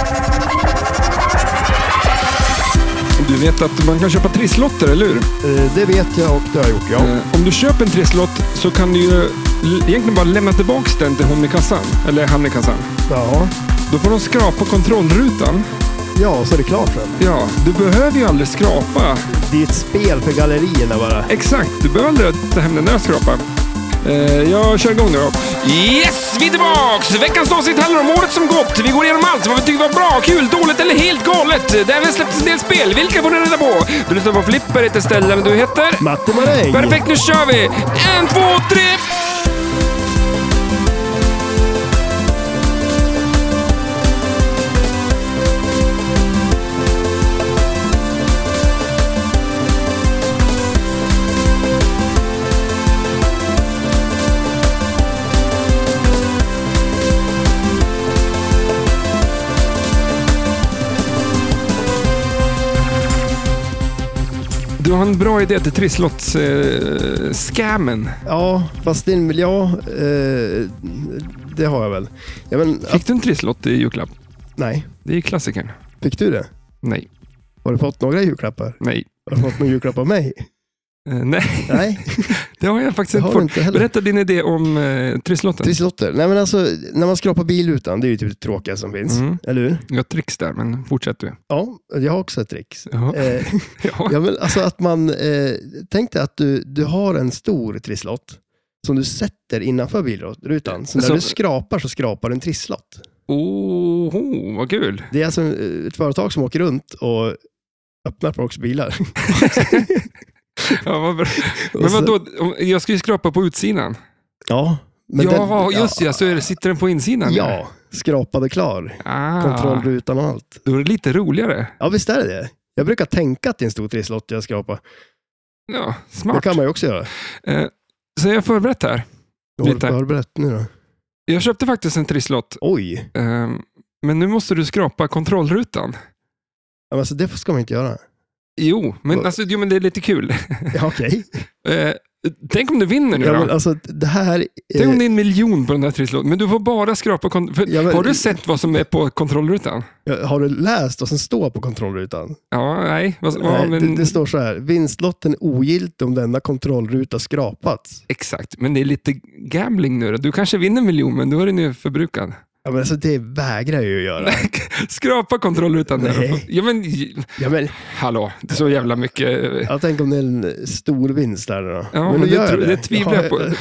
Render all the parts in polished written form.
Du vet att man kan köpa trisslotter, eller hur? Det vet jag och det har jag gjort, ja. Om du köper en trisslott så kan du ju egentligen bara lämna tillbaka den till hon i kassan. Eller han i kassan. Ja. Då får de skrapa kontrollrutan. Ja, så är det klart sen. Ja, du behöver ju aldrig skrapa. Det är ett spel för gallerierna bara. Exakt, du behöver aldrig ta hem den där skrapa. Jag kör igång nu då. Yes, vi är tillbaks! Veckans avsnitt handlar om året som gått. Vi går igenom allt vad vi tycker var bra, kul, dåligt eller helt galet. Där vi släppt en del spel. Vilka får ni reda på? Du lyssnar på Flipper, heter ställen. Du heter? Matte Maräng. Perfekt, nu kör vi! 1, 2, 3... Du har en bra idé till trisslotts-scammen. Ja, fast det har jag väl. Ja, men, Fick du en trisslott i julklapp? Nej. Det är ju klassikern. Fick du det? Nej. Har du fått några julklappar? Nej. Har du fått någon julklapp av mig? Nej. Nej. Det har jag faktiskt det inte fått. Berätta din idé om trisslotten. Trisslotter? Nej, men alltså, när man skrapar bilutan, det är ju typ det tråkiga som finns. Eller hur? Jag har ett tricks där, men fortsätt du. Ja, jag har också ett tricks. Ja. Ja, men alltså att man tänk dig att du har en stor trisslott som du sätter innanför bilrutan. Så när du skrapar så skrapar en trisslott. Oh, vad kul. Det är alltså ett företag som åker runt och öppnar folks bilar. Ja, vad bra. Men vadå, jag ska ju skrapa på utsidan. Ja. Men så sitter den på insidan. Ja, skrapad och klar. Kontrollrutan och allt. Då är det lite roligare. Ja, visst är det. Jag brukar tänka att det är en stor trisslott jag skrapar. Ja, smart. Det kan man ju också göra. Så jag har förberett här. Vad har du förberett nu då? Jag köpte faktiskt en trisslott. Oj. Men nu måste du skrapa kontrollrutan. Ja, men alltså, det ska man inte göra. Jo, men det är lite kul. Ja, okej. Tänk om du vinner nu då. Men alltså, det här... Tänk om det är 1 miljon på den här trisslotten. Men du får bara skrapa... Har du sett vad som är på kontrollrutan? Har du läst vad som står på kontrollrutan? Ja, nej. Det står så här. Vinstlotten är ogiltig om denna kontrollruta skrapats. Exakt, men det är lite gambling nu då. Du kanske vinner 1 miljon, men då är den ju förbrukad. Ja, men alltså det vägrar jag ju göra. Skrapa kontrollrutan där. Ja, men hallå, det är så jävla mycket. Jag tänker om det är en stor vinst där då. Ja, men det tvivlar jag på.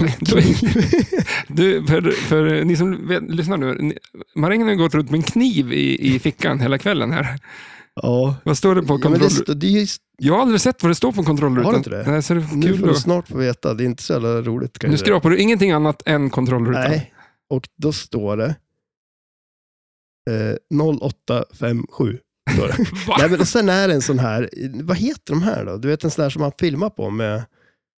För ni som lyssnar nu, Marängen har gått runt med en kniv i fickan hela kvällen här. Ja. Vad står det på kontrollrutan? Jag har aldrig sett vad det står på kontrollrutan. Har du inte det? Nej, så är det nu kul får du snart få veta. Det är inte så jävla roligt. Nu skrapar du ingenting annat än kontrollrutan. Nej. Och då står det 0857. Står det. Nej, men sen är det en sån här, vad heter de här då? Du vet en sån där som man filmar på med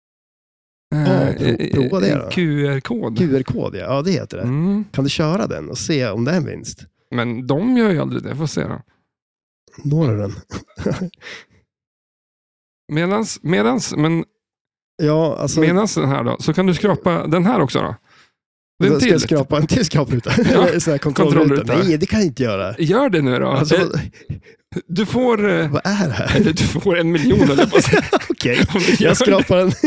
prova det då. QR-kod. QR-kod, ja det heter det. Kan du köra den och se om det är en vinst? Men de gör ju aldrig det, får se då. Når den. Medans den här då, så kan du skrapa den här också då. Ska jag skrapa en till skrapruta? Ja, så här kontrollruta. Nej, det kan jag inte göra. Gör det nu då. Alltså, du får... Vad är det här? Du får 1 miljon. Okej, jag skrapar den.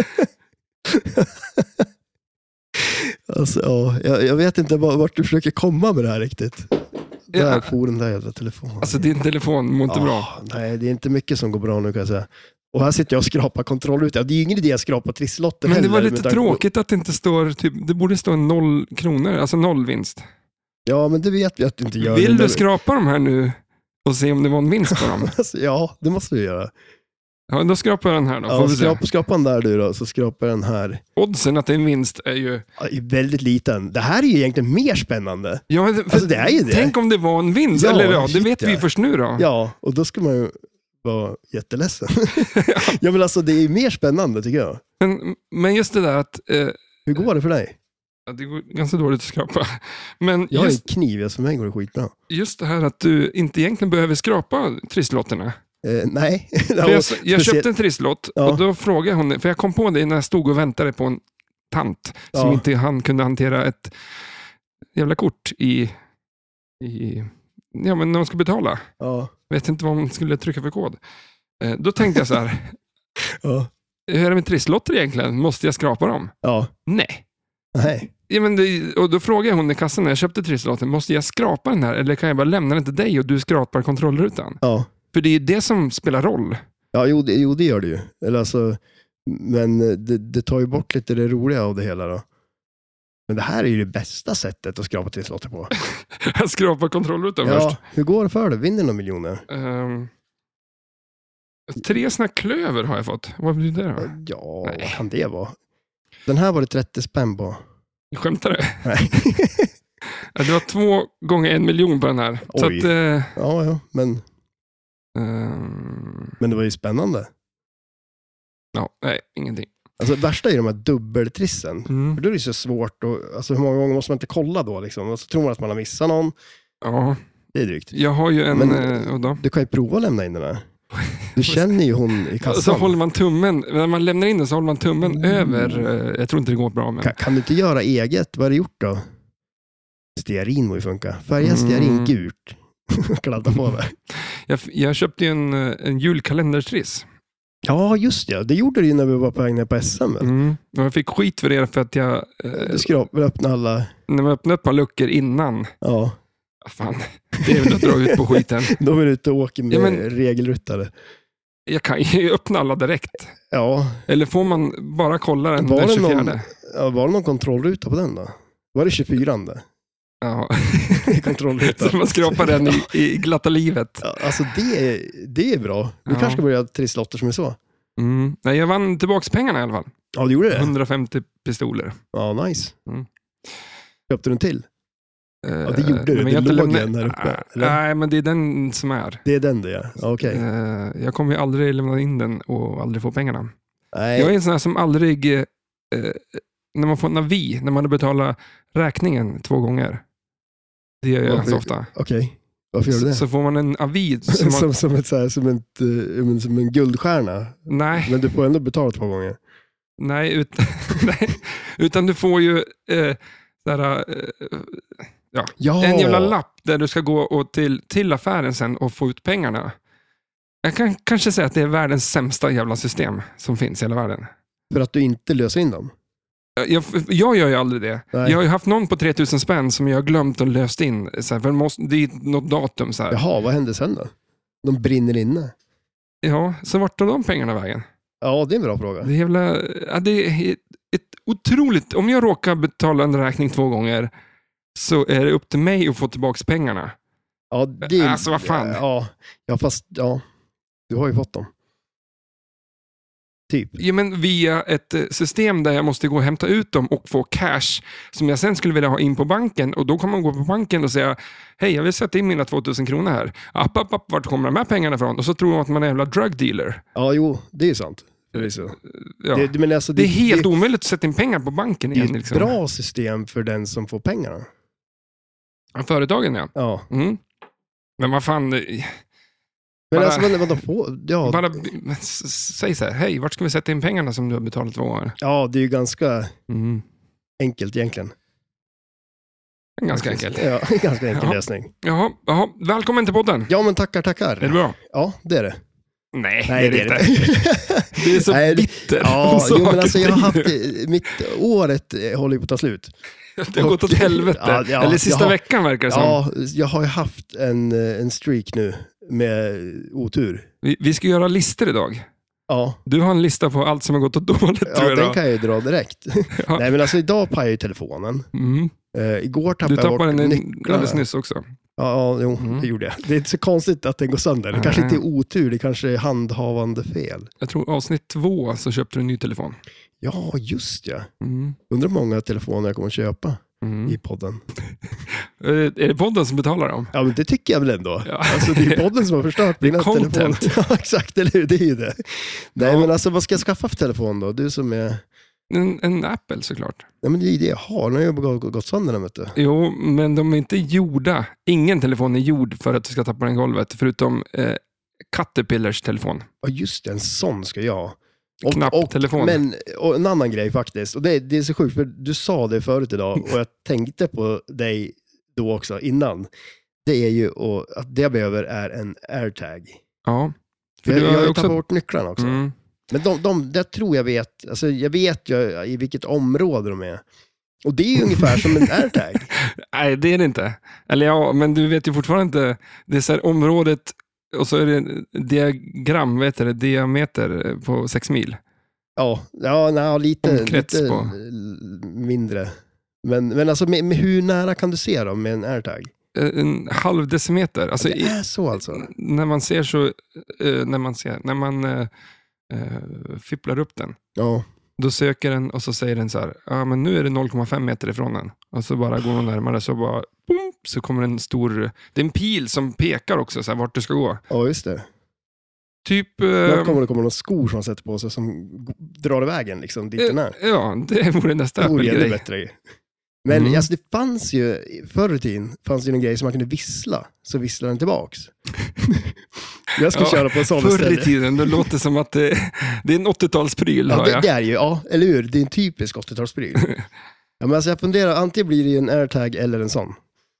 Alltså, jag vet inte vart du försöker komma med det här riktigt. Där får den där jävla telefonen. Alltså din telefon mår inte bra. Nej, det är inte mycket som går bra nu kan jag säga. Och här sitter jag och skrapar kontrollrutan. Det är ju ingen idé att skrapa trisslotter. Men det var lite tråkigt att det inte står typ, det borde stå 0 kronor, alltså 0 vinst. Ja, men det vet vi att du inte gör. Vill du skrapa de här nu och se om det var en vinst på dem? Alltså, ja, det måste vi göra. Ja, då skrapar den här då. Ja, skrapa den där du då, så skrapar den här. Oddsen att det är en vinst är ju... Ja, väldigt liten. Det här är ju egentligen mer spännande. Ja, alltså, det är ju det. Tänk om det var en vinst, det vet vi först nu då. Ja, och då ska man ju vara jätteledsen. Ja, men alltså det är mer spännande tycker jag. Men just det där att... Hur går det för dig? Ja, det går ganska dåligt att skrapa. Men jag har en kniv, så mig går det skitbra. Just det här att du inte egentligen behöver skrapa trisslotterna. Nej. Jag köpte en trisslott och då frågade hon, för jag kom på det när jag stod och väntade på en tant som inte kunde hantera ett jävla kort i Ja, men när man ska betala. Ja. Vet inte vad man skulle trycka för kod. Då tänkte jag så här. Ja. Hur är det med trisslotter egentligen? Måste jag skrapa dem? Ja. Nej. Nej. Ja, men och då frågade hon i kassan när jag köpte trisslotten. Måste jag skrapa den här? Eller kan jag bara lämna den till dig och du skrapar kontrollrutan? Ja. För det är ju det som spelar roll. Ja, jo, det gör det ju. Eller alltså, men det tar ju bort lite det roliga av det hela då. Men det här är ju det bästa sättet att skrapa trisslotter på. Jag skrapar kontrollrutan Ja, först. hur går det för dig? Vinner några miljoner? 3 såna klöver har jag fått. Vad blir det då? Ja, Nej. vad kan det vara? Den här var det 30 spänn på. Skämtar du? Nej. Det var 2 gånger 1 miljon på den här. Så Oj. att, Ja, men det var ju spännande. ja, nej, ingenting. Alltså det värsta är de här dubbeltrissen. Mm. För då är det så svårt. Alltså hur många gånger måste man inte kolla då? Liksom? Och så tror man att man har missat någon. Ja, Det är drygt. jag har ju en... Men- och då? Du kan ju prova att lämna in den här. Du känner ju hon i kassan. Så håller man tummen, när man lämnar in den så håller man tummen över. Jag tror inte det går bra. Men... Kan du inte göra eget? Vad har du gjort då? Stearin må ju funka. Färga stearin gult. Kladda på det. Jag köpte ju en julkalenderstriss. Ja, just det. Det gjorde du ju när vi var på väg ner på SM. Och jag fick skit för det för att jag... Du skrapade öppna alla... När man öppnade upp alla luckor innan. Ja. Fan, det är väl att dra ut på skiten. De är ute och åker med Ja, men- regelryttare. Jag kan ju öppna alla direkt. Ja. Eller får man bara kolla den Var den det 24? Var det någon kontrollruta på den då? Var det 24? Ja. Kontrollruta. Så man skrapar den i glatta livet. Ja, alltså det är bra. Vi Ja. kanske ska börja trisslotter som är så. Nej, jag vann tillbaka pengarna i alla fall. Ja, du gjorde det? 150 pistoler. Ja, nice. Mm. Köpte du en till? Ja, det gjorde du. Men Det jag låg lämnar- en här uppe, eller? Nej, men det är den som är. Det är den det, ja. Okej. Jag kommer ju aldrig lämna in den och aldrig få pengarna. Nej. Jag är en sån här som aldrig... när man får Navi, när man har betalat räkningen 2 gånger. Det gör jag Varför- så ofta. Okej. Varför gör du det? Så får man en avi. Som man, som en guldstjärna. nej, Men du får ändå betala 2 gånger. nej, utan du får ju sådär, Ja. en jävla lapp där du ska gå och till affären sen och få ut pengarna. Jag kan kanske säga att det är världens sämsta jävla system som finns i hela världen. För att du inte löser in dem. Jag gör ju aldrig det. Nej. Jag har ju haft någon på 3000 spänn som jag har glömt och löst in. Så här, för det är något datum. Så här. Jaha, vad händer sen då? De brinner inne. Ja, så vart tar de pengarna vägen? Ja, det är en bra fråga. Det är jävla... Ja, det är ett otroligt... Om jag råkar betala en räkning 2 gånger så är det upp till mig att få tillbaka pengarna. Ja, det är... Alltså, vad fan? Ja, fast ja. Du har ju fått dem. Typ. Ja, men via ett system där jag måste gå och hämta ut dem och få cash som jag sen skulle vilja ha in på banken, och då kommer man gå på banken och säga: hej, jag vill sätta in mina 2000 kronor här. App, vart kommer de här pengarna ifrån? Och så tror de att man är en jävla drug dealer. Ja, jo, det är sant. Förvisso. Ja. Men alltså, Det är helt omöjligt att sätta in pengar på banken det är igen. ett Liksom. bra system för den som får pengarna. Ja, företagen, ja. Ja. Mm. Men vad fan... Men Bara- alltså, vadå på? Ja, Bara säg så här: hej, vart ska vi sätta in pengarna som du har betalat 2 gånger? ja, det är ju ganska Mm. enkelt egentligen. Ganska enkelt. Ja, ganska enkel Ja. lösning. Jaha, välkommen till podden. Ja, men tackar. Är det bra? Ja, det är det. Nej, Nej, det är det inte. Det är så Nej, bitter. Ja, Så jo, men alltså jag har haft... det Mitt året håller ju på att ta slut. har gått åt helvete. Ja, Eller sista jag har- veckan verkar det som. Ja, jag har ju haft en streak nu med otur. Vi ska göra listor idag. Ja, Du har en lista på allt som har gått åt dåligt, tror ja jag. den Då. kan jag ju dra direkt. Ja. Nej, men alltså idag pajade ju telefonen. Mm. Igår Du tappade jag tappade bort den nycklarna. alldeles nyss också. Ja, jo, Mm. det gjorde jag. Det är inte så konstigt att den går sönder. Det kanske Nej. inte är otur, det kanske är handhavande fel. Jag tror avsnitt 2 så köpte du en ny telefon. Ja, just ja. Mm. Undrar hur många telefoner jag kommer att köpa Mm. i podden. Är det podden som betalar dem? Ja, men det tycker jag väl ändå. Ja. Alltså, det är podden som har förstört Det är dina content. telefoner. Ja, exakt, eller hur? Det är ju det. Nej, Ja. men alltså vad ska jag skaffa för telefon då? Du som är... En Apple såklart. Nej, men det är ju det jag har. Nu har jag gått sönder den, vet du. Jo, men de är inte gjorda. Ingen telefon är gjord för att du ska tappa den i golvet, förutom Caterpillars telefon. Ja, just det. En sån ska jag ha. Knapptelefon. Men och en annan grej faktiskt. Och det är så sjukt, för du sa det förut idag och jag tänkte på dig då också innan. det är ju att det jag behöver är en AirTag. Ja. För jag har ju tappat bort nycklarna också. Mm. Men det tror jag vet, alltså jag vet ju i vilket område de är. Och det är ju ungefär som en AirTag. Nej, det är det inte. Eller ja, men du vet ju fortfarande inte. Det är så här området och så är det diagram, diameter på 6 mil. Ja, lite på. mindre. Men alltså med hur nära kan du se dem med en AirTag? En halv decimeter. Alltså, det är så alltså? När man ser så, när man fipplar upp den. Ja. Då söker den och så säger den så här, ja men nu är det 0,5 meter ifrån den. Och så bara går den närmare så bara, boom, så kommer en stor, det är en pil som pekar också så här, vart du ska gå. Ja, just det. Typ... Då kommer det komma några skor som sätter på sig som drar iväg en liksom dit den är. Ja, det vore nästa Apple-grej. Det vore ännu bättre. Men alltså, det fanns ju, förr i tiden fanns ju en grej som man kunde vissla, så visslar den tillbaks. Jag ska köra på en sån förr ställe. I tiden, det låter som att det är en 80-talspryl. Ja, det är ju, eller hur? Det är en typisk 80-talspryl. Ja, men alltså jag funderar, antingen blir det ju en AirTag eller en sån.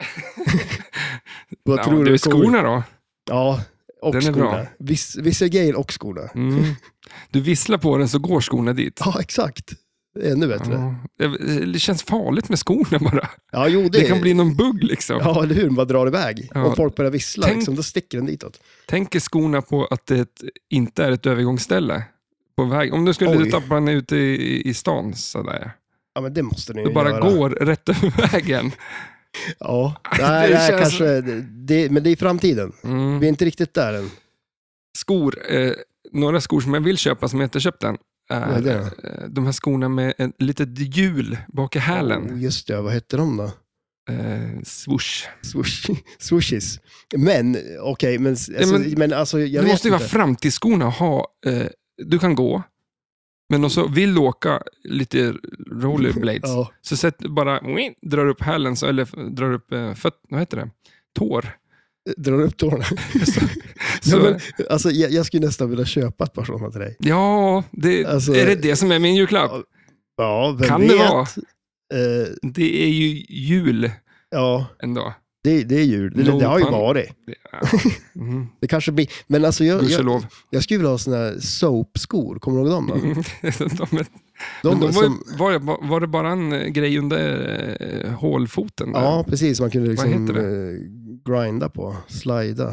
Vad tror du? Skorna då? Ja, och den är skorna. bra. Visselgale och skorna. Du visslar på den så går skorna dit. Ja, exakt. Det är ännu bättre. Ja. Det känns farligt med skorna bara. Ja, jo, det kan bli någon bugg liksom. Ja, eller hur? Man bara drar iväg. Om folk börjar vissla, liksom, då sticker den ditåt. Tänk skorna på att det inte är ett övergångsställe på väg. Om du skulle tappa den ute i stan sådär. Ja, men det måste ni du bara göra. Går rätt över vägen. Ja, det känns... kanske, men det är i framtiden. Vi är inte riktigt där än. Skor, några skor som jag vill köpa som jag inte köpt än. De här skorna med ett litet hjul bak i hälen. Just det, vad heter de då? Swoosh. Swooshes. Men, okej, men alltså, jag det måste ju inte. vara framtidsskorna att ha. Du kan gå, men också vill åka lite rollerblades. Så drar upp hälen, eller drar upp vad heter det? Tår. Drar upp tårna. Alltså, jag skulle nästan vilja köpa ett par sådana till dig. Ja, är det som är min julklapp? Ja, vem kan vet? Det vara? Det är ju jul ändå. Det är jul. Det har ju varit. Det kanske blir... Men alltså jag skulle vilja ha såna här soap-skor. Kommer du ihåg dem då? Var det bara en grej under hålfoten? Där? Ja, precis. Man kunde liksom grinda på, slida.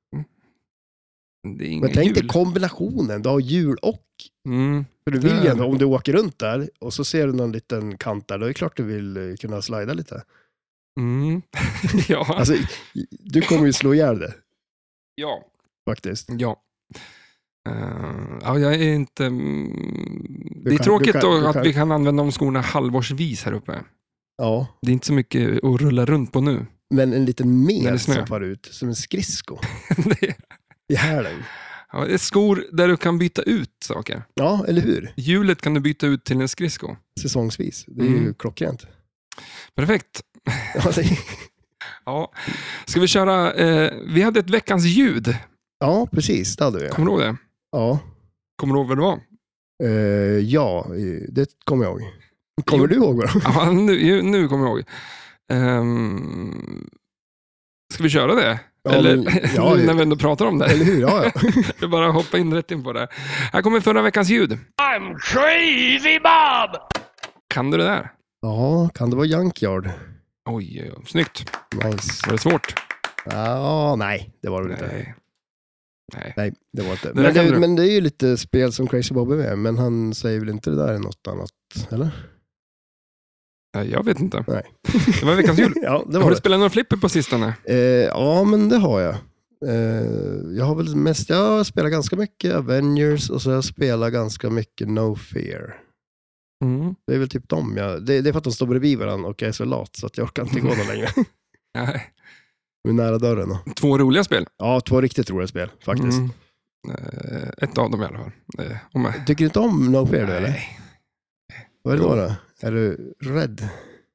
Men tänk dig kombinationen. Du har jul och... För du vill ju ändå, om du åker runt där och så ser du någon liten kant där, då är det klart du vill kunna slida lite. Ja. Alltså, du kommer ju slå ihjäl det. Ja. Faktiskt. Ja. Jag är inte... Det är tråkigt att vi kan använda de skorna halvårsvis här uppe. Ja. Det är inte så mycket att rulla runt på nu. Men en liten med som far ut, som en skridsko. I hälen. Ja, det är skor där du kan byta ut saker. Ja, eller hur? Hjulet kan du byta ut till en skridsko. Säsongsvis. Det är ju klockrent. Perfekt. Ja. Ska vi köra... vi hade ett veckans ljud. Ja, precis. Det hade vi. Kommer du ihåg det? Ja. Kommer du ihåg vad det var? Ja, det kommer jag ihåg. Kommer du ihåg vad det var? Ja, nu kommer jag ihåg. Ska vi köra det? Ja, eller när vi ändå pratar om det. Eller hur? Ja. Vi bara hoppa in rätt in på det. Här kommer förra veckans ljud. I'm crazy Bob! Kan du det där? Ja, kan det vara Junkyard? Oj, snyggt. Nice. Var det svårt? Ja, nej, det var det inte. Nej, det var inte. Men det är ju lite spel som Crazy Bob är med, men han säger väl inte det där är något annat, eller? Jag vet inte. Nej. Det var veckans jul. Ja, det var har du spelat några flipper på sistone? Ja, men det har jag. Jag har väl mest, jag spelar ganska mycket Avengers och så har jag spelat ganska mycket No Fear. Det är väl typ dem det är för att de står bredvid varandra och jag är så lat så att jag orkar inte gå någon längre. Nej. Vi är nära dörren då. 2 roliga spel. Ja, 2 riktigt roliga spel faktiskt. Ett av dem i alla fall. Tycker du inte om No Fear eller? Nej. Vad är det då? Är du rädd?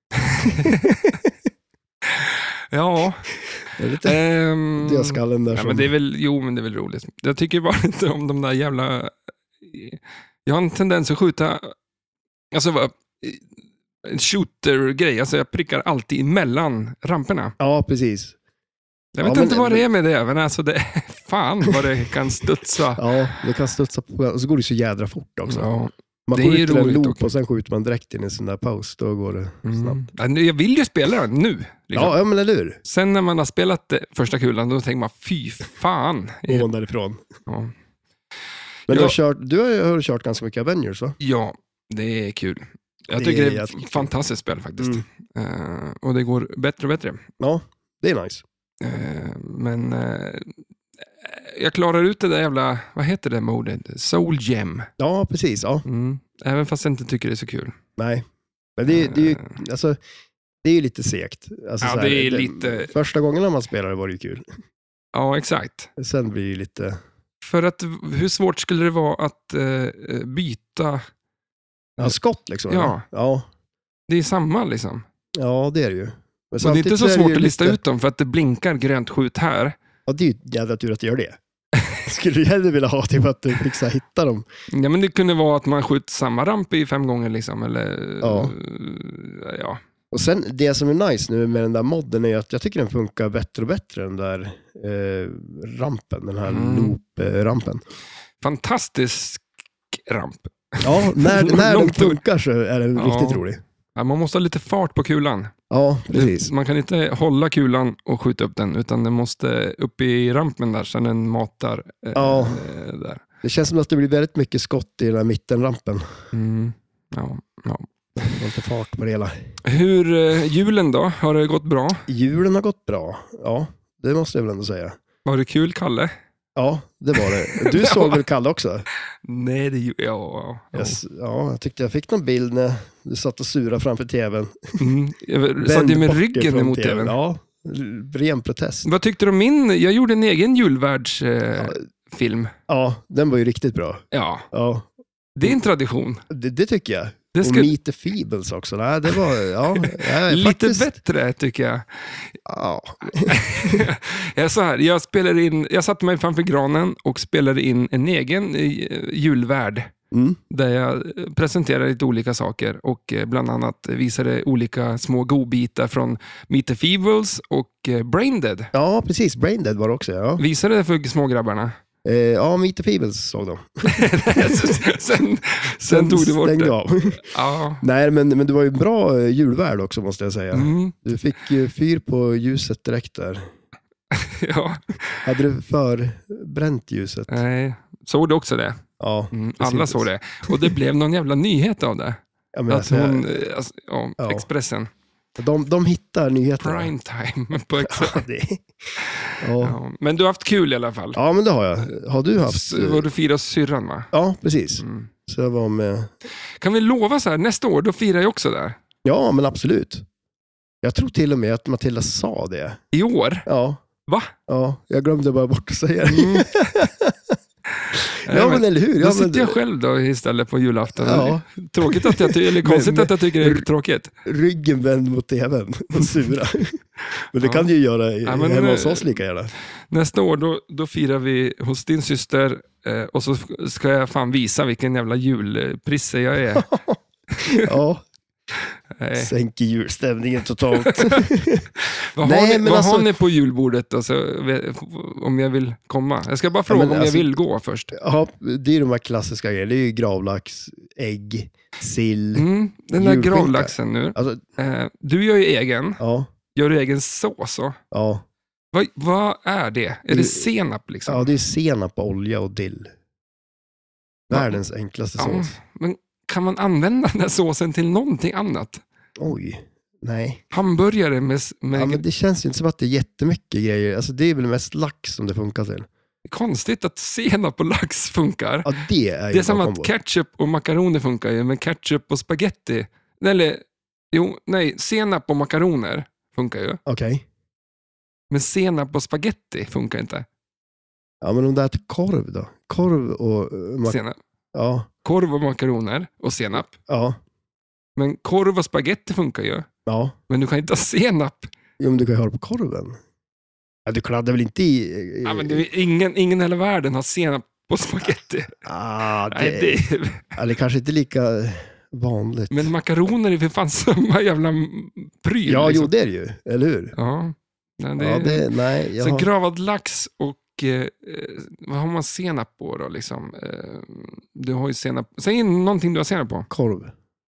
Ja. Det är lite dödskallen där. Ja, men det är väl roligt. Jag tycker bara inte om de där jävla... Jag har en tendens att skjuta... Alltså, en shooter-grej. Alltså, jag prickar alltid emellan ramperna. Ja, precis. Jag vet inte vad det är med det, men alltså det fan vad det kan studsa. Ja, det kan studsa på, och så går det så jädra fort också. Ja. Man skjuter en loop och sen skjuter man direkt in i en sån där paus, då går det snabbt. Jag vill ju spela den nu. Liksom. Ja, men eller hur? Sen när man har spelat första kulan, då tänker man, fy fan. Och därifrån. Ja. Men du har kört ganska mycket Avengers, va? Ja, det är kul. Jag tycker det är ett fantastiskt spel faktiskt. Och det går bättre och bättre. Ja, det är nice. Men jag klarar ut det där jävla, vad heter det modet? Soul Gem. Ja, precis. Ja. Även fast jag inte tycker det är så kul. Nej, men det är ju alltså, det är ju lite segt. Alltså, ja, det är lite... Första gången när man spelade var det ju kul. Ja, exakt. Sen blir det ju lite... För att hur svårt skulle det vara att byta... Ja, skott liksom. Ja. Det är samma liksom. Ja, det är det ju. Men det är inte så svårt att lista ut dem för att det blinkar grönt skjut här. Ja, det är ju jävla tur att det gör det. Skulle du hellre vilja ha typ att du fick hitta dem? Ja, men det kunde vara att man skjuter samma ramp i 5 gånger liksom. Eller, ja. Och sen, det som är nice nu med den där modden är att jag tycker den funkar bättre och bättre, den där rampen, den här loop-rampen. Fantastisk ramp. Ja, när den funkar så är den riktigt rolig. Ja, man måste ha lite fart på kulan. Ja, precis. Man kan inte hålla kulan och skjuta upp den, utan den måste upp i rampen där, så den matar där. Det känns som att det blir väldigt mycket skott i den här mittenrampen. Ja. Det var inte fart på det hela. Hur julen då? Har det gått bra? Julen har gått bra, ja. Det måste jag väl ändå säga. Var det kul, Kalle? Ja, det var det. Du såg väl Kalle också? Nej, det ja, jag tyckte jag fick någon bild när du satt och surade framför tvn. Jag satt ju med ryggen emot tvn. Ja, ren protest. Vad tyckte du om jag gjorde en egen julvärldsfilm. Ja, den var ju riktigt bra. Ja. Det är en tradition. Det tycker jag. Och Meet the Feebles också. Nej, det var lite faktiskt... bättre tycker jag. Ja. Jag satte mig framför granen och spelade in en egen julvärld. Där jag presenterade lite olika saker och bland annat visade olika små godbitar från Meet the Feebles och Braindead. Ja, precis. Braindead var det också. Ja. Visade det för smågrabbarna? Ja, Meet the Feebles såg de. sen tog du bort det. Av. Ja. Nej, men det var ju en bra julvärld också, måste jag säga. Du fick ju fyr på ljuset direkt där. Ja. Hade du förbränt ljuset? Nej, såg du också det? Ja. Alla såg det. Och det blev någon jävla nyhet av det. Ja, men Expressen. De hittar nyheter. Prime time på Expressen. Ja. Men du har haft kul i alla fall. Ja, men det har jag. Har du haft? Var du firar syrran, va? Ja, precis. Så jag var med. Kan vi lova så här, nästa år, då firar jag också där? Ja, men absolut. Jag tror till och med att Matilda sa det. I år? Ja. Va? Ja, jag glömde bara bort att säga det. Ja, men eller hur? Då sitter jag själv då istället på julafton. Ja. Tråkigt att eller konstigt att jag tycker det är tråkigt. Ryggen vänd mot tvn och sura. Men det kan du ju göra hemma hos oss lika gärna. Nästa år då firar vi hos din syster och så ska jag fan visa vilken jävla julprisse jag är. Ja. Sänker julstämningen totalt. Vad har ni på julbordet alltså, om jag vill komma? Jag ska bara fråga om jag vill gå först. Ja, det är de här klassiska grejerna. Det är ju gravlax, ägg, sill. Den där gravlaxen nu. Alltså, du gör ju egen. Ja. Gör du egen sås? Ja. Vad är det? Är det senap liksom? Ja, det är senap, olja och dill. Världens enklaste sås. Men kan man använda den här såsen till någonting annat? Oj, nej. Hamburgare med... Ja, men det känns ju inte som att det är jättemycket grejer. Alltså det är väl mest lax som det funkar till. Konstigt att senap och lax funkar. Ja, det är ju det är som att ketchup och makaroner funkar ju, men ketchup och spaghetti... senap och makaroner funkar ju. Okej. Men senap och spaghetti funkar inte. Ja, men om det äter korv då? Korv och... senap. Ja. Korv och makaroner och senap. Ja. Men korv och spaghetti funkar ju. Ja. Men du kan inte ha senap. Jo, men du kan ju ha det på korven. Ja, du kladdar väl inte i... Ja, men det är ingen i hela världen har senap på spaghetti. Det är kanske inte lika vanligt. Men makaroner är för fan samma jävla pryl. Ja, liksom. jo, det är det ju. Eller hur? Ja. Nej, så gravad lax och vad har man senap på då liksom? Du har ju senap. Säg någonting du har senap på. Korv.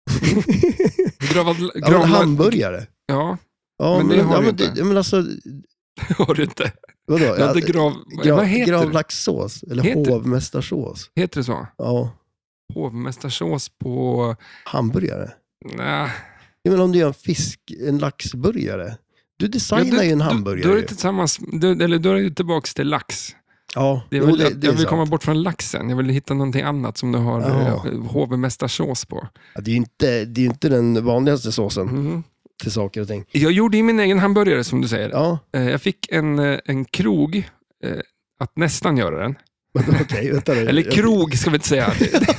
gravad hamburgare. Ja. Men det har du inte. Men alltså har du inte. Vadå? Vad heter gravlaxsås eller hovmästarsås. Heter det så? Ja. Hovmästarsås på hamburgare. Nej. Men om du gör en laxburgare. Du designar ju en hamburgare. Då är det tillsammans, då är det tillbaka till lax. Ja, jag vill komma bort från laxen. Jag vill hitta någonting annat som du har hovmästarsås på. Ja, det är ju inte den vanligaste såsen till saker och ting. Jag gjorde i min egen hamburgare som du säger. Ja. Jag fick en krog att nästan göra den. Okej, vänta. Eller krog ska vi inte säga.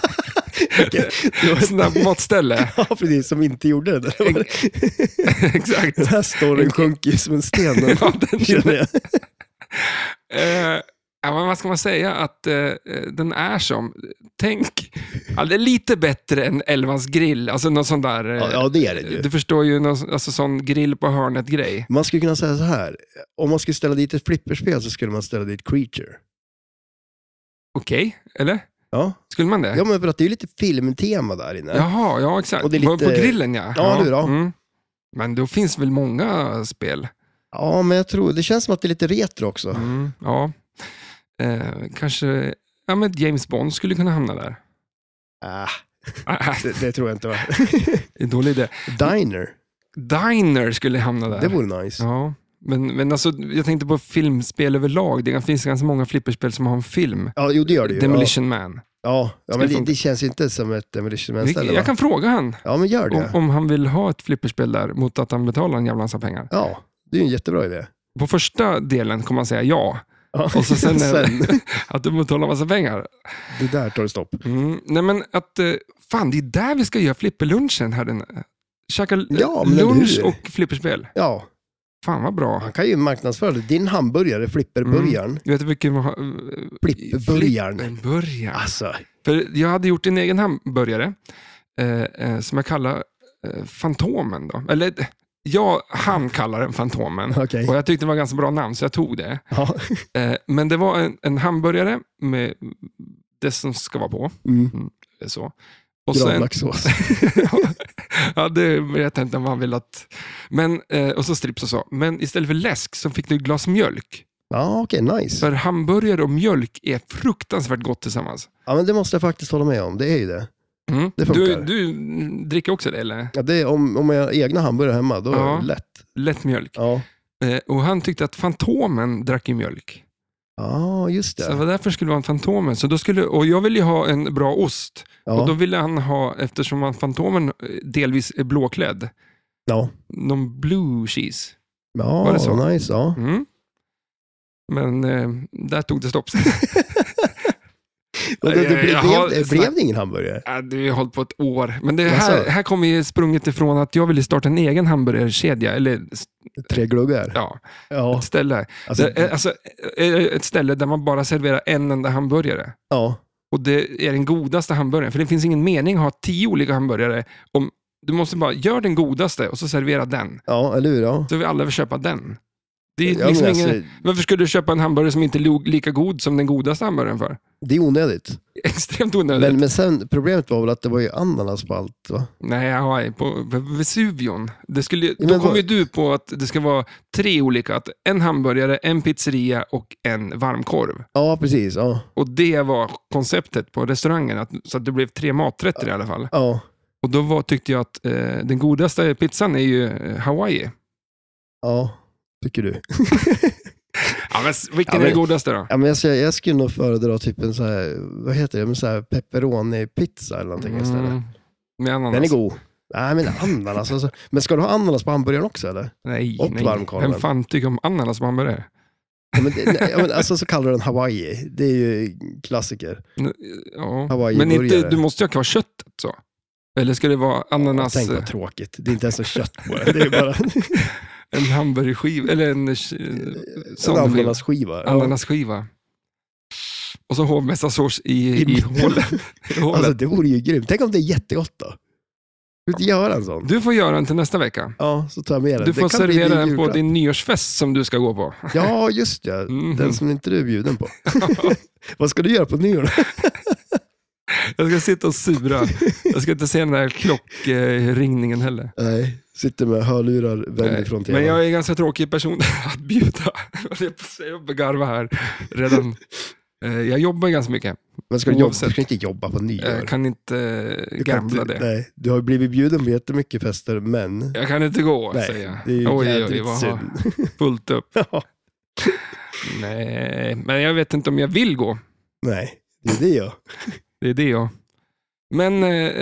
Snabb matställe. Ja, precis, som inte gjorde det. Exakt. Den här storyn sjunker ju som en sten. Ja, den känner jag. Men vad ska man säga? Att den är som... Tänk, det är lite bättre än Elvans grill. Alltså någon sån där... Ja, det är det ju. Du förstår ju, alltså sån grill på hörnet-grej. Man skulle kunna säga så här. Om man skulle ställa dit ett flipperspel så skulle man ställa dit Creature. Okej, eller? Ja. Skulle man det? Ja, men för att det är lite filmtema där inne. Jaha, ja exakt. Och det är lite... På grillen, ja. Ja, du då. Mm. Men då finns väl många spel? Ja, men jag tror... Det känns som att det är lite retro också. Ja. Kanske... Ja, men James Bond skulle kunna hamna där. Det tror jag inte, va? Det är dålig idé. Diner skulle hamna där. Det vore nice. Ja. Men alltså, jag tänkte på filmspel överlag. Det finns ganska många flipperspel som har en film. Ja, jo, det gör det ju. Demolition Man. Ja, men det känns inte som ett Demolition Man-ställe. Jag kan fråga han. Ja, men gör det. Om han vill ha ett flipperspel där mot att han betalar en jävla massa pengar. Ja, det är en jättebra idé. På första delen kommer man säga ja. Och så sen att du betalar en massa pengar. Det där tar det stopp. Nej, men att fan, det är där vi ska göra flipperlunchen här. Käka lunch och flipperspel. Ja. Fan vad bra. Han kan ju marknadsföra det. Din hamburgare, flipperburgaren. Vet du vilken flipperburgaren. Alltså. För jag hade gjort en egen hamburgare som jag kallar Fantomen då. Eller han kallar den Fantomen. Okay. Och jag tyckte det var ett ganska bra namn så jag tog det. Ja. Men det var en hamburgare med det som ska vara på. Så. Och gravlaxsås. Ja, det vet jag inte om han vill att... Men, och så strips och så. Men istället för läsk så fick du glas mjölk. Ja, okej, nice. För hamburgare och mjölk är fruktansvärt gott tillsammans. Ja, men det måste jag faktiskt hålla med om. Det är ju det. Det funkar. Du dricker också det, eller? Ja, det är, om jag har egna hamburgare hemma, då är det lätt. Lätt mjölk. Ja. Och han tyckte att Fantomen drack i mjölk. Ja, just det. Så det var därför skulle det vara en Fantomen. Så då och jag ville ju ha en bra ost. Ja. Och då ville han ha, eftersom Fantomen delvis är blåklädd. Ja. Någon blue cheese. Ja, var det så? Nice, ja. Men där tog det stopp. Blev det ingen hamburgare? Ja, du har hållit på ett år. Men det här kommer ju sprunget ifrån att jag ville starta en egen hamburgerkedja. Eller 3 gluggar? Ja. Ett ställe. Ett ställe där man bara serverar en enda hamburgare. Ja. Och det är den godaste hamburgaren. För det finns ingen mening att ha 10 olika hamburgare. Du måste bara göra den godaste och så servera den. Ja, eller hur? Ja. Så vi alla vill köpa den. Det är liksom varför skulle du köpa en hamburgare som inte är lika god som den godaste hamburgaren för? Det är onödigt. Extremt onödigt. Men sen, problemet var väl att det var ju ananas på allt, va? Nej, på Vesuvion. Då kom ju du på att det ska vara 3 olika. Att en hamburgare, en pizzeria och en varmkorv. Ja, precis. Ja. Och det var konceptet på restaurangen. Så att det blev 3 maträtter i alla fall. Ja. Och då tyckte jag att den godaste pizzan är ju Hawaii. Ja. Tycker du? Ja, men vilken är det godaste då? Ja, men jag skulle nog föredra typ en så här, vad heter det? Men så här pepperoni-pizza eller någonting istället. Med ananas. Den är god. Nej, men ananas. Alltså. Men ska du ha ananas på hamburgaren också, eller? Nej. Varmkorven. Vem fan tycker om ananas på hamburgare? Ja, men alltså så kallar du den Hawaii. Det är ju klassiker. Ja. Men inte, du måste ju ha kvar köttet så. Eller ska det vara ananas? Tänk vad tråkigt. Det är inte ens så kött på det. Det är bara... En hamburgerskiva, eller en ananasskiva. Ananasskiva. Och så hovmästarsås i hålet. Alltså det vore ju grymt. Tänk om det är jättegott då. Du inte göra en sån? Du får göra den till nästa vecka. Ja, så tar jag med den. Du får servera den på din nyårsfest som du ska gå på. Ja, just det. Den som inte du är bjuden på. Vad ska du göra på nyår? Jag ska sitta och sura. Jag ska inte se den där klockringningen heller. Nej, sitter med hörlurar vänd ifrån till. Men jag är en ganska tråkig person att bjuda. Jag begarva här redan. Jag jobbar ganska mycket. Men du ska inte jobba på nyår. Jag kan inte gambla det. Nej, du har blivit bjuden på jättemycket fester, men... Jag kan inte gå, säger jag. Det är ju vad synd. Fullt upp. Ja. Nej, men jag vet inte om jag vill gå. Nej, det är det jag. Det är det jag. Men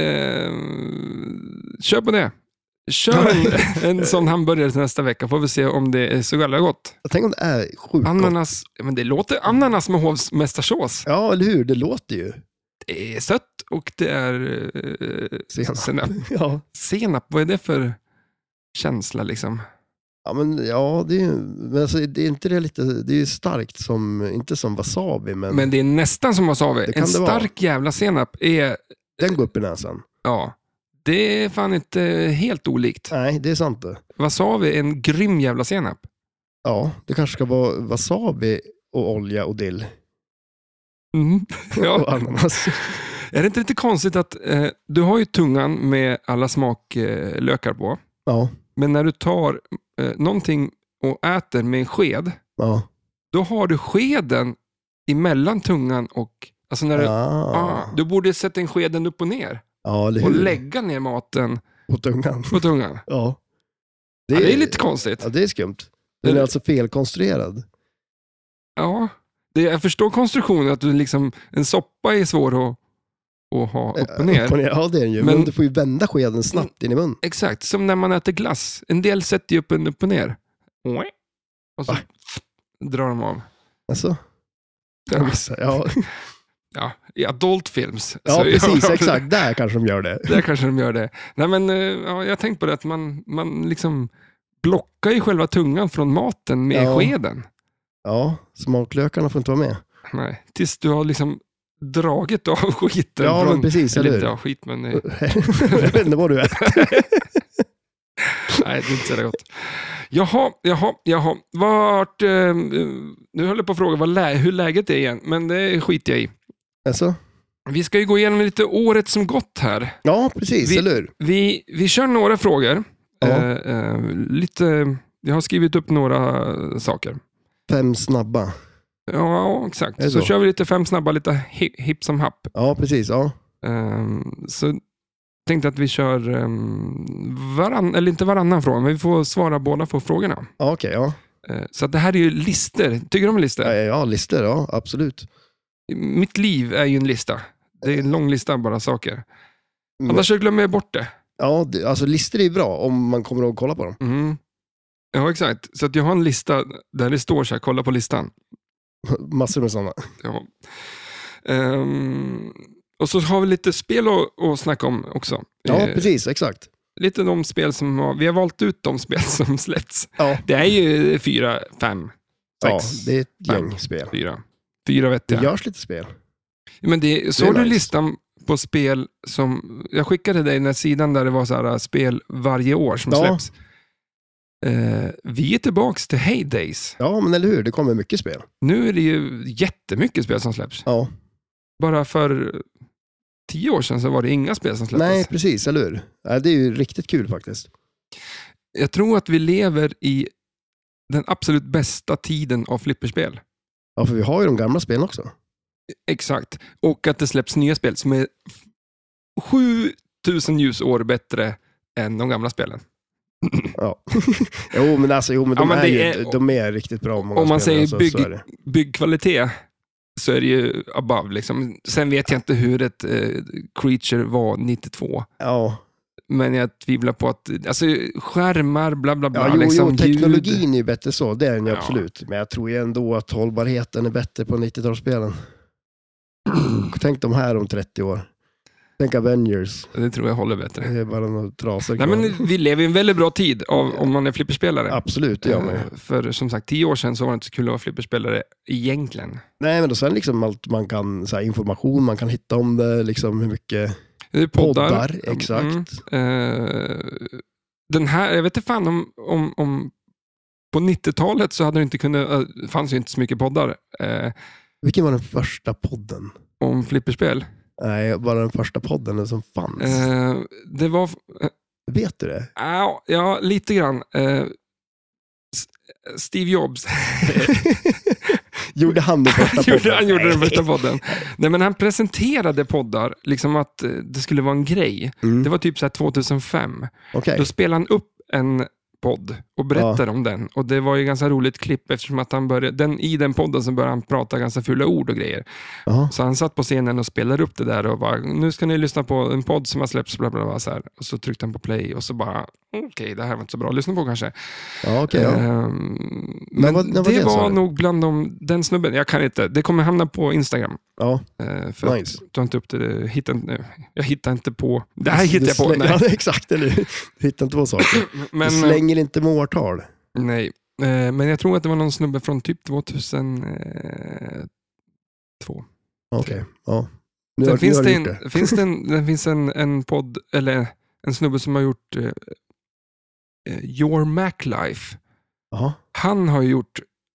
kör på det. Kör en sån hamburgare till nästa vecka. Får vi se om det är så jävla gott. Jag tänker om det är sjukt ananas, gott. Men det låter ananas med hovsmästarsås. Ja, eller hur? Det låter ju. Det är sött och det är senap. Ja. Senap, vad är det för känsla liksom? Ja, men det är inte det lite, det är ju starkt som, inte som wasabi. Men det är nästan som wasabi. En stark jävla senap är... Den går upp i näsan. Ja. Det är fan inte helt olikt. Nej, det är sant det. Wasabi är en grym jävla senap. Ja, det kanske ska vara wasabi och olja och dill. Ja. Och ananas. Är det inte lite konstigt att du har ju tungan med alla smaklökar på. Ja. Men när du tar någonting och äter med en sked, då har du skeden emellan tungan och... Alltså när du borde sätta en skeden upp och ner. Ja, och lägga ner maten på tungan. Ja. Det är lite konstigt. Ja, det är skumt. Den är alltså felkonstruerad. Ja, jag förstår konstruktionen att du liksom, en soppa är svår att ha upp och ner. Ja, det är den ju. Men du får ju vända skeden snabbt in i munnen. Exakt, som när man äter glass. En del sätter ju upp och ner. Och så drar de av. Alltså? Ja. Ja, i adultfilms. Ja, precis, exakt. Där kanske de gör det. Där kanske de gör det. Nej, men jag tänkte på det att man liksom blockar ju själva tungan från maten med skeden. Ja, smaklökarna får inte vara med. Nej, tills du har liksom dragit av skiten. Ja, men precis, eller hur? Ja, skit, men... Jag vet inte vad du är. Nej, det är inte så gott. Jaha. Vart... Nu håller jag på att fråga hur läget är igen, men det skiter jag i. Alltså? Vi ska ju gå igenom lite året som gått här. Ja, precis, eller hur? Vi kör några frågor. Ja. Jag har skrivit upp några saker. 5 snabba. Ja, exakt. Så kör vi lite 5 snabba, lite hipp som happ. Ja, precis, ja. Så tänkte att vi kör eller inte varannan fråga, men vi får svara båda på frågorna. Ja, okej, ja. Så att det här är ju lister. Tycker du om lister? Ja, lister, ja, absolut. Mitt liv är ju en lista. Det är en lång lista bara saker. Annars glömmer jag bort det. Ja, alltså lister är ju bra om man kommer ihåg att kolla på dem. Mm. Ja, exakt. Så att jag har en lista där det står så här, kolla på listan. Massor med sådana. Ja. Och så har vi lite spel att snacka om också. Ja, precis, exakt. Lite de spel som vi har valt ut de spel som släppts. Ja. Det är ju 4, 5, 6. Ja, det är ett gäng spel. 4 vet jag. Det görs lite spel. Men såg du listan på spel som... Jag skickade dig den här sidan där det var så här spel varje år som släpps. Vi är tillbaks till Heydays. Ja, men eller hur? Det kommer mycket spel. Nu är det ju jättemycket spel som släpps. Ja. Bara för 10 år sedan så var det inga spel som släpptes. Nej, precis, eller hur? Det är ju riktigt kul faktiskt. Jag tror att vi lever i den absolut bästa tiden av flipperspel. Ja, för vi har ju de gamla spelen också. Exakt. Och att det släpps nya spel som är 7000 ljusår bättre än de gamla spelen. Ja. men de är riktigt bra. Om man säger byggkvalitet så är det ju above. Liksom. Sen vet jag inte hur ett Creature var 92. Ja. Men jag tvivlar på att skärmar, bla bla bla. Ja, teknologin är ju bättre så, det är den ju absolut. Men jag tror ju ändå att hållbarheten är bättre på 90-talsspelen. Tänk de här om 30 år. Tänk Avengers. Det tror jag håller bättre. Det är bara några trasor. Nej, men vi lever i en väldigt bra tid om man är flipperspelare. Absolut, det gör man. För som sagt, 10 år sedan så var det inte så kul att vara flipperspelare egentligen. Nej, men då sen liksom allt man kan, så här, information man kan hitta om det, liksom hur mycket... Poddar, exakt. Den här, jag vet inte fan om på 90-talet så hade det inte kunnat, fanns ju inte så mycket poddar. Vilken var den första podden? Om flipperspel? Nej, bara den första podden som fanns. Det var... Vet du det? Ja, lite grann. Steve Jobs. Gjorde han den första podden? Han gjorde den första podden. Nej, men han presenterade poddar, liksom att det skulle vara en grej. Det var typ så här 2005. Okay. Då spelade han upp en podd och berättade om den. Och det var ju ganska roligt klipp eftersom att han började, i den podden så började han prata ganska fula ord och grejer. Så han satt på scenen och spelade upp det där och bara, nu ska ni lyssna på en podd som har släppts bla bla bla, så här. Och så tryckte han på play och så bara, okej, det här var inte så bra att lyssna på kanske. Ja, okay, men det var nog bland den snubben, jag kan inte, det kommer hamna på Instagram. Ja, för nice. Du har inte upp det, jag hittar inte på, det här hittar jag på. Nej. Ja, exakt, eller du hittar inte på saker. Men, du slänger inte med årtal. Nej, men jag tror att det var någon snubbe från typ 2002. Okej, ja. Sen finns en podd, eller en snubbe som har gjort Your Mac Life. Aha. Han har gjort,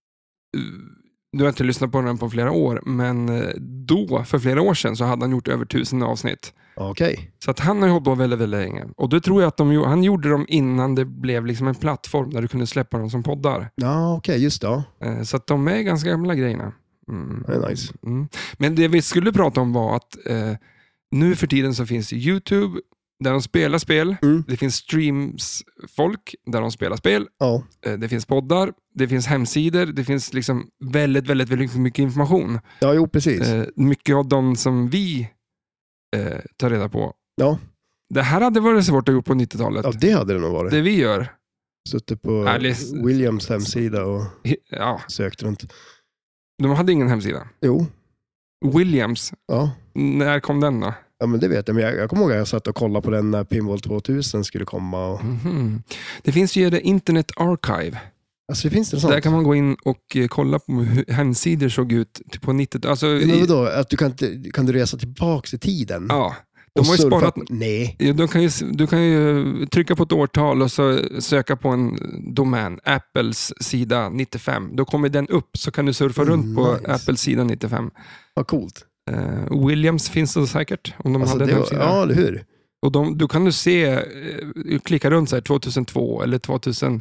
du har inte lyssnat på den på flera år, men då, för flera år sedan, så hade han gjort över 1000 avsnitt. Okej. Så att han har jobbat på väldigt, väldigt länge. Och då tror jag att han gjorde dem innan det blev liksom en plattform där du kunde släppa dem som poddar. Ja, okej, just det. Så att de är ganska gamla grejerna. Det är nice. Men det vi skulle prata om var att nu för tiden så finns det YouTube där de spelar spel. Det finns streams-folk där de spelar spel. Det finns poddar, det finns hemsidor, det finns liksom väldigt, väldigt, väldigt mycket information. Ja, jo, precis. Mycket av dem som vi tar reda på. Ja. Det här hade varit svårt att göra på 90-talet. Ja, det hade det nog varit. Det vi gör. Suttit på Williams hemsida och sökt runt. De hade ingen hemsida. Jo. Williams? Ja. När kom den då? Ja, men det vet jag. Men jag kommer ihåg att jag satt och kollade på den när Pinball 2000 skulle komma. Och... Det finns ju Internet Archive. Alltså det finns det sånt. Där kan man gå in och kolla på hur hemsidor såg ut på 90-talet. Alltså, men vadå? Att kan du resa tillbaka i tiden? Ja. De har ju sparat... Nej. Ja, du kan ju trycka på ett årtal och så söka på en domän, Apples sida 95. Då kommer den upp, så kan du surfa runt på Apples sida 95. Vad coolt. Williams finns det säkert, om de hade den sidan. Ja, eller hur? Och då kan du se, klicka runt så här 2002 eller 2009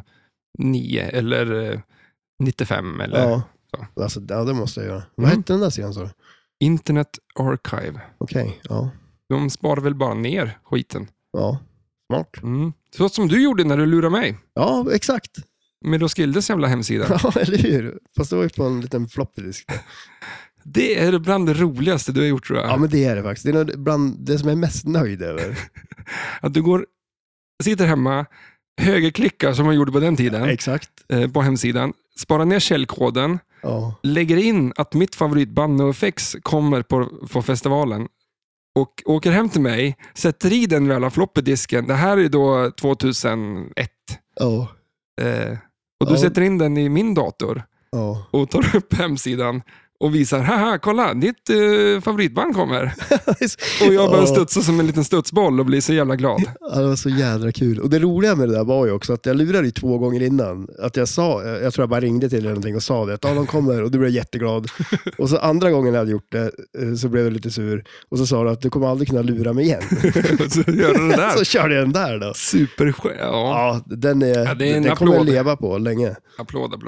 eller 95 eller så. Alltså, det måste jag göra. Vad hette den där sidan så? Internet Archive. Okej, ja. De sparar väl bara ner skiten. Ja, smart. Så som du gjorde när du lurade mig. Ja, exakt. Med Roskildes jävla hemsida. Ja, eller hur? Fast det var ju på en liten floppy disk. Det är bland det roligaste du har gjort, tror jag. Ja, men det är det faktiskt. Det är bland det som jag är mest nöjd över. Att du sitter hemma, högerklickar som man gjorde på den tiden. Ja, exakt. På hemsidan. Sparar ner källkoden. Ja. Lägger in att mitt favoritband NoFX kommer på festivalen. Och åker hem till mig, sätter i den jävla floppydisken. Det här är då 2001. Ja. Och du sätter in den i min dator. Ja. Och tar upp hemsidan och visar, haha, kolla, ditt favoritband kommer. Och jag bara studsar som en liten studsboll och blir så jävla glad. Ja, det var så jävla kul. Och det roliga med det där var ju också att jag lurade 2 gånger innan. Att jag tror jag bara ringde till dig någonting och sa det. Att de kommer, och du blev jätteglad. Och så andra gången jag hade gjort det så blev jag lite sur. Och så sa du att du kommer aldrig kunna lura mig igen. Så gör du det där. Så körde jag den där då. Superskön. Ja, den kommer jag leva på länge. Applåd.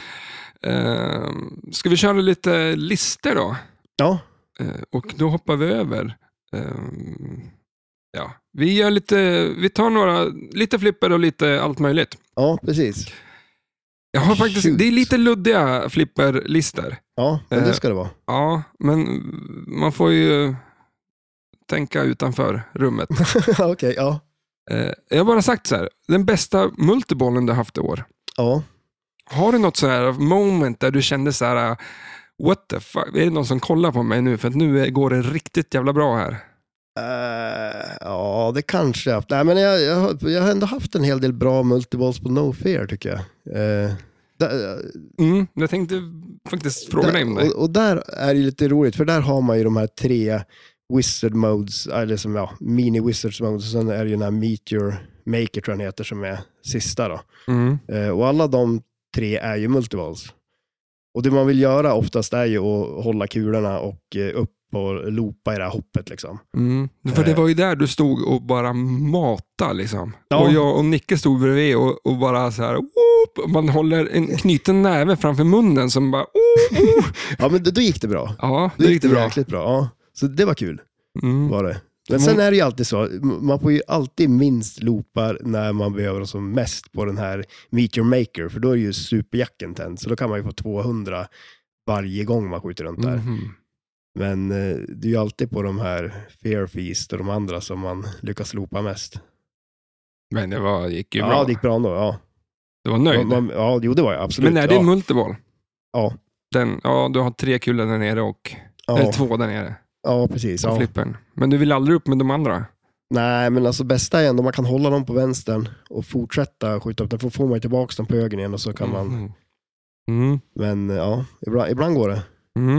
Ska vi köra lite listor då? Ja. Och då hoppar vi över. Vi tar lite flipper och lite allt möjligt. Ja, precis. Jag har faktiskt, det är lite luddiga flipperlistor. Ja, men det ska det vara. Ja, men man får ju tänka utanför rummet. Okej, ja. Jag har bara sagt så här, den bästa multibollen du haft i år. Ja. Har du något så här moment där du kände så här, what the fuck, är det någon som kollar på mig nu? För att nu går det riktigt jävla bra här. Ja, det kanske jag. Nej, men jag har ändå haft en hel del bra multiballs på No Fear, tycker jag. Jag tänkte faktiskt fråga dig om det. Och där är det lite roligt, för där har man ju de här 3 Wizard Modes, eller som mini Wizards Modes, och sen är det ju den här Meteor Maker tror jag den heter som är sista då. Och alla de 3 är ju multiballs. Och det man vill göra oftast är ju att hålla kulorna och upp och loopa i det här hoppet liksom. För det var ju där du stod och bara mata liksom. Och jag och Nicke stod bredvid och bara så här whoop, man håller en knuten näve framför munnen som bara Ja, men då gick det bra. Ja, det gick det bra. Jäkligt bra. Ja. Så det var kul. Var det. Men sen är det ju alltid så, man får ju alltid minst loopar när man behöver som mest på den här Meteor Maker, för då är det ju superjacken tänd, så då kan man ju få 200 varje gång man skjuter runt där. Men det är ju alltid på de här Fear Feast och de andra som man lyckas loopa mest. Men det gick ju bra. Ja, det gick bra ändå, ja. Du var nöjd? Ja, det var jag absolut. Men är det en multiball? Ja. Du har 3 kulor där nere och 2 där nere. Ja, precis. Ja. Flippen. Men du vill aldrig upp med de andra? Nej, men alltså bästa är ändå man kan hålla dem på vänstern och fortsätta skjuta upp den. För får man tillbaka dem på höger igen och så kan man... Men ja, ibland går det.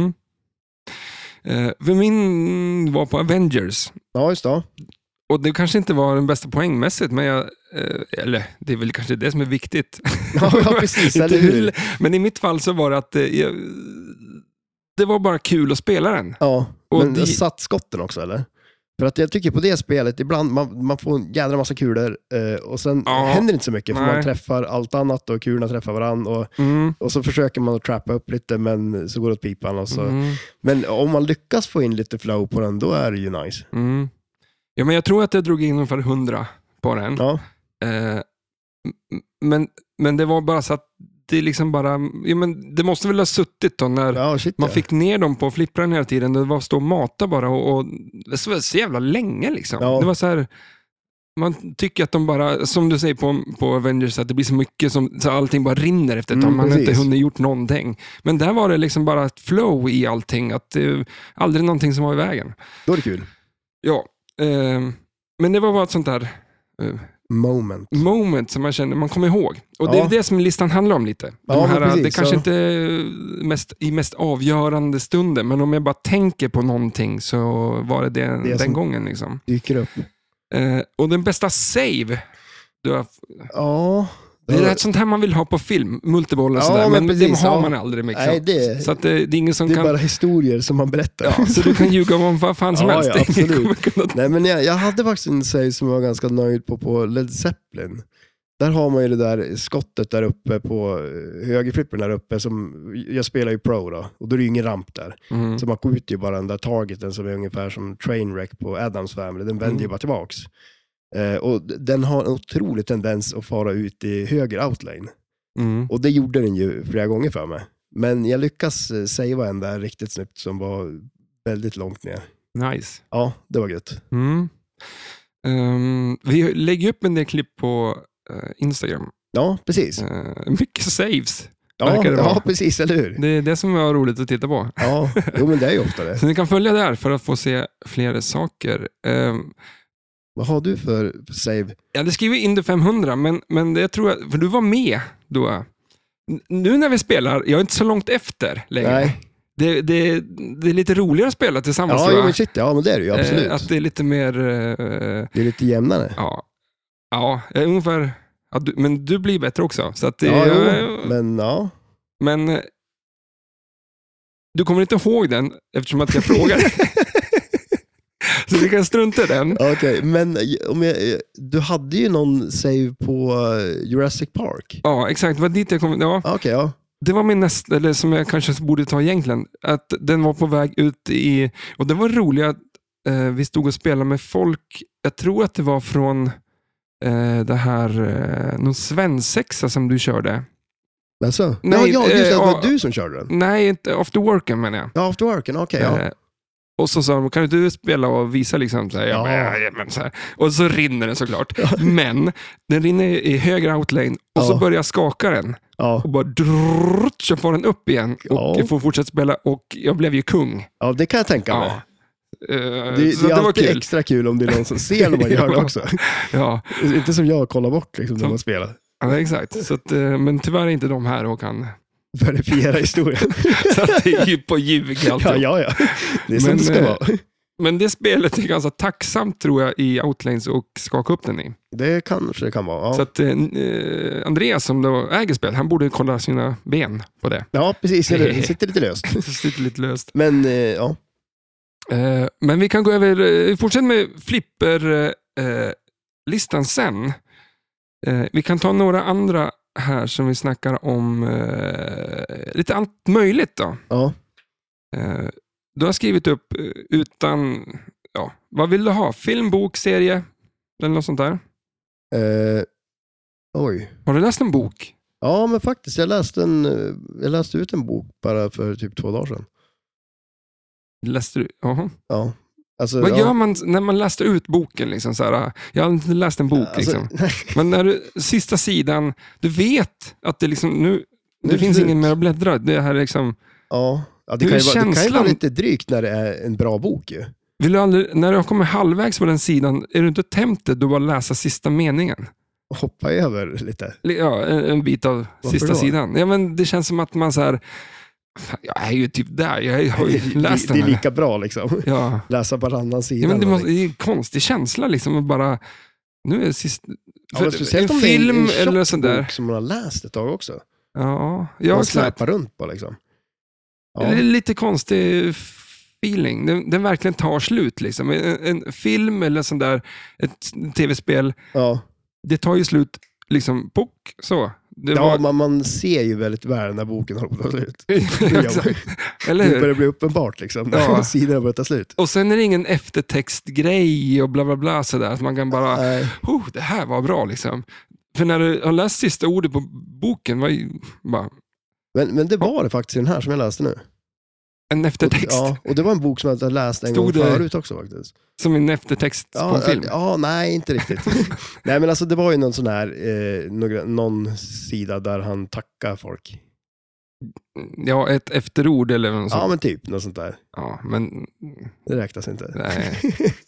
För min var på Avengers. Ja, just det. Och det kanske inte var den bästa poängmässigt, men eller det är väl kanske det som är viktigt. Ja, precis. Eller hur? Men i mitt fall så var det att det var bara kul att spela den. Ja, och men satt skotten också, eller? För att jag tycker på det spelet, ibland man får en jädra massa kulor och sen händer inte så mycket, för man träffar allt annat och kulorna träffar varandra och så försöker man att trappa upp lite, men så går det åt pipan. Och så. Men om man lyckas få in lite flow på den, då är det ju nice. Ja, men jag tror att jag drog in ungefär 100 på den. Ja. Men det var bara så att det liksom bara, men det måste väl ha suttit då när man fick ner dem på flippran hela tiden. Det var att stå och mata bara och det var så jävla länge liksom. Det var så här, man tycker att de bara, som du säger på Avengers, att det blir så mycket så allting bara rinner efter ett tag. Man har inte hunnit gjort någonting. Men där var det liksom bara ett flow i allting, att aldrig någonting som var i vägen. Då är det kul. Ja, men det var bara ett sånt där moment som man känner, man kommer ihåg. Och det är det som listan handlar om lite. Det kanske inte är mest avgörande stunden, men om jag bara tänker på någonting så var det den gången liksom. Dyker upp. Och den bästa save det är ett sånt här man vill ha på film, multibollen sådär, men det har man aldrig liksom. Nej, så att det är ingen som det är bara historier som man berättar. Så du kan ljuga om vad fan som helst. Ja, absolut. Nej, men jag hade faktiskt en save som jag var ganska nöjd på Led Zeppelin. Där har man ju det där skottet där uppe på högerflippen där uppe, som jag spelar ju pro då, och då är det ju ingen ramp där. Så man skjuter ju bara den där targeten som är ungefär som Trainwreck på Addams Family, den vänder ju bara tillbaks. Och den har en otrolig tendens att fara ut i höger outlane. Och det gjorde den ju flera gånger för mig. Men jag lyckas savea en där riktigt snabbt som var väldigt långt ner. Nice. Ja, det var gött. Vi lägger upp en del klipp på Instagram. Ja, precis. Mycket saves. Ja, precis, eller hur? Det är det som var roligt att titta på. Ja, men det är ju ofta det. Så ni kan följa där för att få se fler saker. Vad har du för save? Ja, det skriver in det 500, men det tror jag, för du var med då. Nu när vi spelar, jag är inte så långt efter längre. Nej. Det är lite roligare att spela tillsammans. Ja, men shit, men det är det ju, absolut. Att det är lite mer... det är lite jämnare. Ja, ungefär... Ja, men du blir bättre också. Så att Men du kommer inte ihåg den eftersom att jag frågar. Så vi kan strunta den. Okej, men du hade ju någon save på Jurassic Park. Ja, exakt. Det var dit jag kom. Ja. Okej, ja. Det var min nästa, eller som jag kanske borde ta egentligen. Att den var på väg ut i... Och det var roligt att vi stod och spelade med folk. Jag tror att det var från det här... någon svensexa som du körde. Alltså? Nej, just det. Det var du som körde den. Nej, inte After Worken menar jag. Ja, After Worken, okej. Ja. Och så sa de, kan du spela och visa liksom så här, men så här. Och så rinner den såklart. Ja. Men den rinner i höger outlane och så börjar skaka den. Ja. Och bara så får den upp igen och får fortsätta spela, och jag blev ju kung. Ja, det kan jag tänka mig. Det är alltid kul. Extra kul om det är någon som ser när man gör det också. Ja. Inte som jag kollar bort liksom, när man spelar. Ja, exakt. Så att, men tyvärr är inte de här och kan verifiera historien. Så att det är ju på ljug alltid. Ja. Det är som det ska vara. Men det spelet är ganska tacksamt tror jag i Outlanes och skaka upp den i. Det kanske det kan vara. Ja. Så att Andreas som då äger spel, han borde kolla sina ben på det. Ja, precis. Det sitter lite löst. Det sitter lite löst. Men ja. Men vi kan gå över, fortsätta med flipper-listan sen. Vi kan ta några andra här som vi snackar om lite allt möjligt då. Ja. Du har skrivit upp utan, ja, vad vill du ha? Film, bok, serie eller något sånt där? Oj. Har du läst en bok? Ja, men faktiskt, jag läste ut en bok bara för typ 2 dagar sedan. Läste du? Jaha. Ja. Alltså, vad gör man när man läste ut boken? Liksom, så här, jag har inte läst en bok. Liksom. Men när du, sista sidan, du vet att det liksom, nu det finns ingen mer att bläddra. Det här är liksom... Ja, det kan ju vara lite drygt när det är en bra bok ju. Vill du aldrig, när du kommer halvvägs på den sidan, är du inte tempted att bara läsa sista meningen? Hoppa över lite. Ja, en bit av sista sidan. Ja, men det känns som att man så här... Jag är ju typ där, jag har ju läst den. Det är lika bra liksom. Ja. Läsa varannan sida. Ja, men det är en konstig känsla liksom att bara... Nu är det sist... en film eller sån där som man har läst ett tag också. Ja, man släpar runt på liksom. Ja. Det är lite konstig feeling. Den verkligen tar slut liksom. En film eller sån där, ett tv-spel, det tar ju slut liksom, så. Man ser ju väldigt väl när boken har tagit slut. Eller hur? Det börjar bli uppenbart liksom, när sidorna börjar ta slut. Och sen är det ingen eftertextgrej och bla bla bla sådär, att man kan bara, det här var bra liksom. För när du har läst sista ordet på boken var ju bara... Men det var det faktiskt i den här som jag läste nu. En eftertext? Och det var en bok som jag hade läst en gång förut också faktiskt. Som en eftertext på en film? Ja, nej, inte riktigt. Nej, men alltså det var ju någon sån här, någon sida där han tackar folk. Ja, ett efterord eller något sånt. Ja, men typ, något sånt där. Ja, men... Det räknas inte. Nej.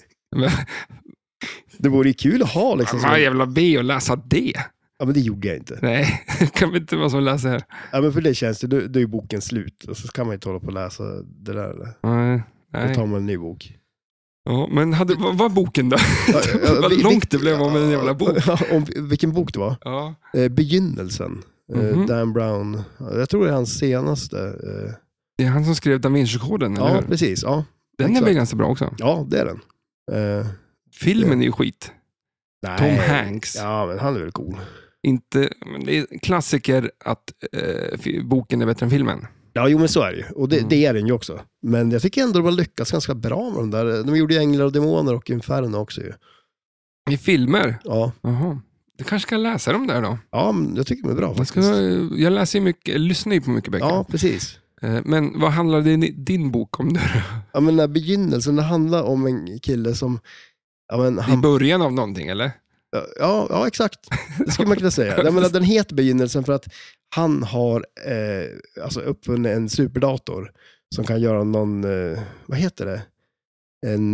Det vore ju kul att ha liksom. Ja, jävla be och läsa det. Ja, men det gjorde jag inte. Nej, kan vi inte vara som läser här. Ja, men för det känns det, då är ju boken slut. Och så kan man inte hålla på och läsa det där. Eller? Nej. Då tar man en ny bok. Ja, men vad var boken då? Vad långt det blev om en jävla bok. Vilken bok det var? Ja. Begynnelsen. Dan Brown. Jag tror det är hans senaste. Det är han som skrev Da Vinci-koden, eller hur? Precis. Ja, den är väl ganska bra också? Ja, det är den. Filmen är ju skit. Nej. Tom Hanks. Ja, men han är väl cool. Inte, men det är klassiker att boken är bättre än filmen. Ja, jo men så är det ju. Och det är den ju också. Men jag tycker ändå att de lyckas ganska bra med de där. De gjorde ju Änglar och Demoner och Inferno också ju. I filmer? Ja. Jaha. Du kanske ska läsa dem där då? Ja, men jag tycker de är bra faktiskt. Jag läser ju mycket, lyssnar ju på mycket böcker. Ja, precis. Men vad handlar din bok om nu? Ja, men den här begynnelsen, det handlar om en kille som... Ja, men i början av någonting, eller? Ja, exakt. Det skulle man kunna säga. Ja, men den heter Begynnelsen för att han har uppfunnit en superdator som kan göra någon, vad heter det? En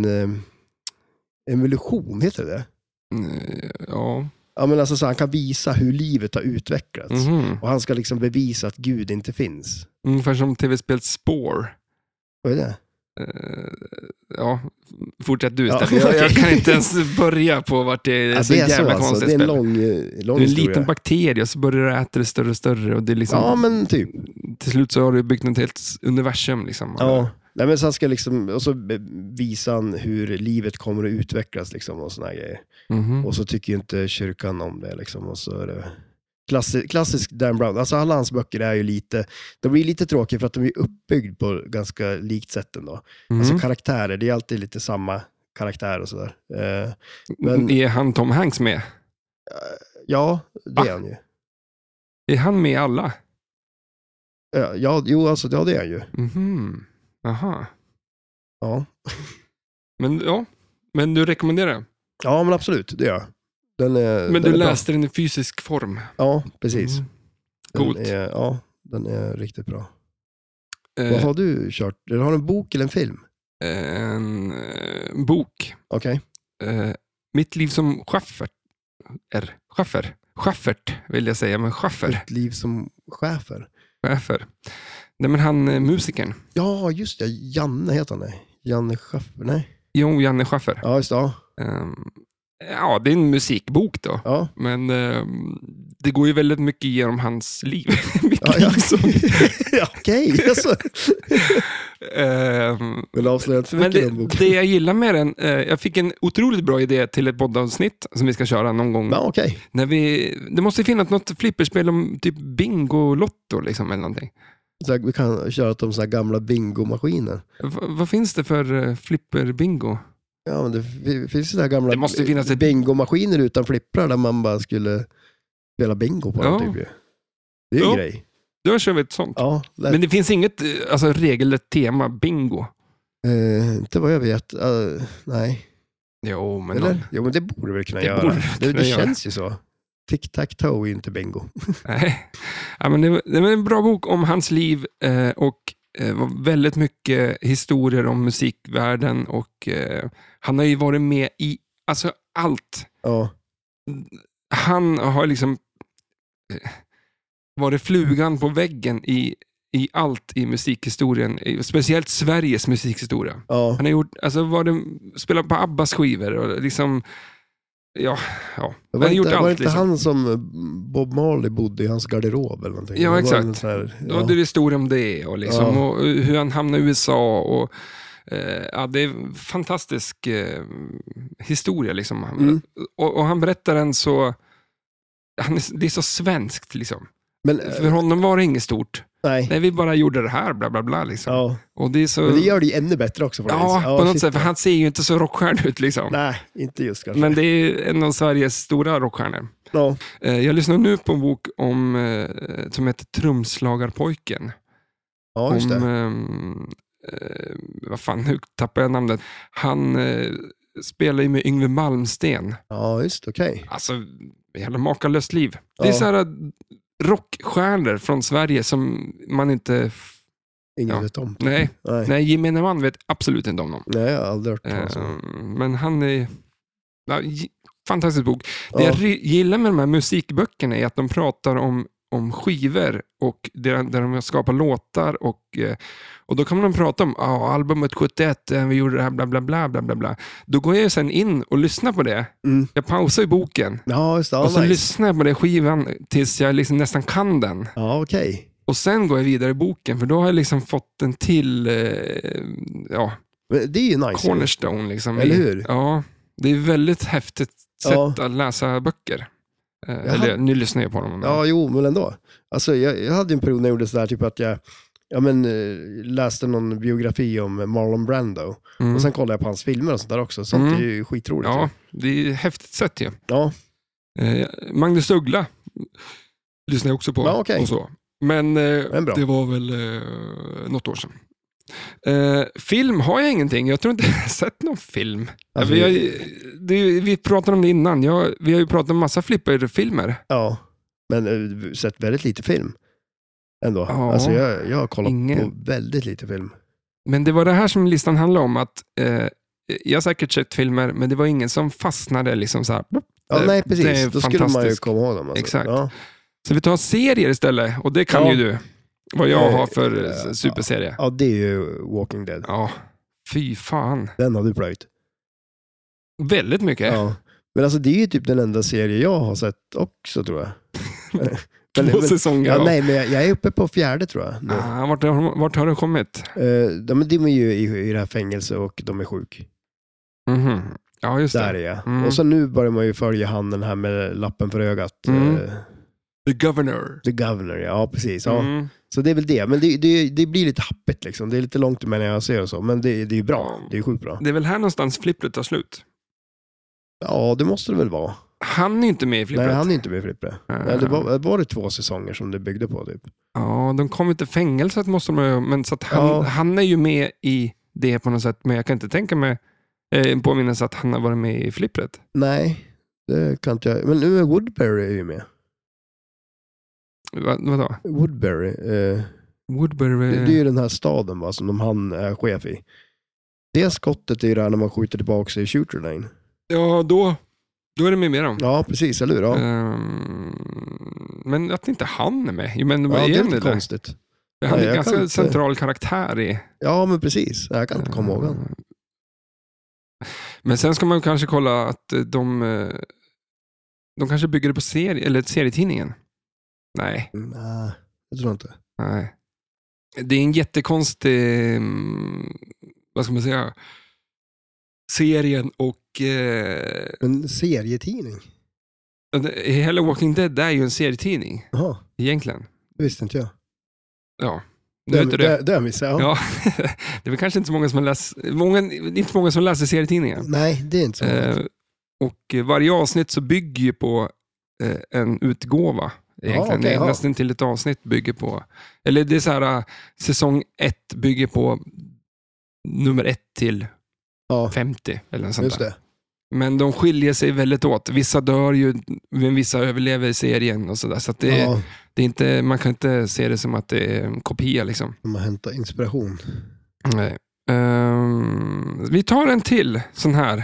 evolution, heter det? Ja. Ja, men alltså så han kan visa hur livet har utvecklats. Och han ska liksom bevisa att Gud inte finns. Ungefär som tv-spelet Spore. Vad är det? Ja, fortsätt du istället. Jag kan inte ens börja på vart det är så jävla konstigt. Det är en lång du är en liten bakterie och så börjar du äta det större och större. Och det är liksom, ja, men typ. Till slut så har du byggt ett helt universum. Liksom. Ja, nej, men så han ska liksom, och så visar han hur livet kommer att utvecklas liksom, och såna grejer. Och så tycker ju inte kyrkan om det liksom, och så är det klassisk Dan Brown. Alltså alla hans böcker är ju lite, de blir lite tråkiga för att de är uppbyggd på ganska likt sätt ändå. Alltså karaktärer, det är alltid lite samma karaktär och sådär. Men är han Tom Hanks med? Ja, det är han ju. Är han med alla? Ja, jo, alltså det är han ju. Aha. Ja. Men du rekommenderar den? Ja, men absolut, det gör jag. Men du läste den i fysisk form? Ja, precis. Coolt. Den är riktigt bra. Vad har du kört? Har du en bok eller en film? En bok. Okej. Mitt liv som Schaffert vill jag säga, men Schaffer. Mitt liv som Schäfer. Nej, men han musikern. Ja, just det. Janne heter han. Janne Schaffer, nej. Jo, Janne Schaffer. Ja, just det. Ja, det är en musikbok då. Ja. Men det går ju väldigt mycket genom hans liv. Okej. Alltså. Men det jag gillar med den, jag fick en otroligt bra idé till ett poddavsnitt som vi ska köra någon gång. Ja, okay. Det måste finnas något flipperspel om typ Bingolotto liksom, eller någonting. Så vi kan köra de så här gamla bingomaskiner. Vad finns det för flipper-bingo? Ja, men det finns ju där gamla det måste finnas bingomaskiner utan flipprar där man bara skulle spela bingo på den typ. Det är ju en grej. Då kör vi ett sånt. Ja, men det finns inget regelrätt tema bingo. Inte vad jag vet. Nej. Jo, men det borde vi kunna göra. Det känns ju så. Tic-tac-toe är inte bingo. Nej. Ja, men det är en bra bok om hans liv och väldigt mycket historier om musikvärlden och han har ju varit med i allt. Ja. Han har liksom varit flugan på väggen i allt i musikhistorien, speciellt Sveriges musikhistoria. Ja. Han har gjort, spelat på Abbas skivor och liksom var det inte han som Bob Marley bodde i hans garderob eller någonting? Ja, exakt. Det är historia om det och, liksom, och hur han hamnade i USA och det är en fantastisk historia liksom. Och han berättar den så det är så svenskt liksom. Men för honom var det inget stort. Nej, vi bara gjorde det här, bla bla bla liksom. Ja. Och det är så... Men det gör det ju ännu bättre också. På något sätt, för han ser ju inte så rockstjärn ut liksom. Nej, inte just kanske. Men det är en av Sveriges stora rockstjärnor. Ja. Jag lyssnar nu på en bok om som heter Trumslagarpojken. Ja, just det. Vad fan, nu tappar jag namnet. Han spelar ju med Yngve Malmsten. Ja, just okej. Alltså, jävla makalöst liv. Det är så här rockstjärnor från Sverige som man inte... Ingen vet om. Nej, gemene man vet absolut inte om dem. Nej, jag har aldrig hört men han är... fantastisk bok. Det jag gillar med de här musikböckerna är att de pratar om skivor och där de skapar låtar och då kan man prata om albumet 71, vi gjorde det här bla bla bla bla bla bla. Då går jag sen in och lyssnar på det. Jag pausar i boken. Ja, just det. Och så lyssnar jag på den skivan tills jag liksom nästan kan den. Ja, okej. Och sen går jag vidare i boken för då har jag liksom fått en till det är ju nice. Cornerstone liksom. Eller hur? Ja, det är väldigt häftigt sätt att läsa böcker. Nu lyssnar jag på dem. Ja, jo, men ändå. Alltså, jag hade en period när jag gjorde sådär, typ att jag läste någon biografi om Marlon Brando. Och sen kollade jag på hans filmer och sånt där också. Sånt är ju skitroligt. Ja, det är häftigt sätt ju. Ja. Magnus Uggla lyssnar jag också på. Ja, okay. Och så. Men det var väl något år sedan. Film har jag ingenting. Jag tror inte jag har sett någon film. Alltså, vi pratade om det innan. Vi har ju pratat om massa flipperfilmer. Ja, men sett väldigt lite film ändå. Ja, alltså jag har kollat på väldigt lite film. Men det var det här som listan handlade om. Att jag har säkert sett filmer, men det var ingen som fastnade liksom så här. Ja, nej, precis. Då skulle man ju komma ihåg dem. Alltså. Exakt. Ja. Så vi tar serier istället. Och det kan ju du. Vad jag har för superserie. Ja, det är ju Walking Dead. Ja, fy fan. Den har du plöjt. Väldigt mycket. Ja. Men alltså det är ju typ den enda serie jag har sett också, tror jag. Två säsonger. Ja, nej, men jag är uppe på 4:e, tror jag. Vart har du kommit? De är ju i det här fängelse och de är sjuk. Mm-hmm. Ja, just det. Där är jag. Och så nu börjar man ju följa han den här med lappen för ögat. The Governor, ja precis. Ja. Så det är väl det. Men det blir lite happigt liksom. Det är lite långt mellan jag ser och så. Men det är ju bra. Det är sjukt bra. Det är väl här någonstans flippret tar slut? Ja, det måste det väl vara. Han är inte med i flippret. Nej, han är inte med i flippret. Nej, det var 2 säsonger som det byggde på typ. Ja, de kom inte fängelset måste man ju. Men så att han är ju med i det på något sätt. Men jag kan inte tänka mig påminnas att han har varit med i flippret. Nej, det kan inte jag. Men nu är Woodbury ju med. Vadå? Woodbury. Woodbury. Det är ju den här staden, va, som han är chef i. Det skottet är ju där när man skjuter tillbaka sig i Shooter Lane. Ja, då är det med dem. Ja, precis, eller hur? Ja. Men att inte han är med. Men det är inte konstigt. Han är en ganska central karaktär i... Ja, men precis. Jag kan inte komma ihåg han. Men sen ska man kanske kolla att de kanske bygger det på serietidningen. Nej. Nej, jag tror inte. Nej. Det är en jättekonstig, vad ska man säga, serien och... En serietidning? Hela Walking Dead är ju en serietidning. Jaha. Egentligen. Det visste inte jag. Ja. Det missade jag. Ja. Det är väl kanske inte så många som inte många som läser serietidningar. Nej, det är inte så många. Och varje avsnitt så bygger ju på en utgåva. Egentligen. Okay, nästan till ett avsnitt bygger på, eller det är så här, säsong 1 bygger på nummer 1 till 50 eller något sånt just där. Det. Men de skiljer sig väldigt åt. Vissa dör ju, men vissa överlever i serien och sådär. Så att det är inte, man kan inte se det som att det är en kopia liksom. Man hämtar inspiration. Nej. Vi tar en till sån här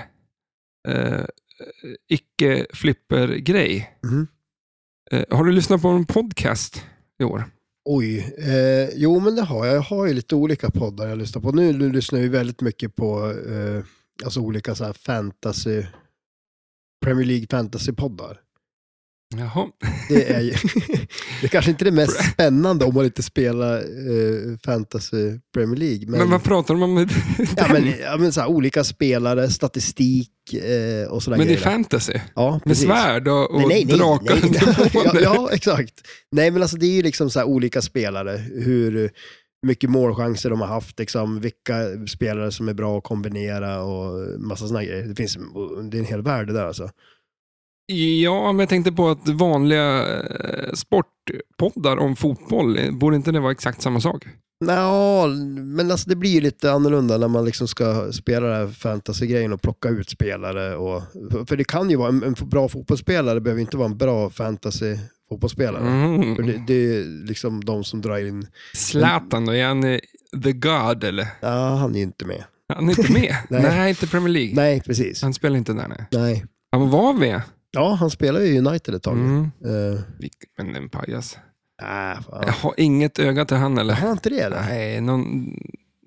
icke-flipper-grej. Mm. Har du lyssnat på en podcast i år? Oj, jo men det har jag. Jag har ju lite olika poddar jag lyssnar på. Nu lyssnar vi väldigt mycket på alltså olika så här fantasy, Premier League fantasy-poddar. Jaha. Det är ju det är kanske inte det mest spännande om man inte spelar fantasy Premier League. Men vad pratar de om? men så här, olika spelare, statistik och sådär. Men det är fantasy? Ja, med svärd och drakar? Ja, exakt. Nej, men alltså det är ju liksom så här olika spelare. Hur mycket målchanser de har haft, liksom, vilka spelare som är bra att kombinera och massa sådana grejer. Det är en hel värld där alltså. Ja, men jag tänkte på att vanliga sportpoddar om fotboll, borde inte det vara exakt samma sak? Ja, men alltså det blir ju lite annorlunda när man liksom ska spela den här fantasy-grejen och plocka ut spelare. För det kan ju vara en bra fotbollsspelare, behöver inte vara en bra fantasy-fotbollsspelare. För det är liksom de som drar in... Zlatan, och är han the God eller? Ja, han är ju inte med. Han är inte med? Nej, inte Premier League. Nej, precis. Han spelar inte där, nej. Han var med? Ja, han spelar ju United ett tag. Men en pajas. Fan. Jag har inget öga till han eller? Har inte det eller? Nej,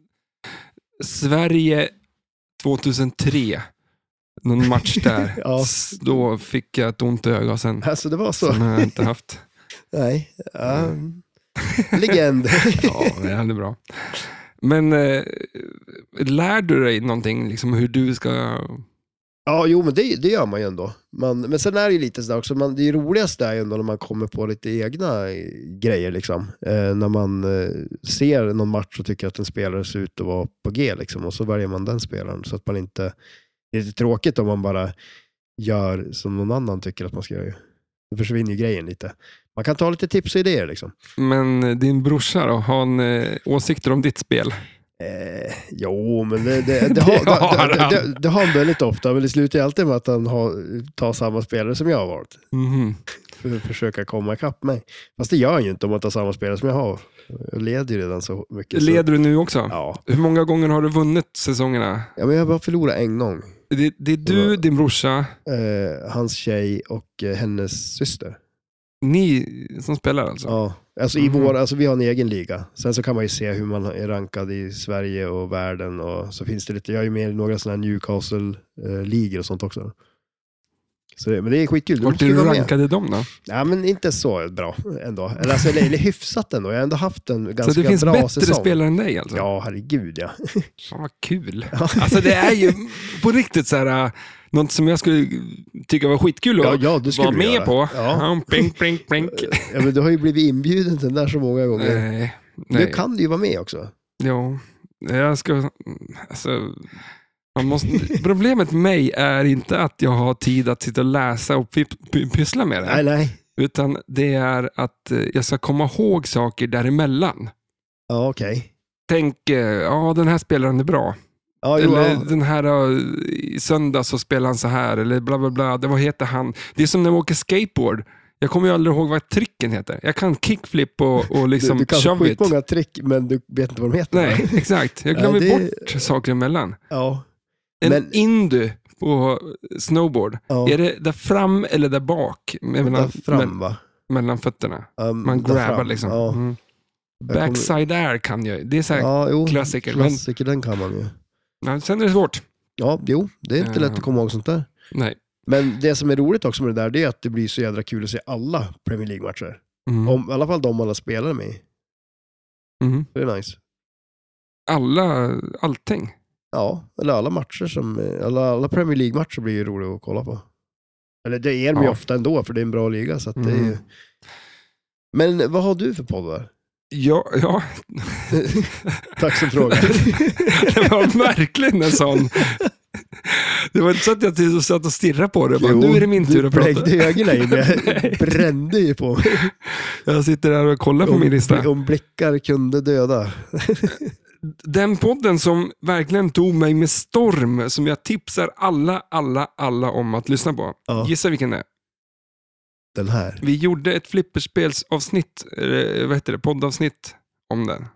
Sverige 2003. Någon match där. Ja. Då fick jag ett ont öga sen. Alltså det var så? Som jag inte haft. Nej. Legend. Ja, det är bra. Men lär du dig någonting liksom hur du ska... Ja, jo, men det gör man ju ändå. Men sen är det ju lite sådär också, det roligaste är ju ändå när man kommer på lite egna grejer liksom. När man ser någon match och tycker att en spelare ser ut att vara på G liksom, och så väljer man den spelaren så att man inte... Det är lite tråkigt om man bara gör som någon annan tycker att man ska göra. Då försvinner ju grejen lite. Man kan ta lite tips och idéer liksom. Men din brorsa då, har han åsikter om ditt spel? Jo, men det har han väldigt ofta, men det slutar alltid med att han tar samma spelare som jag har valt. För att försöka komma ikapp mig. Fast det gör han ju inte om man tar samma spelare som jag har. Jag leder ju redan så mycket. Leder du nu också? Ja. Hur många gånger har du vunnit säsongerna? Ja, men jag har bara förlorat en gång. Det är du, din brorsa, hans tjej och hennes syster. Ni som spelar alltså? Ja, alltså vi har en egen liga. Sen så kan man ju se hur man är rankad i Sverige och världen, och så finns det lite, jag är ju med i några sådana här Newcastle-ligor och sånt också. Så men det är skitkul. Vart är du rankade dem då? Ja, men inte så bra ändå. Eller hyfsat ändå. Jag har ändå haft en ganska bra säsong. Så det finns bättre säsong. Spelare än dig alltså? Ja, herregud ja. Fan vad kul. Alltså det är ju på riktigt så här... Något som jag skulle tycka var skitkul att vara med på. Ja. Plink. Ja, men du har ju blivit inbjuden till den där så många gånger. Nej. Nu kan du ju vara med också. Ja, jag ska... Alltså, problemet med mig är inte att jag har tid att sitta och läsa och pyssla med det. Nej. Utan det är att jag ska komma ihåg saker däremellan. Ja, okej. Tänk, den här spelaren är bra. Ja, eller den här i söndag så spelar han så här, eller bla bla bla, vad heter han? Det är som när man åker skateboard. Jag kommer ju aldrig ihåg vad tricken heter. Jag kan kickflip och liksom du kan skitmånga trick, men du vet inte vad de heter. Nej, exakt. Jag glömmer bort saker emellan. Ja. En indu på snowboard. Ja. Är det där fram eller där bak? Där fram, va? Mellan fötterna. Man grabbar liksom. Ja. Backside air kan jag. Det är så här klassiker. Klassiker, den kan man ju. Ja, sen är det svårt. Ja, jo, det är inte lätt att komma ihåg sånt där. Nej. Men det som är roligt också med det där, det är att det blir så jädra kul att se alla Premier League-matcher. I alla fall de alla spelar med. Det är nice. Allting? Ja, eller alla matcher alla Premier League-matcher blir ju roliga att kolla på. Eller det är de ju ofta ändå, för det är en bra liga. Så att det är ju... Men vad har du för poddar? Ja. Tack som fråga. Det var verkligen en sån... Det var inte så att jag satt och stirrade på det. Nu är det min tur att prata. Du bläggde ögonen i mig. Brände ju på mig. Jag sitter där och kollar på min lista. Om blickar kunde döda. Den podden som verkligen tog mig med storm, som jag tipsar alla om att lyssna på. Ja. Gissa vilken det är. Den här. Vi gjorde ett flipperspelsavsnitt, vad heter det, poddavsnitt om den.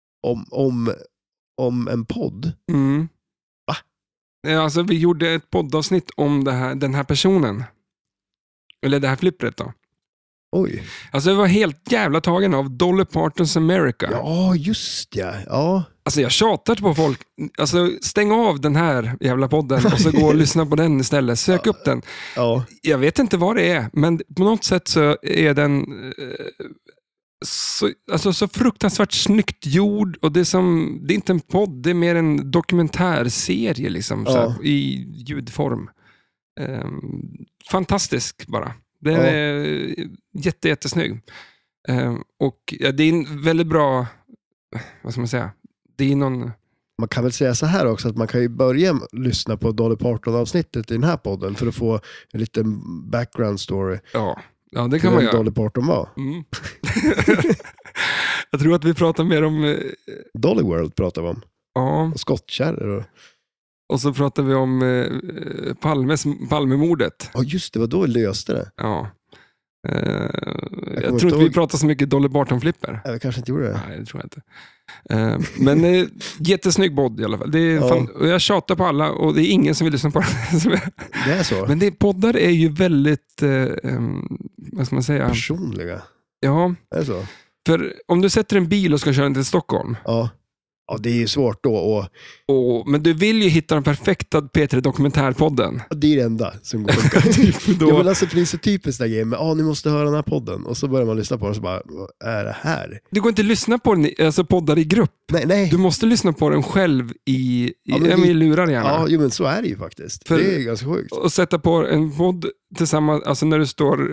Om en podd? Va? Alltså vi gjorde ett poddavsnitt om den här personen. Eller det här flippret då. Oj. Alltså jag var helt jävla tagen av Dolly Partons America. Ja, just det. Ja. Alltså jag tjatar på folk. Alltså stäng av den här jävla podden och så gå och lyssna på den istället. Sök upp den. Ja. Jag vet inte vad det är, men på något sätt så är den så fruktansvärt snyggt gjord, och det är inte en podd, det är mer en dokumentärserie liksom, så här, i ljudform. Fantastisk bara. Den är jättesnygg. Och det är en väldigt bra, vad ska man säga, det är någon... Man kan väl säga så här också, att man kan ju börja lyssna på Dolly Parton-avsnittet i den här podden för att få en liten background story. Ja, det kan man göra. Dolly Parton var. Jag tror att vi pratar mer om... Dolly World pratar vi om. Ja. Och skottkärror. Och så pratar vi om Palmemordet. Ja, just det, var då vi löste det. Ja. Jag tror inte vi pratar så mycket Dolly Parton-flipper. Jag kanske inte gjorde det. Nej, det tror jag inte. Men jättesnygg podd i alla fall. Det är och jag tjatar på alla och det är ingen som vill lyssna på det. Det är så. Men poddar är ju väldigt, vad ska man säga? Personliga. Ja. Det är så. För om du sätter en bil och ska köra den till Stockholm. Ja. Ja, det är ju svårt då. Men du vill ju hitta den perfekta P3 Dokumentärpodden. Det är det enda som går att funka. Ja, men alltså, det är så typiskt där grejen. Ni måste höra den här podden. Och så börjar man lyssna på den och så bara, vad är det här? Du går inte att lyssna på den, alltså poddar i grupp. Nej. Du måste lyssna på den själv i lurar gärna. Ja, men så är det ju faktiskt. Det är ganska sjukt. Och sätta på en podd tillsammans, alltså när du står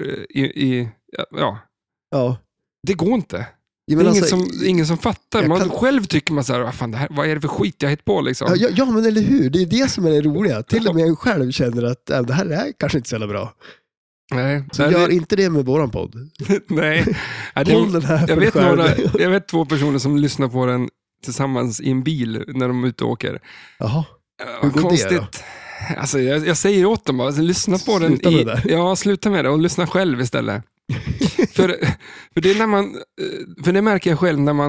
Ja. Det går inte. Det är ingen som fattar. Själv tycker man så här, vad är det för skit jag har hittat på liksom? Ja, men eller hur? Det är det som är det roliga. Till och med jag själv känner att det här är kanske inte så jävla bra. Nej. Så gör inte det med våran podd. Nej. Håll den här jag vet 2 personer som lyssnar på den tillsammans i en bil när de är ute och åker. Jaha. Hur går konstigt. Det då? Alltså, jag säger åt dem, alltså, lyssna på den. Sluta med det och lyssna själv istället. för det är när man, för det märker jag själv när man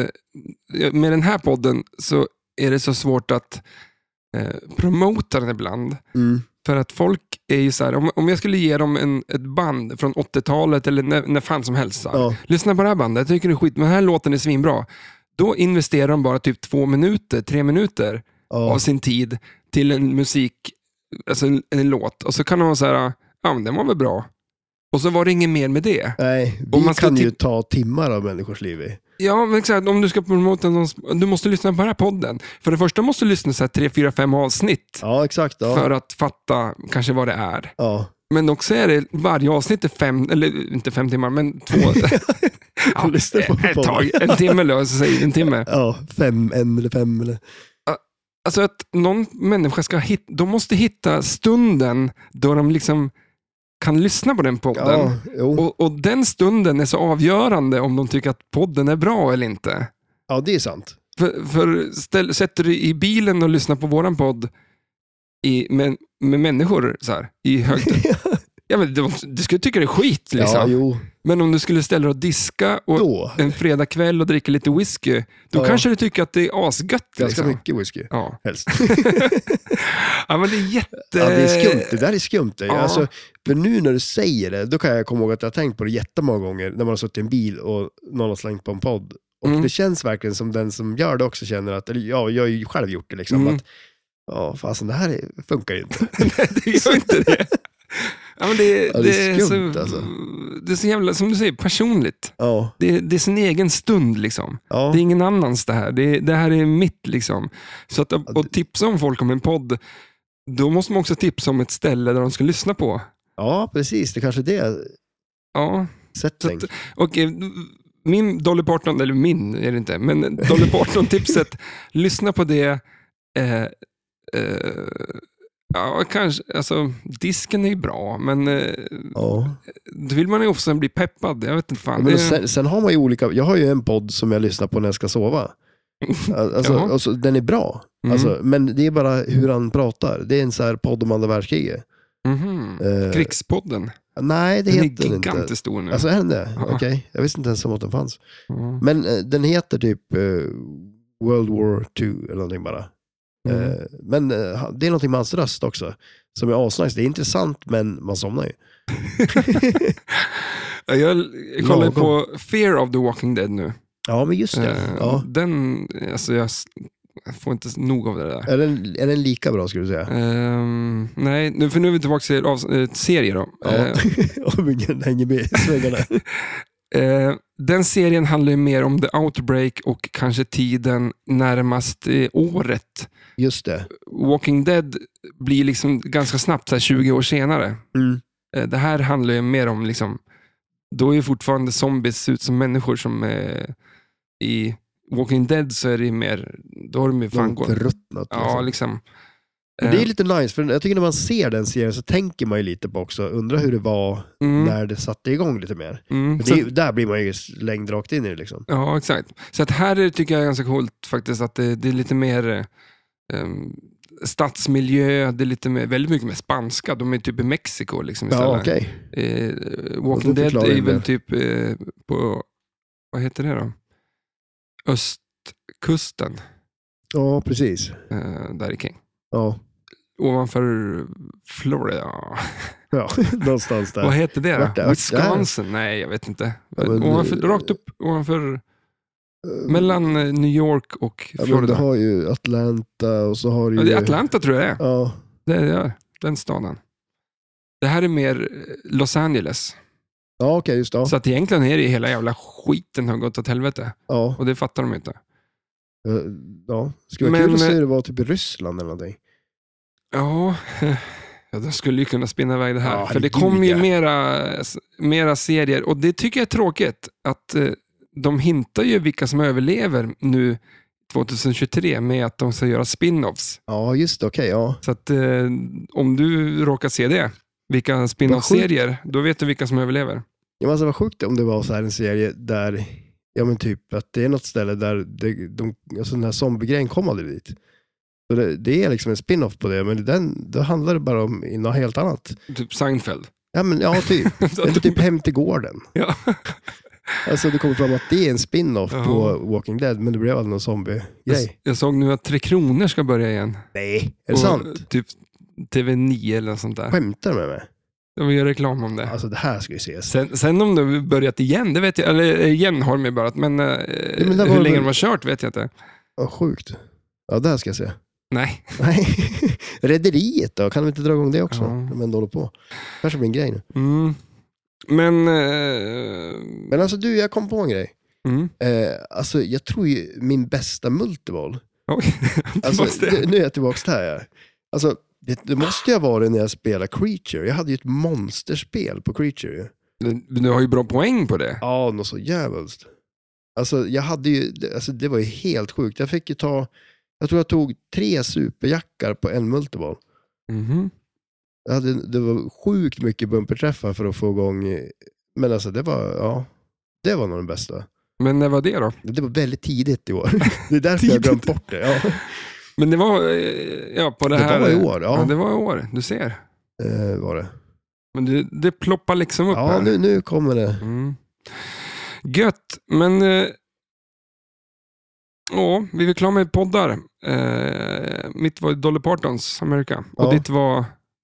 med den här podden så är det så svårt att promota den ibland. För att folk är ju så här, om jag skulle ge dem ett band från 80-talet eller när fan som helst lyssna på det här bandet, jag tycker det är skit, men den här låten är svinbra. Då investerar de bara typ 2 minuter, 3 minuter av sin tid till en musik, alltså en låt, och så kan de vara så här, men den var väl bra. Och så var det inget mer med det. Nej, vi kan ju ta timmar av människors liv i. Ja, men exakt. Om du ska promota du måste lyssna på den här podden. För det första måste du lyssna så här 3, 4, 5 avsnitt. Ja, exakt. Ja. För att fatta kanske vad det är. Ja. Men också är det varje avsnitt är 5, eller inte 5 timmar, men 2. Ett tag. En timme eller säg en timme. Ja, 5 eller 5 eller... Alltså att någon människa de måste hitta stunden då de liksom kan lyssna på den podden. Och den stunden är så avgörande om de tycker att podden är bra eller inte. Ja, det är sant. För sätter du i bilen och lyssnar på våran podd med människor så här, i högt. Ja, men du skulle tycka det är skit liksom. Ja, jo. Men om du skulle ställa dig och diska en fredagkväll och dricka lite whisky, då kanske du tycker att det är asgött. Ganska mycket whisky, helst. Ja, men det är det är skumt. Det där är skumt. Ja. Alltså, för nu när du säger det, då kan jag komma ihåg att jag har tänkt på det jättemånga gånger när man har suttit i en bil och någon har slängt på en podd. Och det känns verkligen som den som gör det också känner att, eller jag har ju själv gjort det liksom, att Ja, fast det här funkar ju inte. Nej, det gör inte det. Ja, men det är skumt, så, alltså. Det är så jävla, som du säger, personligt. Ja. Det är sin egen stund liksom. Ja. Det är ingen annans det här. Det här är mitt liksom. Så att tipsa om folk om en podd, då måste man också tipsa om ett ställe där de ska lyssna på. Ja, precis. Det kanske är det. Ja. Setting. Okej, min Dolly Parton, eller min är det inte, men Dolly Parton-tipset, lyssna på det. Ja, kanske, alltså disken är ju bra, men då vill man ju också bli peppad. Jag vet inte fan. Men sen har man ju olika, jag har ju en podd som jag lyssnar på när jag ska sova. Alltså, den är bra. Alltså, men det är bara hur han pratar. Det är en så här podd om andra världskriget. Krigspodden. Nej, det den heter är gigantiskt stor nu. Alltså är den det? Okej. Jag visste inte ens om att den fanns. Men den heter typ World War 2 eller någonting bara. Men det är någonting med hans röst också som är asnice. Det är intressant, men man somnar ju. Jag kollar på Fear of the Walking Dead nu. Ja, men just det. Den, alltså jag får inte nog av det där. Är den lika bra, skulle du säga? Nej, för nu är vi tillbaka till serier då. Om ingen hänger med i svängarna. Den serien handlar ju mer om The Outbreak och kanske tiden närmast året. Just det. Walking Dead blir liksom ganska snabbt, så här 20 år senare. Det här handlar ju mer om liksom, då är ju fortfarande zombies ut som människor som i Walking Dead så är det mer, då har de ju fan gått. Ja, liksom. Men det är lite nice, för jag tycker när man ser den serien så tänker man ju lite på också, undrar hur det var när det satte igång lite mer. Där blir man ju längd rakt in i det liksom. Ja, exakt. Så att här tycker jag är ganska coolt faktiskt att det är lite mer stadsmiljö, det är lite mer, väldigt mycket mer spanska. De är typ i Mexiko liksom istället. Ja, okej. Walking Dead är väl typ på, vad heter det då? Östkusten. Ja, precis. Där i King. Ja. Ovanför Florida. Ja, någonstans där. Vad heter det då? Wisconsin? Nej, jag vet inte. Rakt upp ovanför mellan New York och Florida. Du har ju Atlanta och så har du det är Atlanta tror jag det är. Ja. Det är den staden. Det här är mer Los Angeles. Ja, okej, just det. Så att egentligen är det hela jävla skiten har gått åt helvete. Ja. Och det fattar de inte. Ja, skulle vara kul att se hur det var typ i Ryssland eller någonting. Ja, de skulle ju kunna spinna iväg det här. Ja, för det kommer ju mera serier. Och det tycker jag är tråkigt. Att de hintar ju vilka som överlever nu 2023 med att de ska göra spin-offs. Ja, just det. Okej, ja. Så att om du råkar se det, vilka spin-off-serier, då vet du vilka som överlever. Ja, men alltså vad sjukt om det var så här en serie där, ja men typ att det är något ställe där alltså den här zombie-grejen kom aldrig dit. Så det är liksom en spin-off på det, men då handlar det bara om något helt annat. Typ Seinfeld. Ja, men ja, typ. Eller typ Hem till gården. Ja. Alltså det kommer fram att det är en spin-off på Walking Dead, men det blev aldrig någon zombie-grej. Jag såg nu att 3 Kronor ska börja igen. Nej, är det sant? Typ TV9 eller sånt där. Skämtar med mig? De gör reklam om det. Alltså det här ska ju ses. Sen om de börjat igen, det vet jag. Eller igen har de ju börjat, men hur länge de har kört vet jag inte. Ja, sjukt. Ja, det här ska jag se. Nej. Rederiet då? Kan vi inte dra igång det också? De ändå håller på. Kanske blir en grej nu. Men alltså du, jag kom på en grej. Alltså jag tror ju min bästa multiboll. Alltså, nu är jag tillbaka här. Alltså det måste jag vara när jag spelar Creature. Jag hade ju ett monsterspel på Creature. Du har ju bra poäng på det. Ja, något så jävligt. Alltså jag hade ju, alltså det var ju helt sjukt. Jag fick ju jag tror jag tog 3 superjackar på en multiboll. Det var sjukt mycket bumperträffar för att få igång. Men alltså det var nog den bästa. Men när var det då? Det var väldigt tidigt i år. Det är därför jag glömt bort det. Ja. Men det var på det här. Det var i år, ja. Det var i år, du ser. Var det. Men det ploppar liksom upp här. Ja, nu kommer det. Gött, men vi är klara med poddar. Mitt var Dolly Partons America. Och ditt var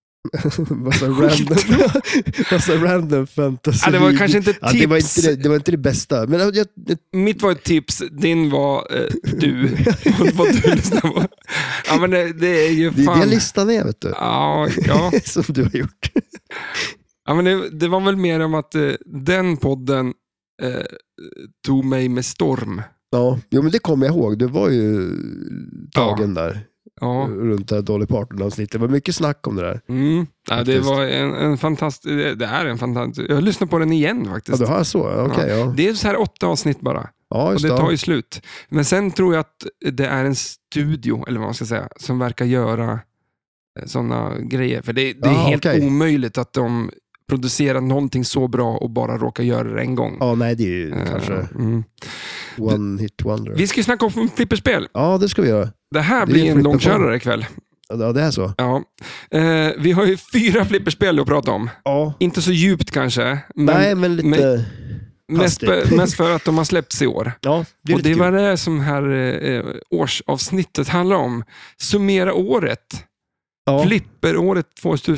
massa random fantasy. Ja, det var kanske inte ett tips. Det var inte det bästa. Men mitt var ett tips. Din var du. Vad du lyssnade på. Ja, men det är ju fan... Det är listan är, vet du. Ja. Som du har gjort. Ja, men det var väl mer om att den podden tog mig med storm. Ja, jo, men det kommer jag ihåg. Du var ju tagen där. Ja. Runt det här Dolly Parton-avsnittet. Det var mycket snack om det där. Ja, det var en fantastisk... Det är en fantastisk... Jag lyssnar på den igen faktiskt. Ja, du har så? Okay, ja. Det är så här 8 avsnitt bara. Ja, och det tar ju slut. Men sen tror jag att det är en studio, eller vad man ska säga, som verkar göra sådana grejer. För det är helt omöjligt att de producerar någonting så bra och bara råkar göra det en gång. Ja, nej, det är ju kanske one hit wonder. Vi ska ju snacka om flipperspel. Ja, det ska vi göra. Det här blir en långkörare ikväll. Ja, det är så. Ja. Vi har ju 4 flipperspel att prata om. Ja. Inte så djupt kanske. Nej, men lite... Mest för att de har släppts i år. Ja, det var det som här årsavsnittet handlar om. Summera året. Ja. Flipperåret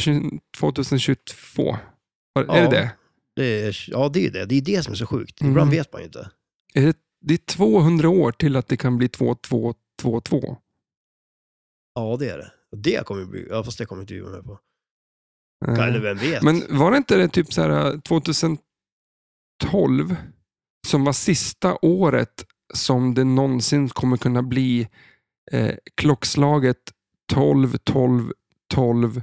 2022. Är det? Det är det. Det är det som är så sjukt. Ibland vet man ju inte. Det är 200 år till att det kan bli 2222. Ja, det är det. Det kommer bli, fast det kommer inte vi vara med på. Eller vem vet. Men var det inte det typ så här 2012 som var sista året som det någonsin kommer kunna bli klockslaget 12, 12, 12,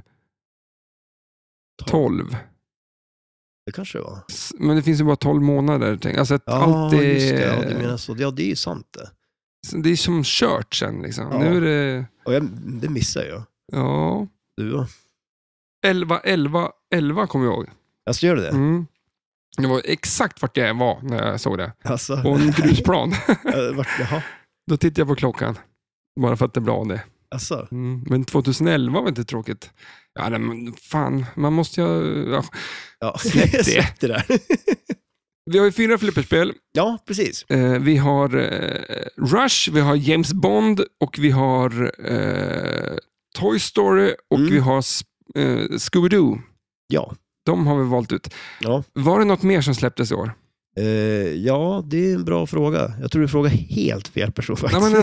12. Det kanske det var. Men det finns ju bara 12 månader. Alltså allt är... just det. Ja, det menar så. Ja, det är ju sant det. Det är som kört sen liksom. Ja. Nu är det... Och det missar jag. Ja. Du då? 11 kommer jag ihåg. Alltså gör du det? Det var exakt vart jag var när jag såg det. Alltså. På en grusplan. Jaha. Då tittade jag på klockan. Bara för att det blev av det. Alltså. Men 2011 var inte tråkigt. Ja, men fan, man måste ju... Ja, släpp det där. Vi har ju 4 flipperspel. Ja, precis. Vi har Rush, vi har James Bond och vi har Toy Story och vi har Scooby-Doo. Ja. De har vi valt ut. Ja. Var det något mer som släpptes i år? Ja, det är en bra fråga. Jag tror du frågar helt fel person faktiskt. Nej, men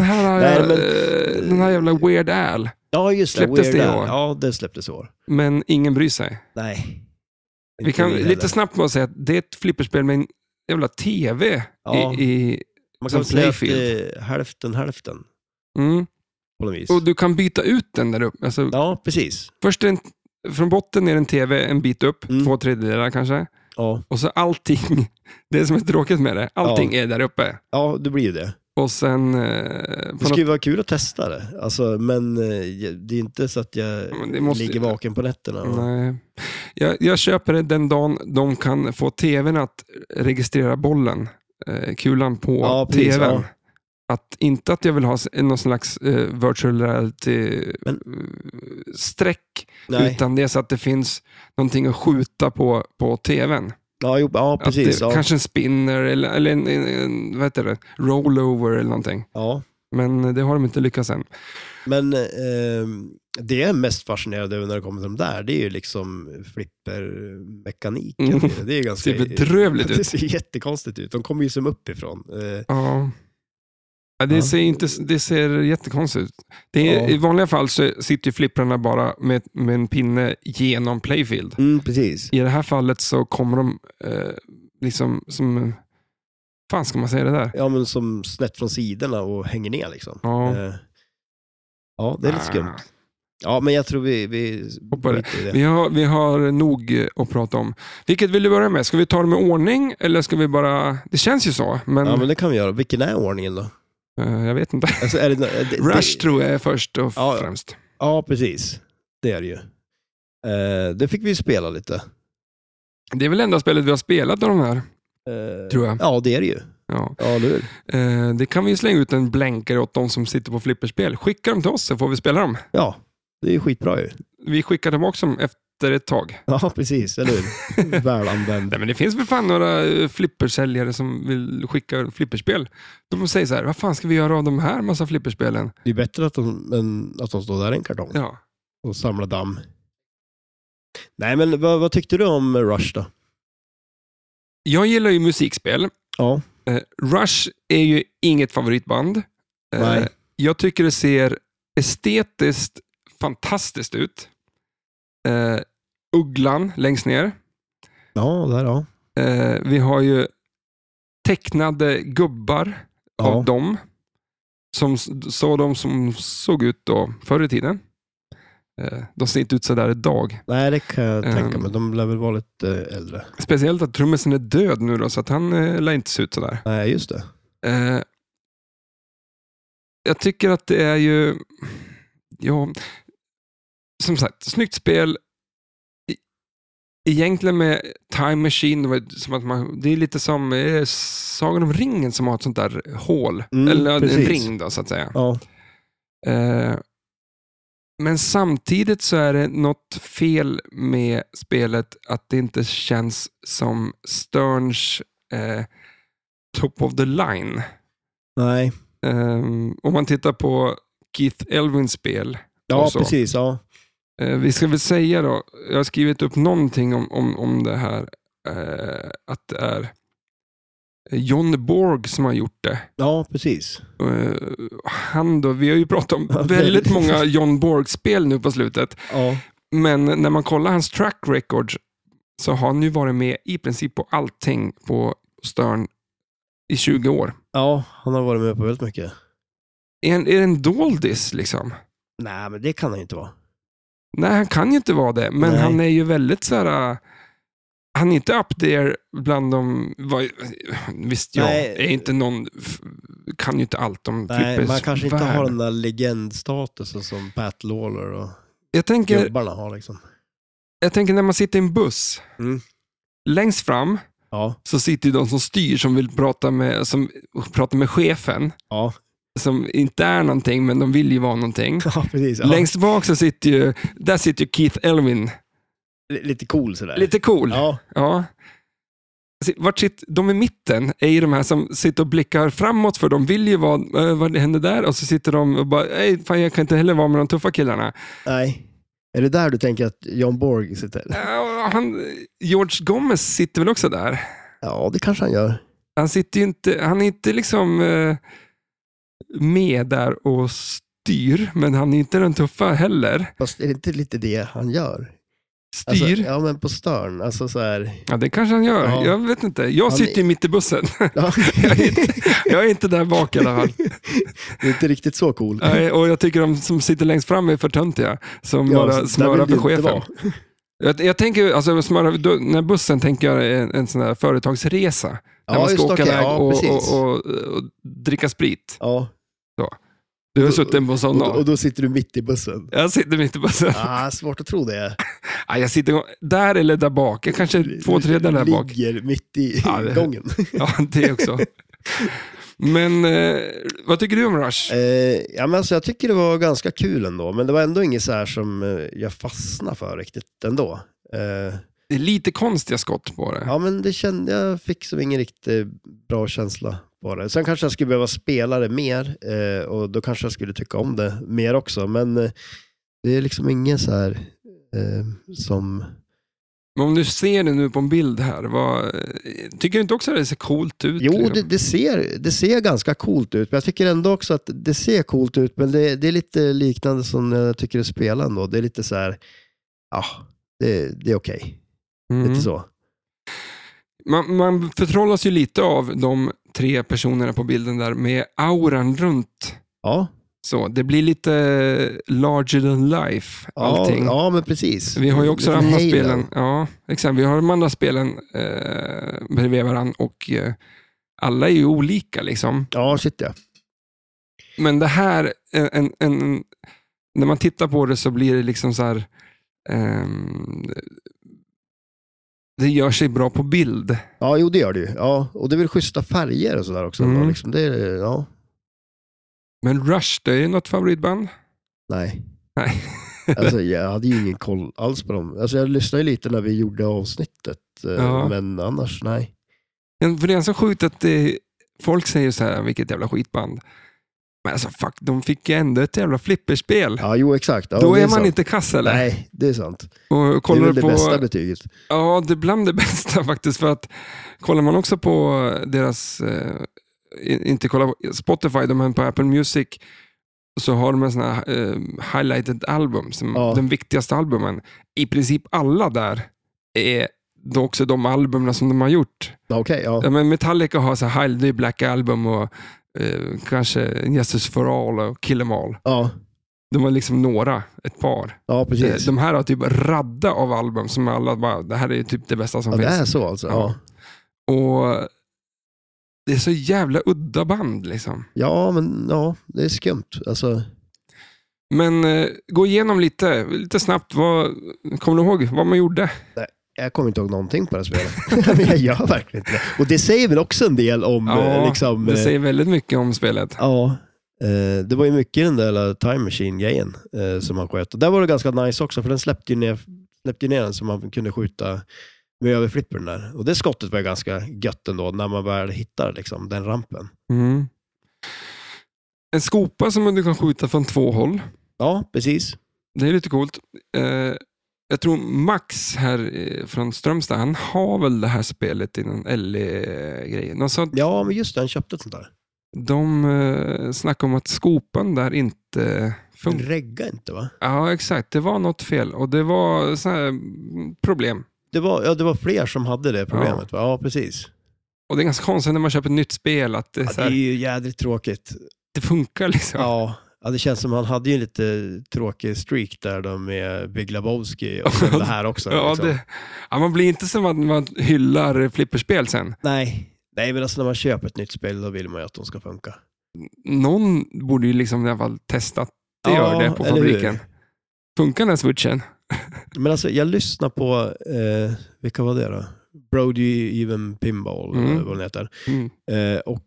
den här jävla Weird Al. Ja, just det. Släpptes det i år? Ja, det släpptes i år. Men ingen bryr sig. Nej. Vi kan lite snabbt bara säga att det är ett flipperspel med en jävla tv i man kan säga att det är hälften. På något vis. Och du kan byta ut den där uppe. Alltså, ja, precis. Först från botten är en tv en bit upp, 2/3 kanske. Ja. Och så allting, det som är tråkigt med det, allting är där uppe. Ja, det blir ju det. Och sen... det skulle ju vara kul att testa det. Alltså, men det är inte så att jag ligger vaken på nätterna. Nej. Jag köper det den dagen de kan få tvn att registrera bollen, kulan på tvn. Ja. Inte att jag vill ha någon slags virtual reality streck, utan det är så att det finns någonting att skjuta på tvn. Ja, precis. Kanske en spinner eller en vad heter det? Rollover eller någonting. Ja. Men det har de inte lyckats än. Men det jag är mest fascinerad över när det kommer till de där, det är ju liksom flippermekaniken. Det är ganska... Det ser bedrövligt ut. Det ser jättekonstigt ut. De kommer ju som uppifrån. Ja. Det ser jättekonstigt ut. I vanliga fall så sitter ju flipprarna bara med en pinne genom playfield. Precis. I det här fallet så kommer de liksom som... fan ska man säga det där? Ja, men som snett från sidorna och hänger ner liksom. Ja, det är lite skumt. Ja, men jag tror vi hoppar det. Vi har nog att prata om. Vilket vill du börja med? Ska vi ta det med ordning eller ska vi bara... Det känns ju så. Men... Ja, men det kan vi göra. Vilken är ordningen då? Jag vet inte. Alltså, Rush tror jag är först och främst. Ja, precis. Det är det ju. Det fick vi spela lite. Det är väl enda spelet vi har spelat av de här, tror jag. Ja, det är det ju. Ja. Det kan vi slänga ut en blänkare åt de som sitter på flipperspel. Skicka dem till oss så får vi spela dem. Ja, det är skitbra ju. Vi skickar tillbaka dem efter ett tag. Ja, precis. Eller hur? Välanvänd. Nej, men det finns väl fan några flippersäljare som vill skicka flipperspel. De säger så här, vad fan ska vi göra av de här massa flipperspelen? Det är bättre att de står där i en kartong. Ja. Och samlar damm. Nej, men vad tyckte du om Rush då? Jag gillar ju musikspel. Ja. Rush är ju inget favoritband. Nej. Jag tycker det ser estetiskt fantastiskt ut. Ugglan längst ner. Ja, där ja. Vi har ju tecknade gubbar av dem. De som såg ut då förr i tiden. De ser inte ut så där idag. Nej, det kan jag tänka mig. De lär väl vara lite äldre. Speciellt att trummisen är död nu då, så att han lär inte se ut så där. Nej, just det. Jag tycker att det är ju som sagt, snyggt spel. Egentligen med Time Machine, som att det är lite som Sagan om ringen som har ett sånt där hål. Eller precis. En ring då, så att säga. Ja. Men samtidigt så är det något fel med spelet att det inte känns som Sterns top of the line. Nej. Om man tittar på Keith Elwins spel. Ja, precis. Ja. Vi ska väl säga då, jag har skrivit upp någonting om det här, att det är John Borg som har gjort det. Ja, precis. Han då, vi har ju pratat om väldigt många John Borg-spel nu på slutet. Ja. Men när man kollar hans track record så har han ju varit med i princip på allting på Stern i 20 år. Ja, han har varit med på väldigt mycket. Är det en doldis liksom? Nej, men det kan han inte vara. Nej, han kan ju inte vara det. Men han är ju väldigt så här... Han är inte up there bland de... Visst, jag är inte någon... Kan ju inte allt om flippers. Man kanske inte har den där legendstatusen som Pat Lawler och gubbarna har liksom. Jag tänker när man sitter i en buss. Längst fram så sitter ju de som styr som vill prata med chefen. Ja. Som inte är någonting, men de vill ju vara någonting. Ja, precis, ja. Längst bak så sitter ju Keith Elwin. Lite cool sådär. Lite cool. Ja. De i mitten är ju de här som sitter och blickar framåt, för de vill ju vara, vad händer där? Och så sitter de och bara, fan, jag kan inte heller vara med de tuffa killarna. Nej. Är det där du tänker att John Borg sitter? George Gomez sitter väl också där? Ja, det kanske han gör. Han är inte liksom med där och styr, men han är inte den tuffa heller. Fast är det inte lite det han gör? Styr? Alltså, ja, men på Stern. Alltså så här... Ja, det kanske han gör. Ja. Jag vet inte. Jag sitter ju mitt i bussen. Ja. jag är inte där bak i alla fall. Det är inte riktigt så cool. Nej, och jag tycker de som sitter längst fram är för töntiga. Som bara smörar för chefen. Jag tänker, alltså när bussen tänker jag en sån här företagsresa. När man ska åka iväg och dricka sprit. Ja. Så. Du har suttit på sån och då sitter du mitt i bussen. Jag sitter mitt i bussen. Svårt att tro det. Jag sitter där eller där bak. Jag kanske 2-3 där bak. Ligger mitt i gången. Ja, det också. Men vad tycker du om Rush? Men alltså, jag tycker det var ganska kul ändå. Men det var ändå inget så här som jag fastnade för riktigt ändå. Det är lite konstiga skott på det. Ja, men jag fick som ingen riktigt bra känsla på det. Sen kanske jag skulle behöva spela det mer. Och då kanske jag skulle tycka om det mer också. Men det är liksom ingen så här som... Men om du ser det nu på en bild här, tycker du inte också att det ser coolt ut? Jo, det ser ganska coolt ut. Men jag tycker ändå också att det ser coolt ut. Men det är lite liknande som jag tycker det spelar ändå. Det är lite så här, det är okej. Lite så. Man förtrollas ju lite av de 3 personerna på bilden där med auran runt. Ja. Så det blir lite larger than life allting. Ja, men precis. Vi har ju också de andra spelen. Ja, exakt. Vi har de andra spelen bredvid varandra och alla är ju olika liksom. Ja, shit ja. Men det här när man tittar på det så blir det liksom så här det gör sig bra på bild. Ja, jo det gör det ju. Ja, och det är väl schyssta färger och sådär också. Liksom. Det är, ja. Men Rush, det är något favoritband? Nej. Alltså, jag hade ju ingen koll alls på dem. Alltså, jag lyssnade lite när vi gjorde avsnittet. Men annars, nej. För det är så sjukt att folk säger så här, vilket jävla skitband. Men alltså fuck, de fick ju ändå ett jävla flipperspel. Ja, jo exakt. Ja, då är man sant. Inte kass eller? Nej, det är sant. Och det är väl det bästa betyget. Ja, det är bland det bästa faktiskt. För att kollar man också på deras, inte kolla på Spotify, men på Apple Music. så har de en sån här highlighted album, som den viktigaste albumen. I princip alla där är då också de albumen som de har gjort. Okay, ja. Men Metallica har så här Highlighted Black Album och kanske Jesus for All och Kill 'Em All. Ja. De har liksom ett par. Ja, precis. De här har typ radda av album som alla bara, det här är typ det bästa som finns. Det är så alltså. Ja. Och det är så jävla udda band liksom. Ja, men det är skumt. Alltså. Men gå igenom lite snabbt. Kommer du ihåg vad man gjorde? Nej, jag kommer inte ihåg någonting på det spelet. Men jag gör verkligen inte det. Och det säger väl också en del om... liksom, det säger väldigt mycket om spelet. Ja, det var ju mycket den där Time Machine-grejen som man sköt. Och där var det ganska nice också, för den släppte ju ner den så man kunde skjuta med över flippern där. Och det skottet var ganska gött ändå när man väl hittar liksom, den rampen. Mm. En skopa som du kan skjuta från 2 håll. Ja, precis. Det är lite coolt. Jag tror Max här från Strömstad, han har väl det här spelet i någon LE-grej. Ja, men just det, han köpte ett sånt där. De snackade om att skopan där inte funkar. Regga inte, va? Ja, exakt. Det var något fel. Och det var så här problem. Det var fler som hade det problemet. Ja, precis. Och det är ganska konstigt när man köper ett nytt spel. Att det, det är ju jädrigt tråkigt. Det funkar liksom. Ja, det känns som han hade ju lite tråkig streak där då med Big Lebowski och det här också. Liksom. Man blir inte som att man hyllar flipperspel sen. Nej, men alltså när man köper ett nytt spel då vill man ju att de ska funka. Någon borde ju liksom i alla fall testa att det gör det på fabriken. Funkar den switchen? Men alltså jag lyssnar på vilka var det då? Brody Even Pinball vad den heter. Och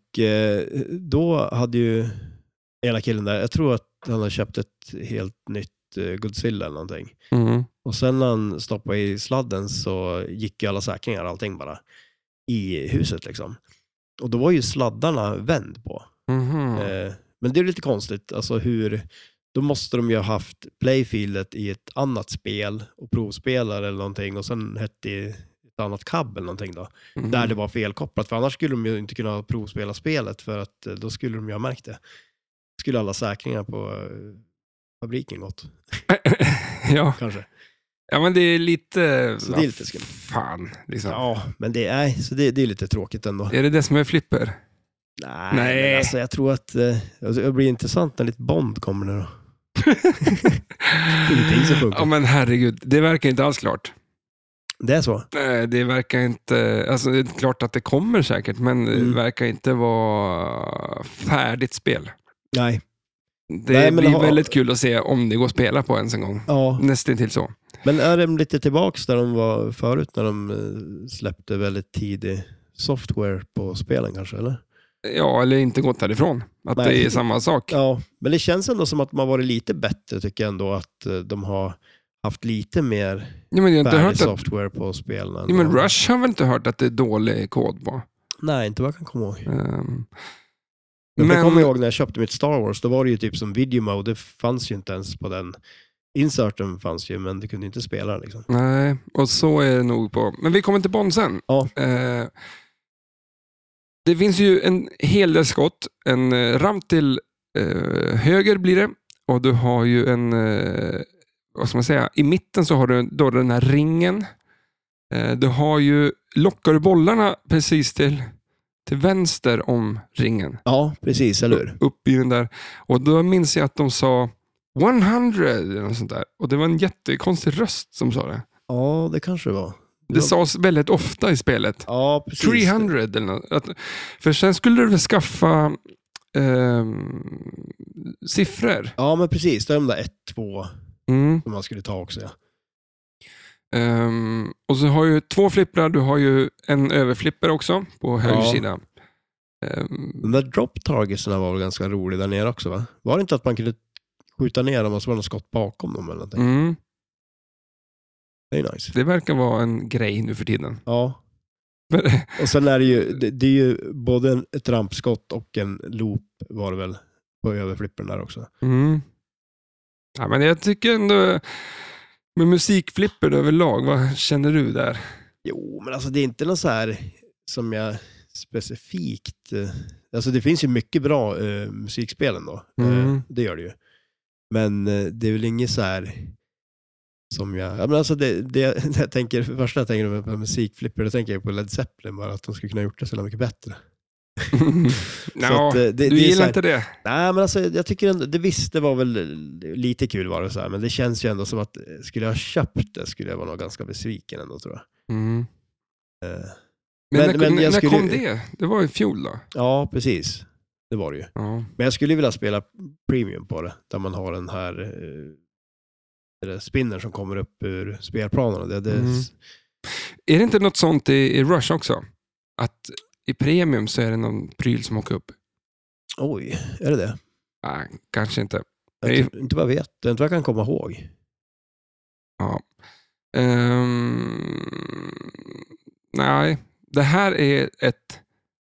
då hade ju ena killen där, jag tror att han har köpt ett helt nytt Godzilla eller någonting. Och sen när han stoppade i sladden så gick ju alla säkringar och allting bara i huset liksom. Och då var ju sladdarna vänd på. Men det är lite konstigt, alltså då måste de ju ha haft playfieldet i ett annat spel och provspelare eller någonting och sen hette ett annat kabel eller någonting då. Där det var felkopplat, för annars skulle de ju inte kunna provspela spelet, för att då skulle de ju ha märkt det. Skulle alla säkringar på fabriken gått. Ja. Kanske. Ja, men det är lite... Så det är lite skumt. Fan, liksom. Ja, men det är lite tråkigt ändå. Är det som är flipper? Nej. Men alltså jag tror att det blir intressant när lite Bond kommer nu då. Ja, men herregud, det verkar inte alls klart. Det är så? Nej, det verkar inte... Alltså det är klart att det kommer säkert, men det verkar inte vara färdigt spel. Nej. Det blir väldigt kul att se om det går att spela på ens en gång. Ja. Nästan till så. Men är de lite tillbaks där de var förut när de släppte väldigt tidig software på spelen kanske, eller? Ja, eller inte gått därifrån. Att det är samma sak. Ja, men det känns ändå som att de har varit lite bättre, tycker jag ändå, att de har haft lite mer färdig software på spelen. Ja, men Rush har väl inte hört att det är dålig kod på? Nej, inte vad jag kan komma ihåg. Men jag kommer ihåg när jag köpte mitt Star Wars, då var det ju typ som video mode, det fanns ju inte ens på den. Inserten fanns ju, men det kunde inte spela liksom. Nej, och så är det nog på. Men vi kommer till Bond sen. Ja. Det finns ju en hel del skott. En ramp till höger blir det. Och du har ju en, vad ska man säga, i mitten så har du då den här ringen. Du har ju, lockar du bollarna precis till vänster om ringen. Ja, precis, eller hur? Upp i den där. Och då minns jag att de sa 100 eller något sånt där. Och det var en jättekonstig röst som sa det. Ja, det kanske var. Det sades väldigt ofta i spelet. Ja, precis. 300 eller något. För sen skulle du väl skaffa siffror. Ja, men precis. Det är de där 1, 2 som man skulle ta också, ja. Och så har ju 2 flipprar. Du har ju en överflipper också på höger sida. De där drop targetsarna var väl ganska roliga där nere också, va? Var det inte att man kunde skjuta ner dem och så var det något skott bakom dem eller någonting? Det är nice. Det verkar vara en grej nu för tiden. Ja. Och sen är det är ju både ett rampskott och en loop var det väl på överflippen där också. Ja, men jag tycker ändå med musikflipper överlag, vad känner du där? Jo, men alltså det är inte något så här som jag specifikt. Alltså det finns ju mycket bra musikspel ändå. Det gör det ju. Men det är väl inget så här som jag men alltså jag tänker, första jag tänker på musikflipper, då tänker jag på Led Zeppelin, bara att de skulle kunna gjort det så mycket bättre. No, du gillar här, inte det? Nej, men alltså jag tycker ändå, det var väl lite kul var det så här, men det känns ju ändå som att skulle jag ha köpt det skulle jag vara nog ganska besviken ändå, tror jag. Men när kom det? Det var i fjol då? Ja, precis. Det var det ju. Men jag skulle vilja spela premium på det, där man har den här spinner som kommer upp ur spelplanerna. Är det inte något sånt i Rush också? Att i premium så är det någon pryl som åker upp? Oj, är det det? Nej, kanske inte. Inte vad jag vet. Det är inte vad jag kan komma ihåg. Ja. Nej, det här är ett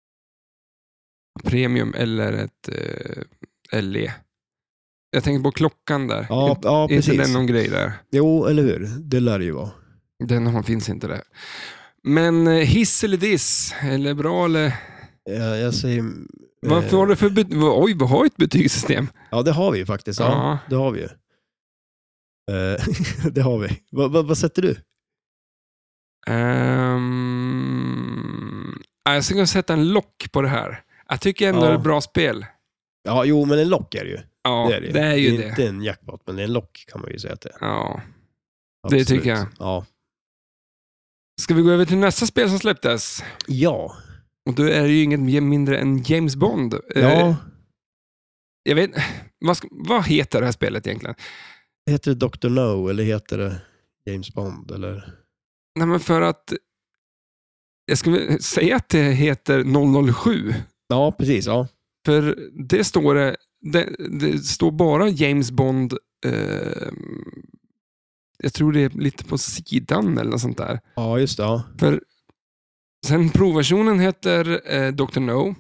premium eller ett LE. Jag tänker på klockan där. Ja, precis. Är inte det någon grej där? Jo, eller hur? Det lär det ju vara. Den finns inte där. Men hiss eller diss? Eller bra eller? Ja, jag säger... Varför har det för Oj, vi har ett betygssystem. Ja, det har vi ju faktiskt. Ja. Det har vi ju. Det har vi. Vad sätter du? Jag ska sätta en lock på det här. Jag tycker ändå det är ett bra spel. Ja, jo, men en lock är det ju. Ja, det är ju det. Det är inte en jackpot, men det är en lock kan man ju säga att det är. Ja, absolut. Det tycker jag. Ja. Ska vi gå över till nästa spel som släpptes? Ja. Och då är det ju inget mindre än James Bond. Ja. Jag vet, vad heter det här spelet egentligen? Heter det Dr. No eller heter det James Bond? Eller? Nej, men för att jag skulle säga att det heter 007. Ja, precis. Ja. För det står bara James Bond. Jag tror det är lite på sidan eller något sånt där. Ja, just det. Ja. För sen provversionen heter Dr. No.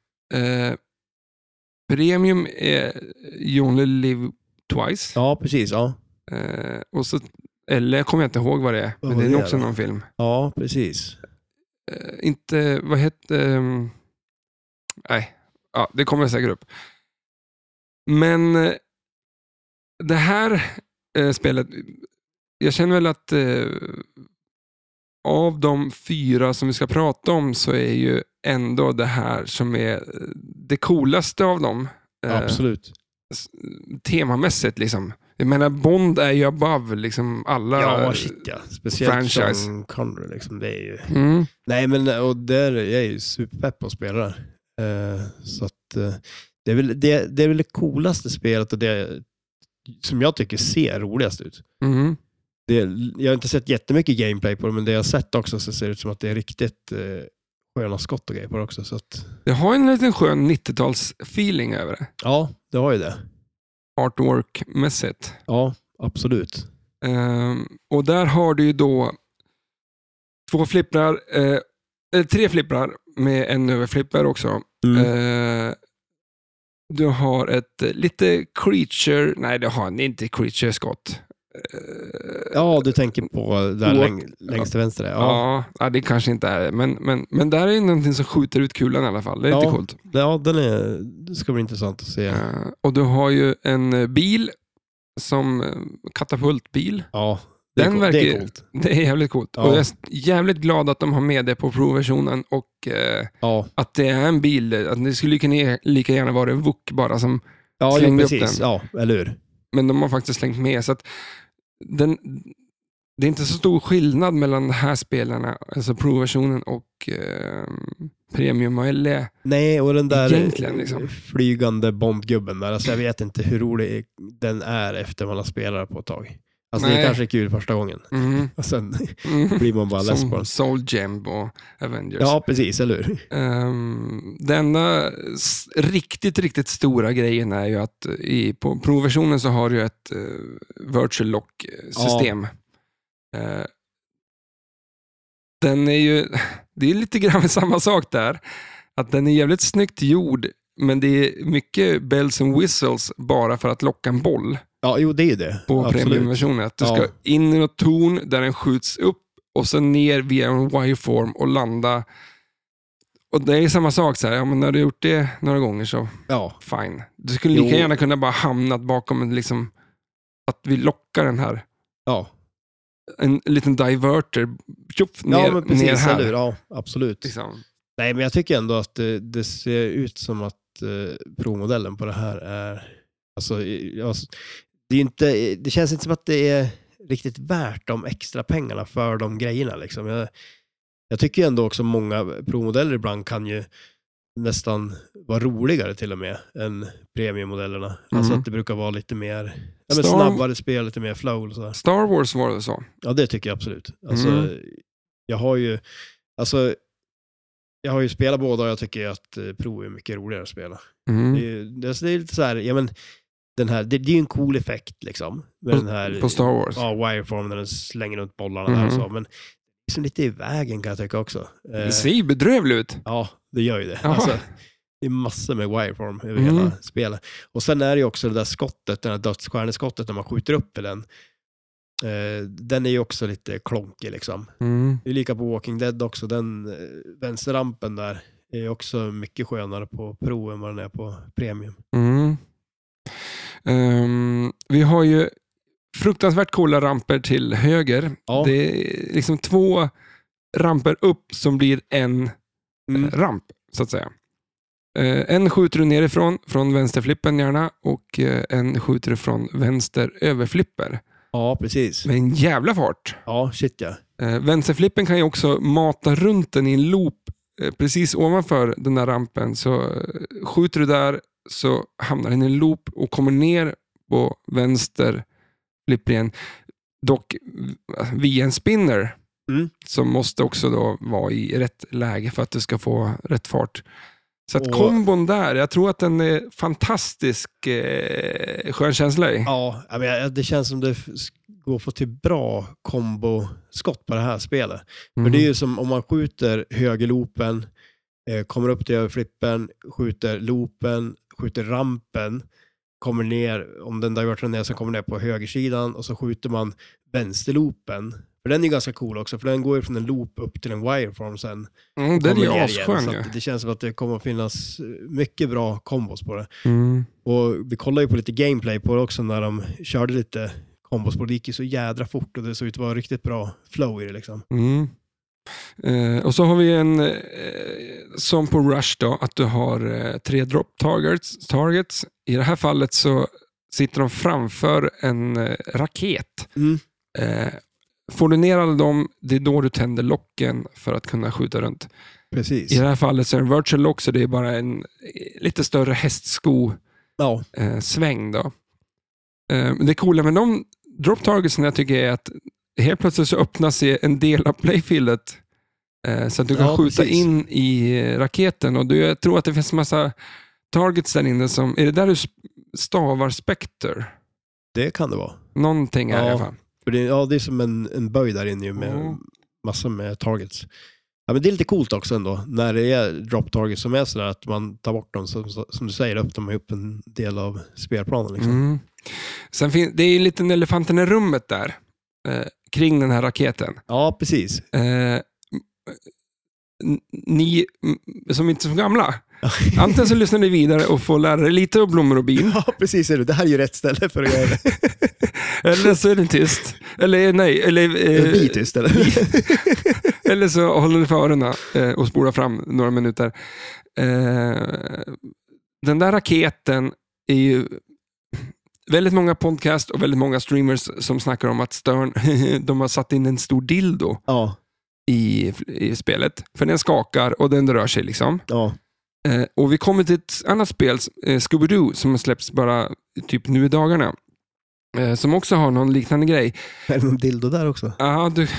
Premium är You Only Live Twice. Ja, precis. Ja. Och så, eller jag kommer inte ihåg vad det är. Men det är också någon film. Ja, precis. Inte, vad heter... nej. Ja, det kommer säkert upp. Men det här spelet, jag känner väl att av de 4 som vi ska prata om så är ju ändå det här som är det coolaste av dem. Absolut. Temamässigt liksom. Jag menar, Bond är ju above liksom alla speciellt franchise. Sean Connery liksom, det är ju... Nej, men och där jag är ju superpepp att spela där. Så att det är väl det coolaste spelet och det som jag tycker ser roligast ut. Jag har inte sett jättemycket gameplay på det, men det jag har sett också så ser det ut som att det är riktigt sköna skott och grejer på det också. Så att... Det har en liten skön 90-tals feeling över det. Ja, det har ju det. Artwork-mässigt. Ja, absolut. Och där har du ju då 2 flipprar, 3 flipprar med en överflipper också. Du har ett lite creature, nej det har inte creature-skott. Ja, du tänker på där längst till vänster. Ja, det kanske inte är. Men där är någonting som skjuter ut kulan i alla fall. Det är lite coolt. Ja, det ska bli intressant att se. Och du har ju en bil som katapultbil. Ja, det är coolt. Det är jävligt coolt. Ja. Och jag är jävligt glad att de har med det på provversionen och att det är en bil. Att det skulle lika gärna vara en VUK bara som slängde upp den. Ja, eller hur? Men de har faktiskt slängt med så att det är inte så stor skillnad mellan de här spelarna, alltså Pro-versionen och Premium och LE. Nej, och den där liksom. flygande Bondgubben där, alltså jag vet inte hur rolig den är efter man har spelat på ett tag. Alltså det kanske är kul första gången. Och sen blir man bara less på den. Soul Gem och Avengers. Ja, precis, eller hur? Denna riktigt, riktigt stora grejen är ju att på Pro-versionen så har du ett virtual lock-system. Den är ju, det är lite grann samma sak där. Att den är jävligt snyggt gjord, men det är mycket bells and whistles bara för att locka en boll. Ja, jo, det är det. På premiumversionen. Att du ska in i något torn där den skjuts upp och sen ner via en wireform och landa Och det är samma sak så här, men när du gjort det några gånger så fine. Du skulle lika gärna kunna bara hamnat bakom en liksom, att vi lockar den här. Ja. En liten diverter ner här. Eller, ja, absolut. Liksom. Nej, men jag tycker ändå att det ser ut som att Pro-modellen på det här är alltså, det är inte, det känns inte som att det är riktigt värt de extra pengarna för de grejerna liksom. Jag tycker ändå också många Pro-modeller ibland kan ju nästan vara roligare till och med än premiummodellerna. Alltså att det brukar vara lite mer snabbare spel, lite mer flow och så. Star Wars var det så? Ja, det tycker jag absolut. Alltså, jag har ju spelat båda och jag tycker att Pro är mycket roligare att spela. Det är lite så här, ja men den här, det är ju en cool effekt liksom. Med den här, på Star Wars? Ja, wireform när den slänger runt bollarna där och så. Men liksom lite i vägen kan jag tycka också. Det ser ju bedrövligt ut. Ja, det gör ju det. Alltså, det är massor med wireform över hela spelet. Och sen är det ju också det där skottet, den här dödsstjärneskottet när man skjuter upp i den. Den är ju också lite klonkig liksom. Det är lika på Walking Dead också. Den vänsterrampen där är också mycket skönare på Pro än vad den är på Premium. Vi har ju fruktansvärt coola ramper till höger. Ja. Det är liksom 2 ramper upp som blir en ramp, så att säga. En skjuter du nerifrån, från vänsterflippen gärna, och en skjuter du från vänster överflipper. Ja, precis. Med en jävla fart. Ja, shit ja. Vänsterflippen kan ju också mata runt den i en loop precis ovanför den där rampen. Så skjuter du där så hamnar den i en loop och kommer ner på vänster flipper igen. Dock via en spinner som måste också då vara i rätt läge för att du ska få rätt fart. Så att kombon där, jag tror att den är fantastisk skön känsla i. Ja, men det känns som det går att få till bra komboskott på det här spelet. För det är ju som om man skjuter högerloopen, kommer upp till överflippen, skjuter loopen, skjuter rampen, kommer ner, om den diverten är så kommer ner på högersidan och så skjuter man vänsterloopen. För den är ganska cool också, för den går ju från en loop upp till en wireform sen. Det är ju asskön. Så det känns som att det kommer att finnas mycket bra kombos på det. Och vi kollar ju på lite gameplay på det också när de körde lite kombos på det. Det gick ju så jädra fort och det såg ut att vara riktigt bra flow i det liksom. Och så har vi en som på Rush då, att du har 3 drop targets. I det här fallet så sitter de framför en raket. Får du ner alla dem, det är då du tänder locken för att kunna skjuta runt. Precis. I det här fallet så är det en virtual lock, så det är bara en lite större hästsko sväng då. Det coola med de drop targetsen jag tycker är att helt plötsligt så öppnas en del av playfieldet så att du kan skjuta in i raketen, och jag tror att det finns massa targets där inne som, är det där du stavar Spectre? Det kan det vara. Någonting är i alla fall. För det är som en böj där inne med massor med targets. Ja, men det är lite coolt också ändå när det är drop targets som är sådär att man tar bort dem, som du säger, öppnar man upp en del av spelplanen liksom. Sen det är ju lite elefanten i rummet där kring den här raketen. Ja, precis. Ni som inte är så gamla, antingen så lyssnar ni vidare och får lära er lite om blommor och bin. Ja, precis. Det här är ju rätt ställe för att göra det. Eller så är det tyst. Eller nej. Eller vi tyst, eller? Eller så håller ni för öronen och spolar fram några minuter. Den där raketen är ju väldigt många podcast och väldigt många streamers som snackar om att Stern de har satt in en stor dildo i spelet. För den skakar och den rör sig liksom. Ja. Och vi kommer till ett annat spel, Scooby-Doo, som släpps bara typ nu i dagarna. Som också har någon liknande grej. Är det någon dildo där också? Ja, du.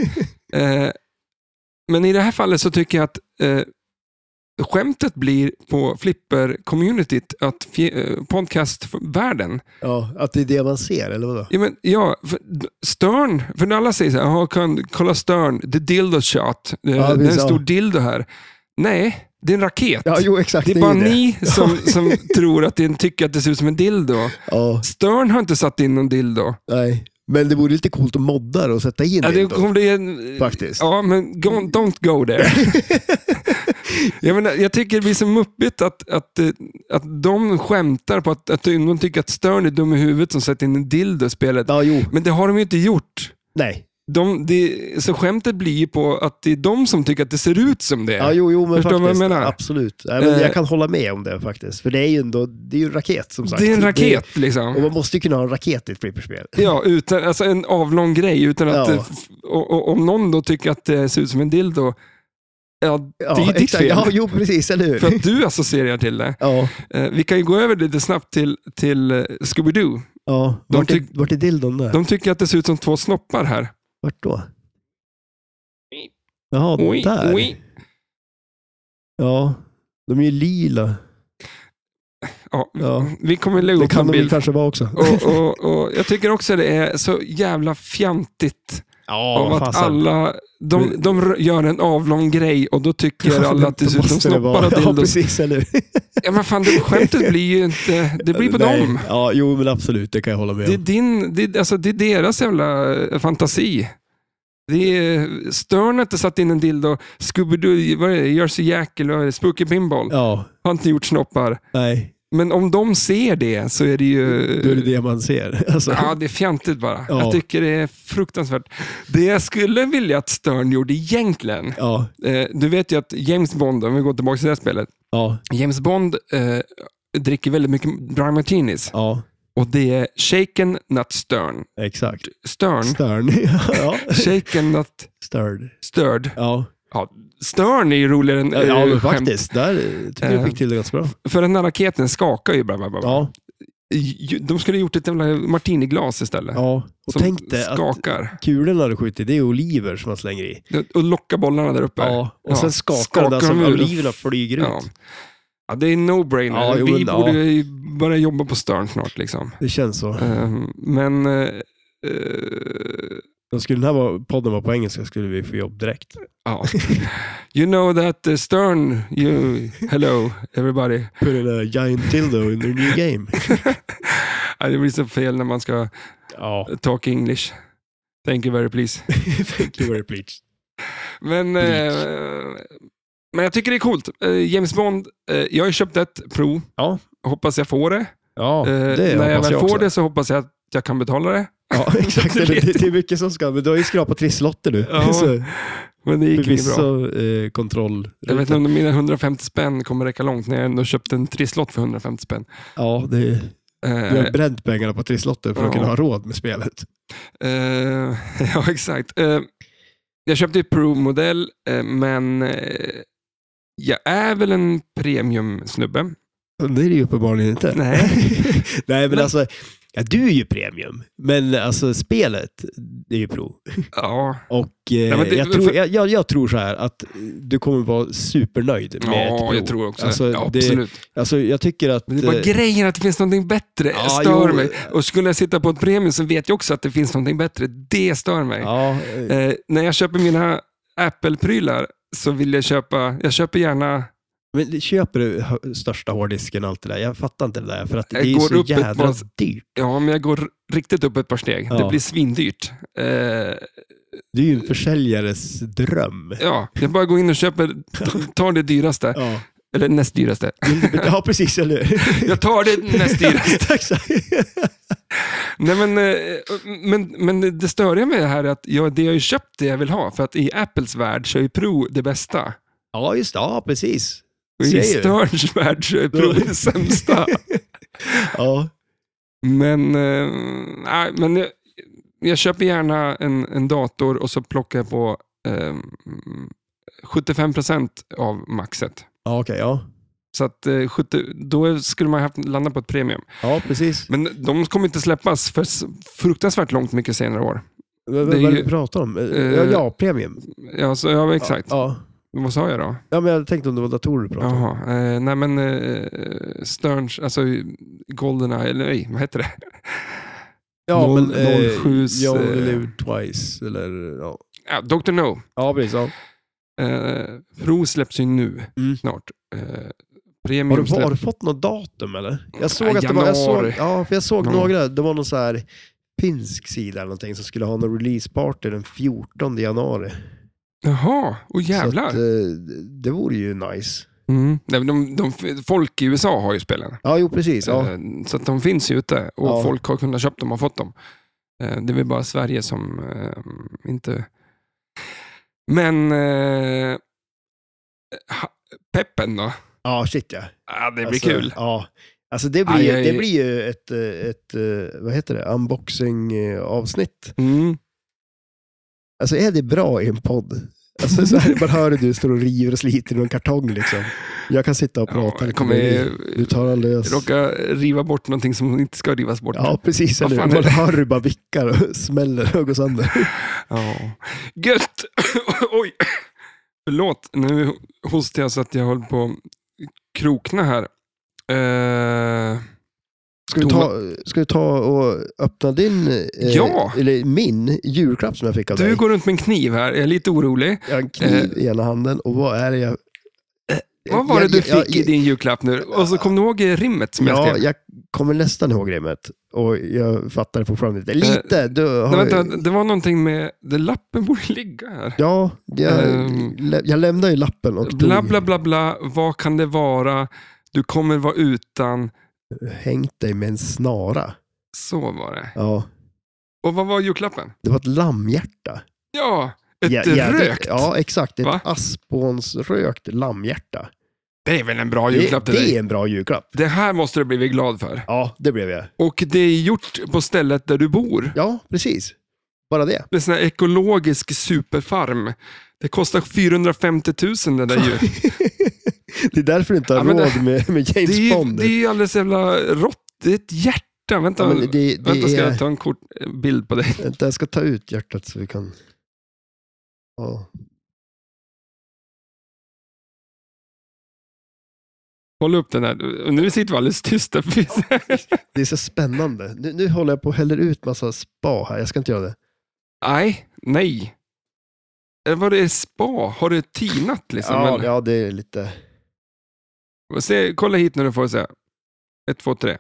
Men i det här fallet så tycker jag att skämtet blir på Flipper-communityt att podcastvärlden. Ja, att det är det man ser, eller vadå? Ja, Stern, för alla säger så här, kolla Stern, the dildo shot, det är en stor dildo här. Nej, det är en raket. Ja, jo, exakt, det är bara ni som tror att den tycker att det ser ut som en dildo. Ja. Stern har inte satt in någon dildo. Nej. Men det vore lite coolt att modda och sätta in dildo. Faktiskt. Ja, men don't go there. Jag tycker det blir så muppigt att de skämtar på att de tycker att Stern är dum i huvudet som sätter in en dildo i spelet. Ja, jo. Men det har de ju inte gjort. Nej. Så skämtet blir ju på att det är de som tycker att det ser ut som det. Ja, jo, men förstår faktiskt, absolut. Ja, men jag kan hålla med om det faktiskt. För det är ju en raket som sagt. Det är en raket liksom. Och man måste ju kunna ha en raket i ett flipperspel. Ja, alltså en avlång grej. Utan att, om någon då tycker att det ser ut som en dildo, det är ju ditt fel. Ja, jo, precis, eller hur? För att du associerar till det. Ja. Vi kan ju gå över lite snabbt till Scooby-Doo. Ja, vart är dildon där? De tycker att det ser ut som 2 snoppar här. Vart då? Jaha, där. Ja, de är ju lila. Ja. Vi kommer lägga upp det kan en bild. De kanske vara också. Och jag tycker också det är så jävla fjantigt. Av att alla de gör en avlång grej och då tycker alla att det ser ut som snoppar och dildos. Ja, precis, eller? Ja, men fan, skämtet blir ju inte... Det blir på dem. Ja, jo, men absolut, det kan jag hålla med om. Det är deras jävla fantasi. Det är Störnet satt in en dildo. Scooby-Doo, Jersey Jack eller Spooky Pinball. Ja. Har inte gjort snoppar. Nej. Men om de ser det så är det ju... Då är det man ser. Alltså. Ja, det är fjantigt bara. Ja. Jag tycker det är fruktansvärt. Det jag skulle vilja att Stern gjorde egentligen. Ja. Du vet ju att James Bond, om vi går tillbaka till det här spelet. Ja. James Bond dricker väldigt mycket dry martinis. Ja. Och det är shaken, not stern. Exakt. Stern. Ja. Shaken, not stirred. Ja. Ja, Stern är ju roligare än ja, men faktiskt. Där tycker jag fick till det ganska bra. För den här raketen skakar ju bara. Ja. De skulle ha gjort ett jävla martiniglas istället. Ja, och tänkte att kulorna du skjuter, det är oliver som man slänger i. Och lockar bollarna där uppe. Ja, och sen skakar det som oliverna flyger ut. Ja, det är no-brainer. Ja, vi borde ju börja jobba på Stern snart liksom. Det känns så. Men... skulle den här podden vara på engelska skulle vi få jobb direkt. Ja. You know that Stern, hello everybody. Put in a giant dildo in their new game. Det blir så fel när man ska talk English. Thank you very please. Thank you very please. Men jag tycker det är coolt. James Bond, jag har köpt ett Pro. Ja. Hoppas jag får det. Ja, när jag väl får det så hoppas jag att jag kan betala det. Ja, exakt. Det är mycket som ska. Men du har ju skrapat trisslotter nu. Ja, så, men det gick inte bra. Kontroll. Jag vet inte om mina 150 spänn kommer räcka långt när jag ändå köpte en trisslott för 150 spänn. Ja, du har bränt pengarna på trisslotter för att kunna ha råd med spelet. Ja, exakt. Jag köpte ett Pro-modell, men jag är väl en premium-snubbe. Det är det ju uppenbarligen inte. Nej. Nej, men alltså... Ja, du är ju premium, men alltså spelet, det är ju Pro. Ja. Och jag tror så här att du kommer vara supernöjd med ett Pro. Jag tror också. Alltså, absolut. Alltså jag tycker att... Men det är bara grejen att det finns någonting bättre. Stör mig. Och skulle jag sitta på ett premium så vet jag också att det finns någonting bättre. Det stör mig. Ja. När jag köper mina Apple-prylar så vill jag köper gärna... Men köper du största hårddisken och allt det där? Jag fattar inte det där, för att det är ju så jävla dyrt. Ja, men jag går riktigt upp ett par steg. Ja. Det blir svindyrt. Det är ju en försäljares dröm. Ja, jag bara går in och tar det dyraste. Ja. Eller näst dyraste. Ja, precis. Eller? Jag tar det näst dyraste. Nej, men det störiga med det här är att det har ju köpt det jag vill ha. För att i Apples värld så är ju Pro det bästa. Ja, just det. Ja, precis. Och i Sterns värld så är Pro det sämsta. Ja. Men jag köper gärna en dator och så plockar jag på 75% av maxet. Ja, okej, ja. Så att då skulle man landa på ett premium. Ja, precis. Men de kommer inte släppas för fruktansvärt långt mycket senare år. Vad du pratar om? Premium. Ja, exakt. Ja. Vad sa jag då? Ja, men jag tänkte om det var datorer du pratade om. Nej, men Sterns, alltså GoldenEye, eller nej, vad heter det? Ja, men You Only Live Twice, eller ja, Dr. No. Ja, precis. Ja. Pro släpps ju nu, snart. Premium har du fått något datum, eller? Jag såg att jag såg några, det var någon så här finsk sida eller någonting som skulle ha någon release party den 14 januari. Jaha, och jävlar. Så att, det vore ju nice. Folk i USA har ju spelen. Ja, jo precis. Ja. Så att de finns ju ute och folk har kunnat köpa dem och fått dem. Det är väl bara Sverige som inte... Men peppen då? Ja, shit ja. Ja, det blir kul. Ja. Alltså det blir ju ett vad heter det? Unboxing-avsnitt. Alltså är det bra i en podd? Alltså så här, man hör du står och river och sliter i någon kartong liksom. Jag kan sitta och prata. Du tar alldeles... Råka riva bort någonting som inte ska rivas bort. Ja, precis. Man hör du bara vickar och smäller och går sönder. Ja. Gött! Oj! Förlåt, nu hostar jag så att jag håller på krokna här. Ska du ta och öppna din eller min julklapp som jag fick av dig? Du går runt med en kniv här, jag är lite orolig. Jag har en kniv i ena handen och vad är det jag... Vad var det du fick i din julklapp nu? Och så kom du ihåg rimmet som jag skrev? Ja, jag kommer nästan ihåg rimmet. Och jag fattar det fortfarande inte. Lite. Vänta, det var någonting med... Lappen borde ligga här. Ja, jag lämnade ju lappen. Och bla bla bla bla, vad kan det vara? Du kommer vara utan... Hängt dig med en snara. Så var det. Ja. Och vad var julklappen? Det var ett lammhjärta. Ja, rökt. Ja, exakt. Ett asponsrökt lammhjärta. Det är väl en bra julklapp till dig? Det är en bra julklapp. Det här måste du bli glad för. Ja, det blev jag. Och det är gjort på stället där du bor. Ja, precis. Bara det. Det är en sån här ekologisk superfarm. Det kostar 450 000 det där djuret. Det är därför du inte har råd med James Bond. Det är alldeles jävla rått. Det är ett hjärta. Vänta, vänta ska jag ta en kort bild på dig. Jag ska ta ut hjärtat så vi kan... Ja. Håll upp den här. Nu sitter vi alldeles tysta. Det är så spännande. Nu håller jag på och häller ut massa spa här. Jag ska inte göra det. Nej. Vad det är spa? Har det tinat liksom? Ja, det är lite... Kolla hit när du får se. 1, 2, 3.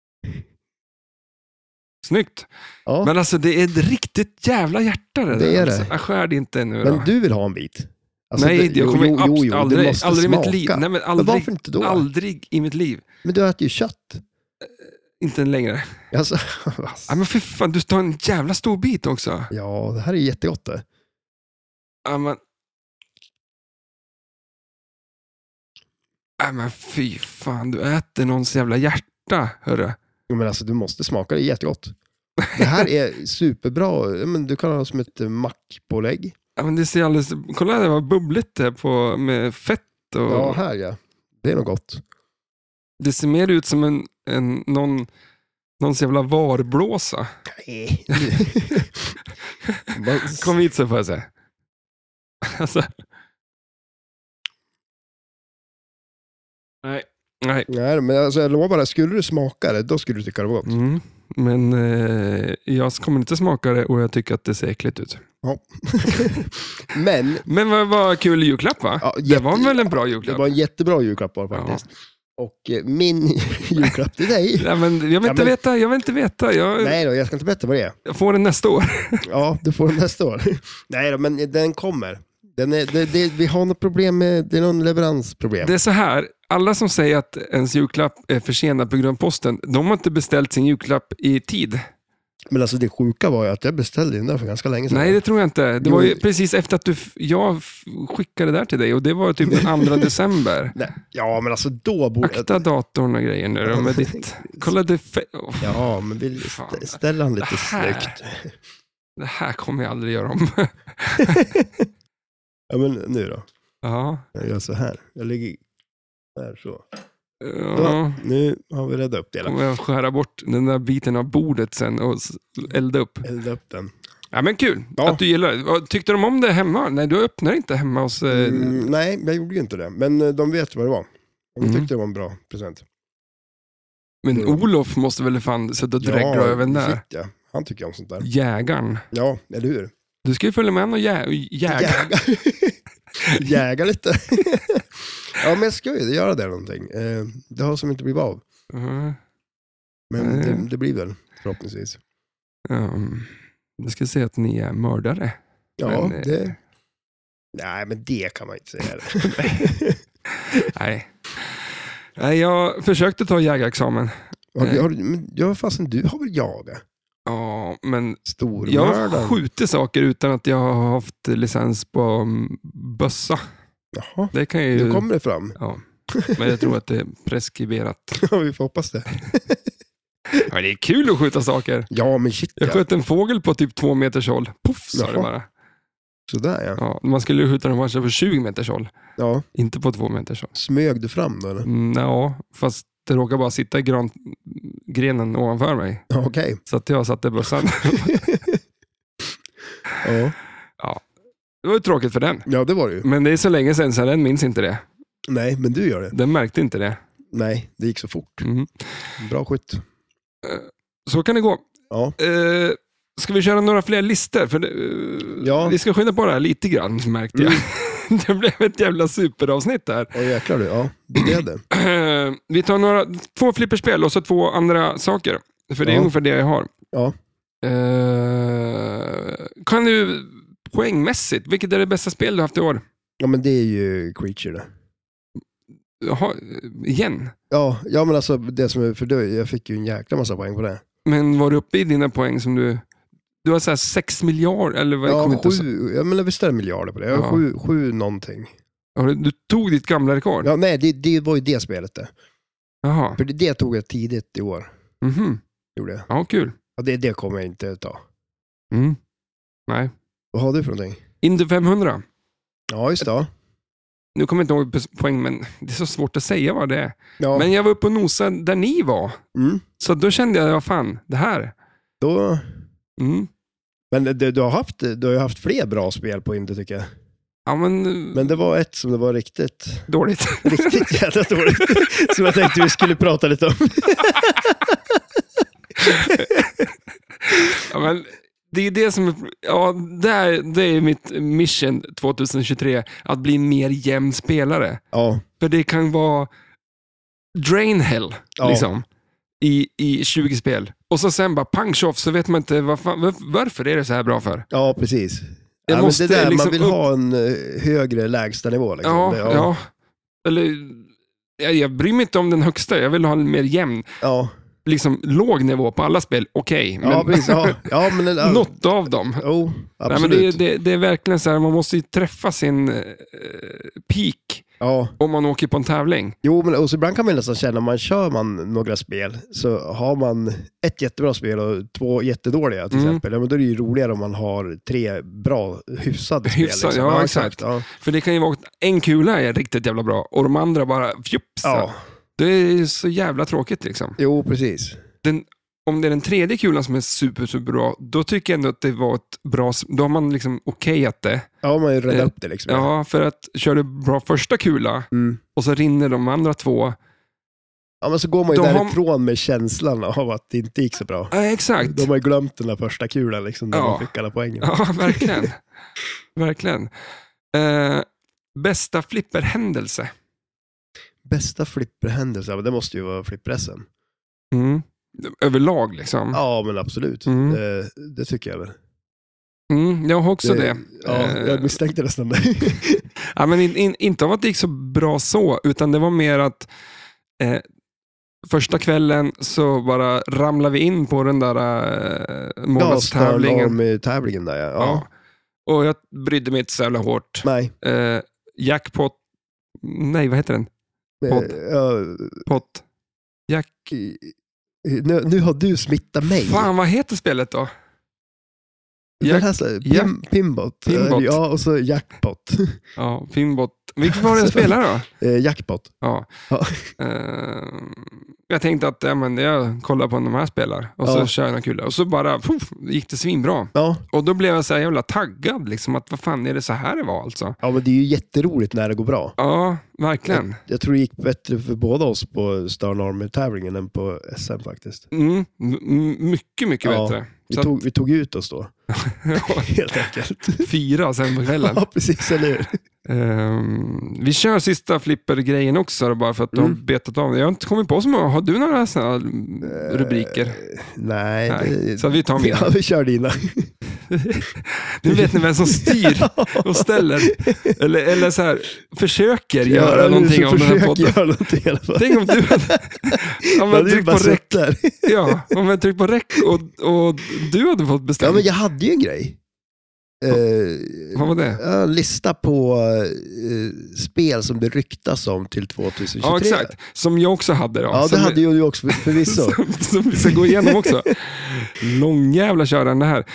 Snyggt. Ja. Men alltså det är ett riktigt jävla hjärta det är alltså. Det. Jag skär det inte nu då. Men du vill ha en bit? Alltså, nej, jag kommer aldrig i mitt liv. Nej, men varför inte då? Aldrig i mitt liv. Men du äter ju kött. Inte längre. Alltså, ja, men för fan, du tar en jävla stor bit också. Ja, det här är jättegott det. Ja, men fy fan, du äter någons jävla hjärta, hörru. Men alltså, du måste smaka, det är jättegott. Det här är superbra, men du kan ha det som ett mackpålägg. Ja, men det ser alldeles... Kolla, det var bubbligt där på, med fett och... Ja, här ja. Det är nog gott. Det ser mer ut som någons jävla varblåsa. Nej. Kom hit så får jag säga. Alltså... Nej, men alltså, jag lovar det. Skulle du smaka det, då skulle du tycka det var gott. Men jag kommer inte smaka det och jag tycker att det ser äckligt ut. Ja. Men vad var kul julklapp, va? Ja, det var väl en bra julklapp? Det var en jättebra julklapp faktiskt. Ja. Och min julklapp till dig... Nej, men jag vill inte veta. Nej då, jag ska inte berätta vad det är. Jag får den nästa år. Ja, du får den nästa år. Nej då, men den kommer. Vi har något problem med... Det är någon leveransproblem. Det är så här... Alla som säger att ens julklapp är försenad på grund av posten, de har inte beställt sin julklapp i tid. Men alltså det sjuka var ju att jag beställde den där för ganska länge sedan. Nej, det tror jag inte. Det var ju precis efter att jag skickade det där till dig och det var typ den 2 december. Nej. Ja, men alltså då borde... Akta datorn och grejer nu då, med ditt... Kolla det... Ja, men vill ställa han lite snyggt. Det här kommer jag aldrig göra om. Ja, men nu då. Ja. Jag gör så här. Jag ligger... Där så. Ja. Nu har vi räddat upp det. Kommer jag skära bort den där biten av bordet sen och elda upp den. Ja, men kul att du gillar det. Tyckte de om det hemma? Nej, du öppnar inte hemma hos... Nej, jag gjorde ju inte det. Men de vet vad det var. De tyckte det var en bra present. Men Olof måste väl fan sätta drägg över där. Shit, ja. Han tycker om sånt där. Jägaren. Ja, eller hur? Du ska ju följa med och jäga. Jäga lite. Ja, men jag ska ju göra det någonting. Det har som inte blivit av. Men det blir väl förhoppningsvis. Jag ska säga att ni är mördare. Ja, men, Nej, men det kan man inte säga. Nej. Nej, jag försökte ta jägarexamen. Fastän du har väl jagat? Ja, men jag har skjutit saker utan att jag har haft licens på bössa. Jaha, det kan ju... Nu kommer det fram. Ja, men jag tror att det är preskriberat. Ja, vi får hoppas det. Ja, det är kul att skjuta saker. Ja, men shit. Jag sköt en fågel på typ 2 meters håll. Puff, sa det bara. Sådär, ja. Man skulle skjuta den kanske på 20 meters håll. Ja. Inte på 2 meters håll. Smög du fram då, eller? Ja, fast det råkade bara sitta i grenen ovanför mig. Okej. Så att jag satte bössan. Ja. Det var ju tråkigt för den. Ja, det var det ju. Men det är så länge sedan så den minns inte det. Nej, men du gör det. Den märkte inte det. Nej, det gick så fort. Bra skytt. Så kan det gå. Ja. Ska vi köra några fler listor? För vi ska skynda på det här lite grann, märkte jag. Det blev ett jävla superavsnitt där. Ja, jäklar du. Ja, det blev det. Vi tar 2 flipperspel och så 2 andra saker. För det är ungefär det jag har. Ja. Kan du poängmässigt, vilket är det bästa spel du haft i år? Ja, men det är ju Creature det. Jaha, igen? Ja, men alltså det som är för dig, jag fick ju en jäkla massa poäng på det. Men var du uppe i dina poäng som du har så här 6 miljarder eller vad? Ja, 7, jag menar visst är det miljarder på det. Jag har 7 någonting. Du tog ditt gamla rekord? Ja, nej, det var ju det spelet det. Jaha. För det tog jag tidigt i år. Gjorde jag. Ja, kul. Ja, det kommer jag inte ta. Nej. Vad har du för någonting? Indy 500. Ja, just det. Nu kommer jag inte ihåg poäng, men det är så svårt att säga vad det är. Ja. Men jag var uppe och nosade där ni var. Så då kände jag, vad fan, det här. Då... Men du har haft fler bra spel på Indy, tycker jag. Ja, men det var ett som det var riktigt... Dåligt. Riktigt jävla dåligt. Som jag tänkte vi skulle prata lite om. Ja, men... Det är det som det är mitt mission 2023, att bli en mer jämn spelare. Ja. För det kan vara drain hell liksom i 20 spel. Och så sen bara punch off, så vet man inte varför är det så här bra för. Ja, precis. Men det där, liksom, man vill ha en högre lägsta nivå liksom. Ja. Eller jag bryr mig inte om den högsta, jag vill ha en mer jämn. Ja. Liksom låg nivå på alla spel, okej. Men, precis, men något av dem. Absolut. Nej, men det är verkligen så här, man måste ju träffa sin peak om man åker på en tävling. Jo, men och så ibland kan man nästan känna, kör man några spel så har man ett jättebra spel och 2 jättedåliga till exempel. Ja, men då är det ju roligare om man har 3 bra hyfsade spel. Liksom. Ja, exakt. Ja. För det kan ju vara att en kula är riktigt jävla bra och de andra bara fjupsa. Ja. Det är så jävla tråkigt liksom. Jo, precis. Om det är den 3:e kulan som är super bra, då tycker jag ändå att det var ett bra... Då har man liksom okejat det. Ja, man har ju räddat upp det liksom. Ja, för att kör du bra första kula och så rinner de andra 2. Ja, men så går man ju därifrån med känslan av att det inte gick så bra. Ja, exakt. De har ju glömt den där första kulan liksom, där man fick alla poängen. Ja, verkligen. Verkligen. Bästa flipperhändelse? Bästa flipperhändelse, det måste ju vara flippressen. Överlag liksom. Ja, men absolut. Det tycker jag väl. Jag har också det. Ja, jag misstänkte nästan det. Ja, men inte av att det gick så bra så, utan det var mer att första kvällen så bara ramlade vi in på den där månadstävlingen. Ja, tävlingen där, ja. Och jag brydde mig inte så jävla hårt. Nej. Jackpot. Nej, vad heter den? Pott. Jack. Nu har du smittat mig. Fan, vad heter spelet då? Pinbot. Ja, och så Jackpot. Ja, Pinbot. Vilket var det jag spelade då? Jackpot. Ja. Jag tänkte att jag kollar på de här spelar och så kör jag en kul. Och så bara gick det svinbra. Ja. Och då blev jag så här jävla taggad liksom, att vad fan är det så här det var alltså? Ja, men det är ju jätteroligt när det går bra. Ja, verkligen. Jag tror det gick bättre för båda oss på Star Army-tävlingen än på SM faktiskt. Mycket bättre. Vi tog ut oss då. Helt enkelt. 4 sen på kvällen. Ja, precis, eller hur? Vi kör sista flipper-grejen också bara för att de har betat av det. Jag har inte kommit på så många. Har du några sådana rubriker? Nej. Så vi tar med. Ja, vi kör dina. Nu vet ni vem som styr och ställer. Eller så här, försöker göra någonting av den här podden. Tänk om du hade tryckt på räck. Ja, om jag tryckt på räck och du hade fått bestämma. Ja, men jag hade ju en grej. Vad var det? En lista på spel som det ryktas om till 2023. Ja, exakt. Som jag också hade då. Ja, det hade ju du också förvisso. som vi ska gå igenom också. Lång jävla körande här.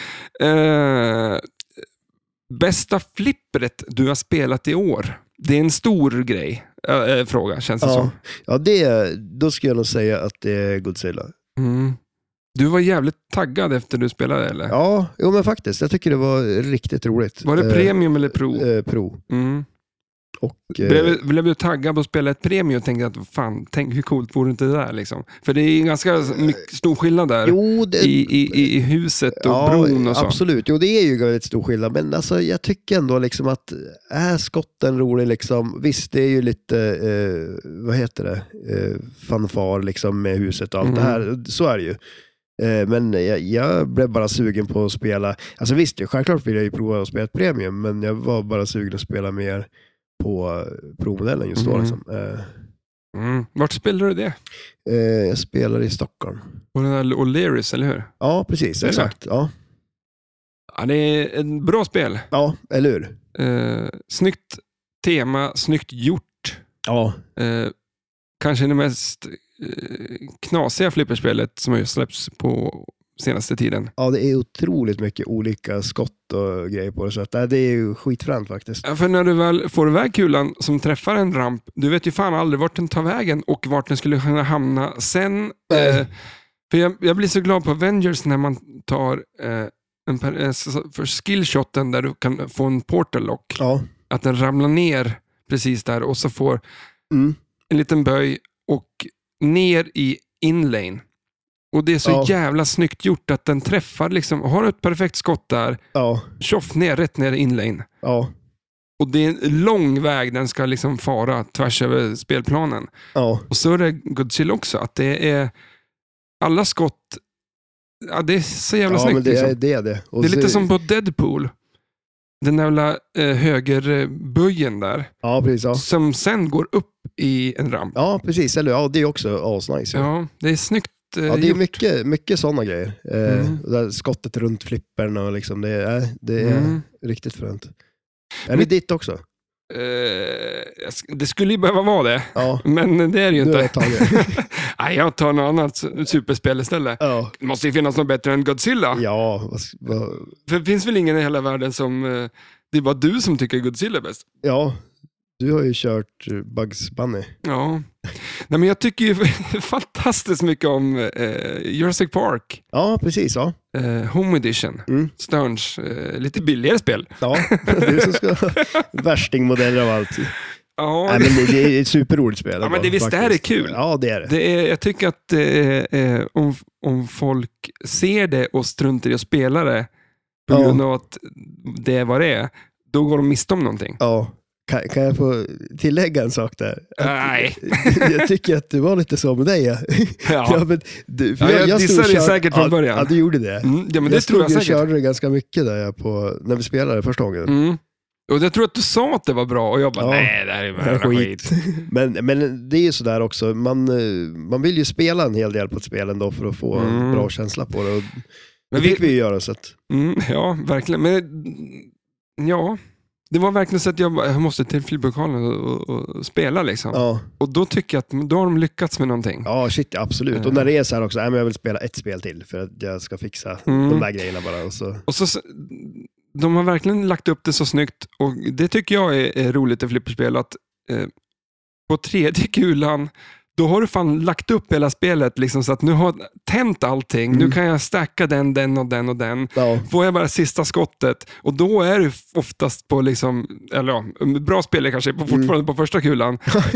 Bästa flippret du har spelat i år? Det är en stor grej. Fråga, känns det som. Ja, då skulle jag nog säga att det är Godzilla. Du var jävligt taggad efter du spelade, eller? Ja, men faktiskt. Jag tycker det var riktigt roligt. Var det premium eller pro? Pro. Och, blev du taggad på att spela ett premium och tänkte att fan, tänk hur coolt vore inte det där liksom? För det är en ganska stor skillnad där i huset och bron och så. Absolut, det är ju väldigt stor skillnad, men alltså, jag tycker ändå liksom att är skotten rolig liksom, visst det är ju lite vad heter det, fanfar liksom med huset och allt det här, så är det ju. Men jag blev bara sugen på att spela, alltså visst, självklart vill jag ju prova att spela ett premium, men jag var bara sugen att spela mer på provmodellen just då. Liksom. Vart spelar du det? Jag spelar i Stockholm. På den där O'Learys, eller hur? Ja, precis. Exakt. Ja, det är ett bra spel. Ja, eller hur? Snyggt tema, snyggt gjort. Ja. Kanske det mest knasiga flipperspelet som har just släppts på senaste tiden. Ja, det är otroligt mycket olika skott och grejer på det, så att det är ju skitfränt faktiskt. Ja, för när du väl får iväg kulan som träffar en ramp, du vet ju fan aldrig vart den tar vägen och vart den skulle kunna hamna sen. För jag blir så glad på Avengers när man tar för skillshoten där du kan få en portal lock. Ja. Att den ramlar ner precis där och så får en liten böj och ner i inlane. Och det är så jävla snyggt gjort att den träffar liksom, har ett perfekt skott där, tjoff ner, rätt ner i inlane. Ja. Och det är en lång väg den ska liksom fara tvärs över spelplanen. Ja. Och så är det Godzilla också, att det är alla skott, det är så jävla snyggt. Men det liksom. är det. Och det är lite som på Deadpool. Den jävla högerböjen där. Ja, precis. Ja. Som sen går upp i en ramp. Ja, precis. Eller det är också asnice. Ja, det är snyggt. Ja, det är mycket sådana grejer. Där skottet runt flippern och liksom, det är riktigt fränt. Är det ditt också? Det skulle ju behöva vara det. Ja. Men det är det ju inte. Nej, jag tar något annat superspel istället. Ja. Det måste ju finnas något bättre än Godzilla. Ja. För det finns väl ingen i hela världen som... Det är bara du som tycker Godzilla är bäst. Ja. Du har ju kört Bugs Bunny. Ja. Nej, men jag tycker ju fantastiskt mycket om Jurassic Park. Ja, precis. Ja. Home Edition. Sterns lite billigare spel. Ja, det är som ska värstingmodeller av allt. Ja. Nej, men det är ett superroligt spel. Ja, men det visst är det kul. Ja, det är det. Jag tycker att om folk ser det och struntar i att spela det på grund av att det är vad det är, då går de miste om någonting. Ja. Kan jag få tillägga en sak där? Nej. Jag tycker att det var lite så med dig. Ja. Men jag dissade det säkert från början. Ja, du gjorde det. Ja, men det tror jag säkert. Jag körde det ganska mycket där när vi spelade första gången. Och jag tror att du sa att det var bra och jag bara, nej, det här är bara skit. Men det är ju sådär också. Man vill ju spela en hel del på ett spel ändå för att få en bra känsla på det. Och det fick vi ju göra. Så att... ja, verkligen. Men ja... Det var verkligen så att jag måste till flipplokalen och spela liksom. Ja. Och då tycker jag att då har de lyckats med någonting. Ja, shit, absolut. Och när det är så här också, jag vill spela ett spel till för att jag ska fixa de där grejerna bara. Och så de har verkligen lagt upp det så snyggt och det tycker jag är roligt i flipperspel att på tredje kulan då har du fan lagt upp hela spelet liksom, så att nu har tänt allting. Nu kan jag stacka den och den och den. Ja. Får jag bara sista skottet. Och då är det oftast på liksom, eller ja, bra spelare kanske fortfarande på första kulan.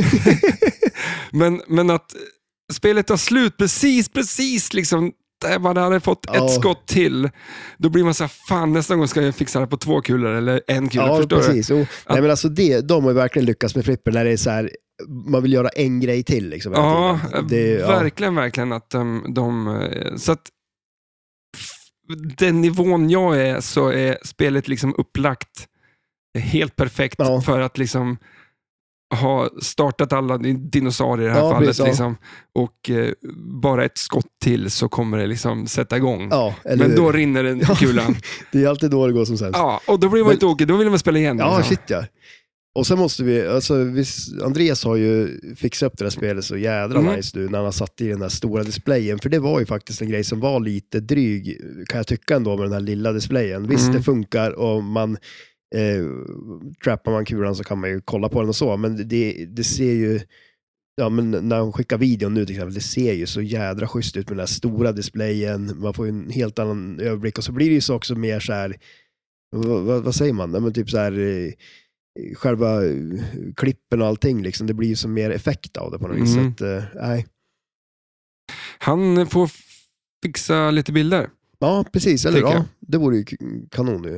men att spelet tar slut precis liksom där man hade fått ett skott till. Då blir man så här, fan nästa gång ska jag fixa det på 2 kulor eller 1 kula. Ja, förstår precis. Nej, men alltså de har ju verkligen lyckats med flipper när det är så här, man vill göra en grej till liksom. Ja, verkligen att de så att den nivån jag är så är spelet liksom upplagt helt perfekt för att liksom ha startat alla dinosaurier i det här fallet precis, liksom, och bara ett skott till så kommer det liksom sätta igång. Men då rinner den kulan. Det är alltid då det går som sämst. Ja, och då blir man inte åker, då vill man spela igen. Ja, liksom. Och sen måste vi, Andreas har ju fixat upp det där spelet så jädra nice nu när han har satt i den här stora displayen, för det var ju faktiskt en grej som var lite dryg, kan jag tycka ändå, med den här lilla displayen. Visst, det funkar och man trappar man kulan så kan man ju kolla på den och så, men det ser ju, men när de skickar videon nu till exempel, det ser ju så jädra schysst ut med den här stora displayen, man får ju en helt annan överblick och så blir det ju så också mer så här, vad säger man? Men typ så här själva klippen och allting liksom, det blir ju så mer effekt av det på något vis. Nej. Han får fixa lite bilder. Ja, precis. Eller det vore ju kanon ju.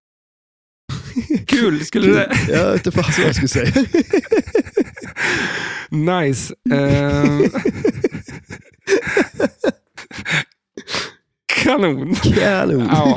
Kul, skulle du det? Jag vet inte vad jag skulle säga. Nice. Kanon. Ja.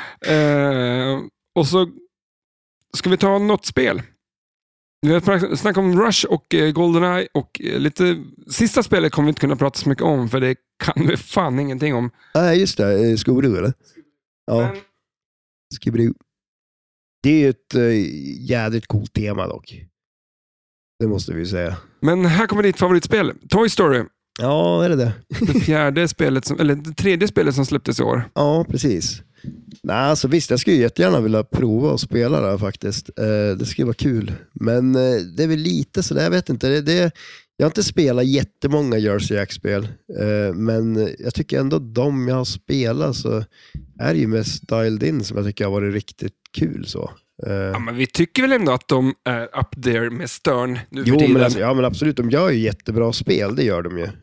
Och så ska vi ta något spel. Vi har snackat om Rush och GoldenEye och lite sista spelet kommer vi inte kunna prata så mycket om för det kan vi fan ingenting om. Nej, just det. Skobro, eller? Ja. Skobro. Det är ju ett jädrigt coolt tema dock. Det måste vi säga. Men här kommer ditt favoritspel. Toy Story. Ja, är det? Det fjärde spelet, eller det tredje spelet som släpptes i år. Ja, precis. Nej, alltså visst, jag skulle jättegärna vilja prova att spela det här, faktiskt. Det skulle vara kul. Men det är väl lite så där, jag vet inte. Jag har inte spelat jättemånga Jersey Jack-spel. Men jag tycker ändå de jag har spelat så är det ju mest dialed in som jag tycker har varit riktigt kul så. Ja, men vi tycker väl ändå att de är up there med Stern nu för tiden. Men absolut, de gör ju jättebra spel, det gör de ju.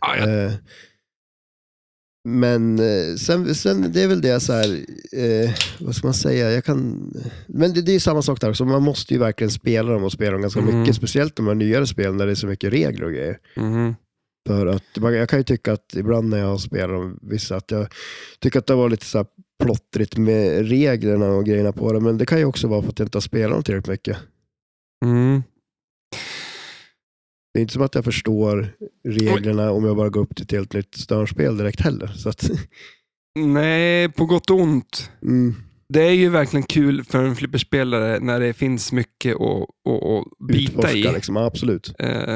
Men sen det är väl det så här, vad ska man säga, men det är ju samma sak där också, man måste ju verkligen spela dem och spela dem ganska mycket, speciellt de här nyare spelen där det är så mycket regler och grejer. För att jag kan ju tycka att ibland när jag spelar dem, vissa att jag tycker att det var lite så här plottrigt med reglerna och grejerna på det, men det kan ju också vara för att jag inte har spelat dem tillräckligt mycket. Det är inte som att jag förstår reglerna om jag bara går upp till ett helt nytt störnspel direkt heller. Så att nej, på gott och ont. Det är ju verkligen kul för en flipperspelare när det finns mycket att bita i. Liksom, absolut.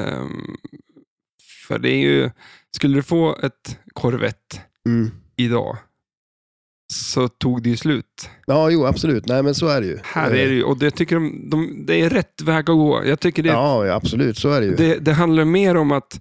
För det är ju, skulle du få ett Corvette idag så tog det ju slut. Ja, jo, absolut. Nej, men så är det ju. Här är det ju, och det tycker det är rätt väg att gå. Jag tycker det, ja, absolut, så är det ju. Det handlar mer om att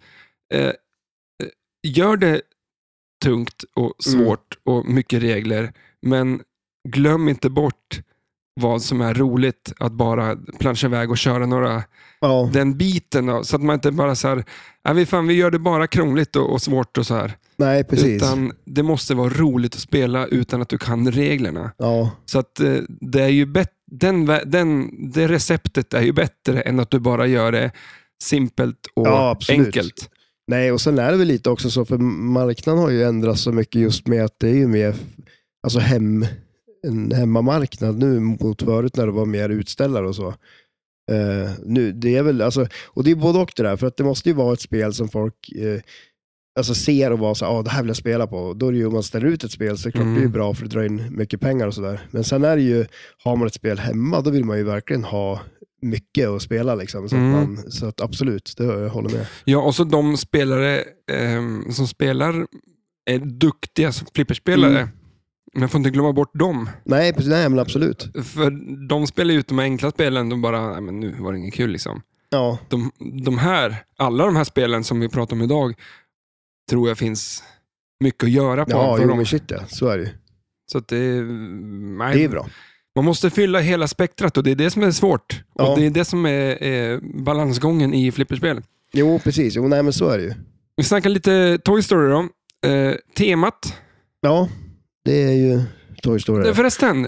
gör det tungt och svårt och mycket regler, men glöm inte bort vad som är roligt, att bara plancha iväg och köra några den biten då, så att man inte bara så här, vi gör det bara krångligt och svårt och så här. Nej, precis. Utan det måste vara roligt att spela utan att du kan reglerna. Ja. Så att det är ju det receptet är ju bättre än att du bara gör det simpelt och enkelt. Nej, och sen är det väl lite också så, för marknaden har ju ändrats så mycket just med att det är ju mer alltså en hemmamarknad nu mot förut när det var mer utställare och så. Nu, det är väl alltså, och det är både och det där, för att det måste ju vara ett spel som folk alltså ser och vara så det här vill jag spela på. Då är det ju, om man ställer ut ett spel så är det klart det är bra för att dra in mycket pengar och sådär. Men sen är det ju, har man ett spel hemma, då vill man ju verkligen ha mycket att spela liksom, så att absolut, det jag håller med. Ja, och så de spelare som spelar är duktiga som flipperspelare. Men får inte glömma bort dem. Nej, men absolut. För de spelar ut de enkla spelen, de bara, nej men nu var det inget kul liksom. Ja. Alla de här spelen som vi pratar om idag tror jag finns mycket att göra på. Ja, men shit, ja. Så är det ju. Så att det är bra. Man måste fylla hela spektrat och det är det som är svårt. Ja. Och det är det som är balansgången i flipperspel. Jo, precis. Jo, nej, men så är det ju. Vi snackar lite Toy Story då. Temat. Ja, det är ju Toy Story. Förresten,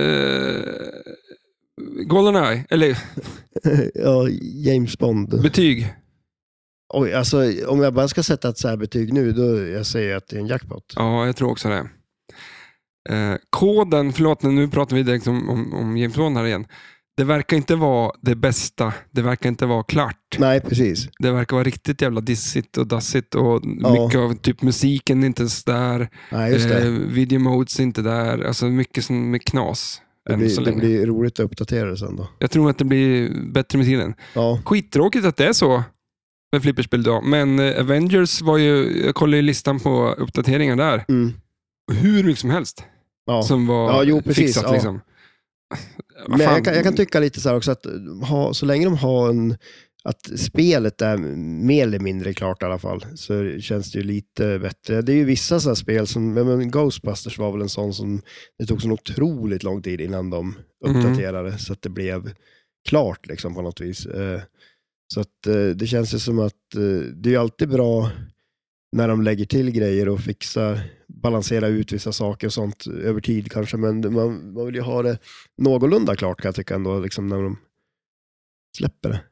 GoldenEye, eller ja, James Bond. Betyg. Oj, alltså om jag bara ska sätta ett så här betyg nu, då jag säger att det är en jackpot. Ja, jag tror också det. koden, förlåt nu pratar vi direkt om James Bond här igen. Det verkar inte vara det bästa. Det verkar inte vara klart. Nej, precis. Det verkar vara riktigt jävla dissigt och dassigt. Och mycket av typ musiken är inte ens där. Nej, just det. Video modes är inte där. Alltså mycket som med knas. Det blir roligt att uppdatera det sen då. Jag tror att det blir bättre med tiden. Ja. Skittråkigt att det är så med flipperspel idag. Men Avengers var ju, jag kollade i listan på uppdateringar där. Hur mycket som helst. Ja. Som var fixat ja. Liksom. Men jag kan tycka lite så här också att så länge de har att spelet är mer eller mindre klart i alla fall, så känns det ju lite bättre. Det är ju vissa så här spel som Ghostbusters var väl en sån som det tog så otroligt lång tid innan de uppdaterade så att det blev klart liksom på något vis. Så att det känns ju som att det är alltid bra när de lägger till grejer och balansera ut vissa saker och sånt över tid kanske, men man vill ju ha det någorlunda klart kan jag tycka ändå, liksom när de släpper det.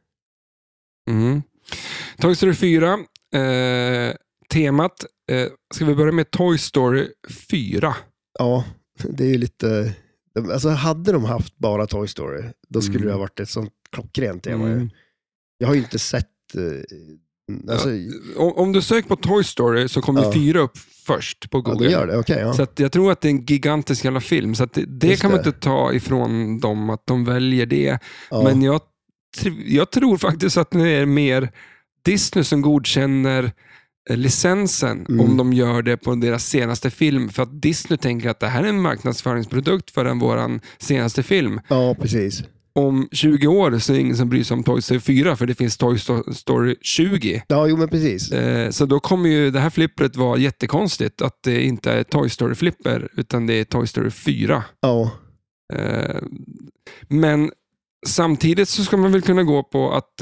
Toy Story 4 temat, ska vi börja med Toy Story 4? Ja, det är ju lite, alltså hade de haft bara Toy Story då skulle det ha varit ett sånt klockrent tema. Jag har ju inte sett alltså, om du söker på Toy Story så kommer 4 upp först på Google. Ja, det gör det. Okay, ja. Så att jag tror att det är en gigantisk jävla film. Så att det kan man inte ta ifrån dem att de väljer det. Ja. Men jag tror faktiskt att det är mer Disney som godkänner licensen om de gör det på deras senaste film. För att Disney tänker att det här är en marknadsföringsprodukt för våran senaste film. Ja, precis. Om 20 år så är det ingen som bryr sig om Toy Story 4 för det finns Toy Story 20. Ja, jo men precis. Så då kommer ju det här flippret vara jättekonstigt att det inte är Toy Story flipper utan det är Toy Story 4. Ja. Men samtidigt så ska man väl kunna gå på att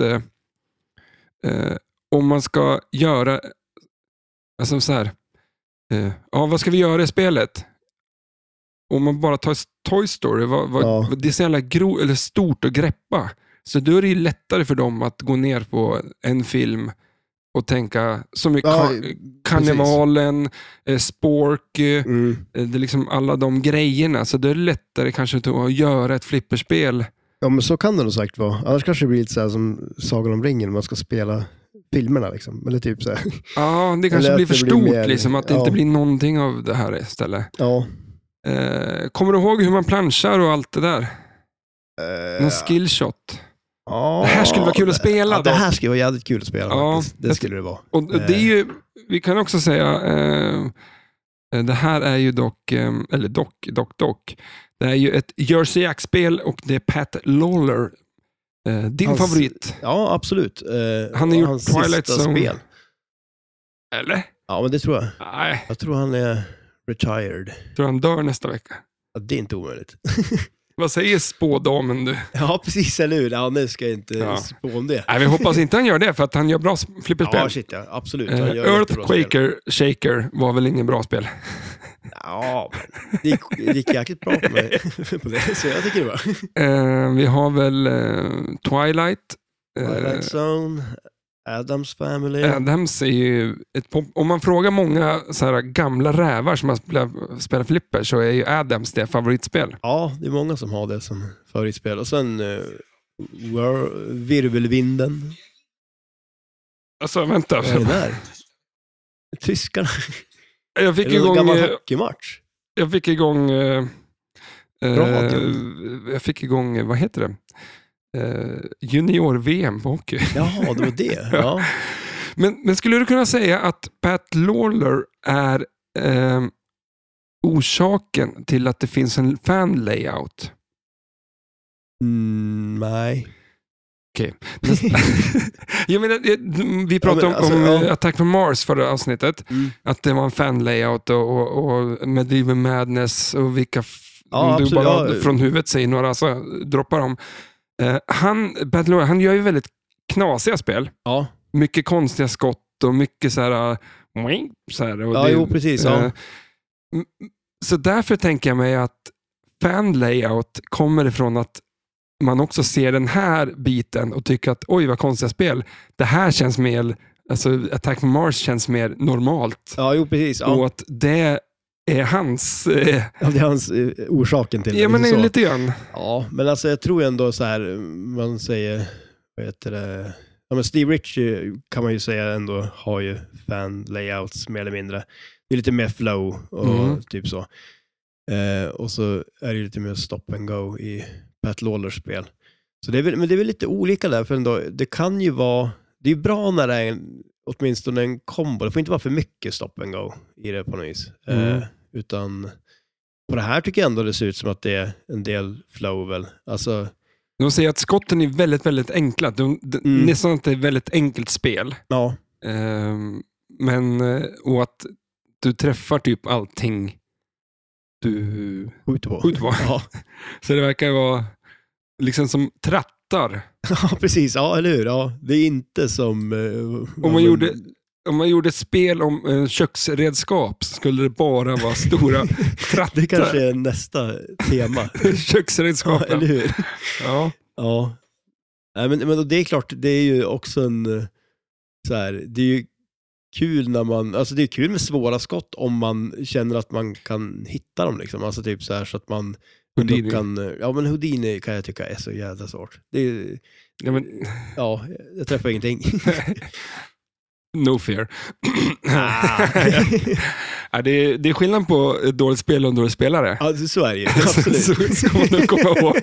om man ska göra alltså så här vad ska vi göra i spelet? Om man bara tar Toy Story, det är så jävla eller stort att greppa. Så då är det ju lättare för dem att gå ner på en film och tänka så mycket karnevalen, Spork, det är liksom alla de grejerna. Så då är det lättare kanske att göra ett flipperspel. Ja, men så kan det nog sagt vara. Annars kanske det blir lite så här som Sagan om ringen när man ska spela filmerna liksom. Eller typ så här. Ja, det kanske blir för stort liksom, att det inte blir någonting av det här istället. Ja. Kommer du ihåg hur man planchar och allt det där? Någon skillshot. Det här skulle vara kul att spela. Det här skulle vara jävligt kul att spela. Ja, det skulle det vara. Och det är ju, vi kan också säga det här är ju dock det är ju ett Jersey Jack-spel och det är Pat Lawler. Din favorit. Ja, absolut. Han har gjort Twilight Zone. Spel. Eller? Ja, men det tror jag. Nej. Jag tror han är retired. Jag tror han dör nästa vecka. Ja, det är inte omöjligt. Vad säger spådamen du? Ja, precis, eller hur? Ja, nu ska jag inte spå om det. Nej, vi hoppas inte han gör det, för att han gör bra flipperspel. Ja, shit, ja. Absolut. Earthquaker Shaker var väl ingen bra spel. Ja, men det gick jäkligt bra på mig på det, så jag tycker det var. Vi har väl Twilight Zone, Addams Family. Addams är ju om man frågar många så här gamla rävar som har spelat flipper så är ju Addams det favoritspel. Ja, det är många som har det som favoritspel. Och sen Virvelvinden. Alltså, vänta. Vad är det där? Tyskarna. Jag fick igång gammal hockeymatch. Jag fick igång, vad heter det? Junior-VM på hockey. Jaha, det var det. Ja. Men skulle du kunna säga att Pat Lawler är orsaken till att det finns en fan-layout? Nej. Okej. Jag menar, vi pratade om Attack from Mars förra avsnittet. Att det var en fan-layout och Medieval Madness och vilka du bara från huvudet säger några så droppar dem. Han gör ju väldigt knasiga spel. Ja. Mycket konstiga skott och mycket så här. Jo, precis. Ja. Så därför tänker jag mig att fan-layout kommer ifrån att man också ser den här biten och tycker att oj vad konstiga spel. Det här känns mer, alltså Attack from Mars känns mer normalt. Ja, jo, precis. Ja. Och att det är hans... Ja, det är hans orsaken till det. Ja, men det är lite grann. Ja, men alltså jag tror ändå så här, man säger, vad heter det? Ja, men Steve Ritchie kan man ju säga ändå har ju fan-layouts mer eller mindre. Det är lite mer flow och typ så. Och så är det lite mer stop and go i Pat Lawlers spel. Så det är väl, men det är väl lite olika där, för ändå, det kan ju vara, det är bra när det är åtminstone en kombo. Det får inte vara för mycket stop and go i det på något vis. Utan på det här tycker jag ändå det ser ut som att det är en del flow väl. Alltså, de säger att skotten är väldigt, väldigt enkla. Nästan att det är ett väldigt enkelt spel. Ja. Men, och att du träffar typ allting du skjuter på. Ja. Så det verkar vara liksom som trattar. Ja, precis. Ja, eller hur? Ja, det är inte som... Om man gjorde ett spel om köksredskap så skulle det bara vara stora trattar. Det kanske är nästa tema. Köksredskapen. Ja, eller hur? Ja. Ja. Nej, men det är klart, det är ju också en... Så här, det är ju kul när man... Alltså det är kul med svåra skott om man känner att man kan hitta dem liksom. Alltså typ så här så att man... Houdini. Ja, men Houdini kan jag tycka är så jävla svårt. Det är, ja, jag träffar ingenting. No fear. Det är skillnad på dåligt spel och dålig spelare. Ja, så är det ju. Absolut. Så ska man nog komma ihåg.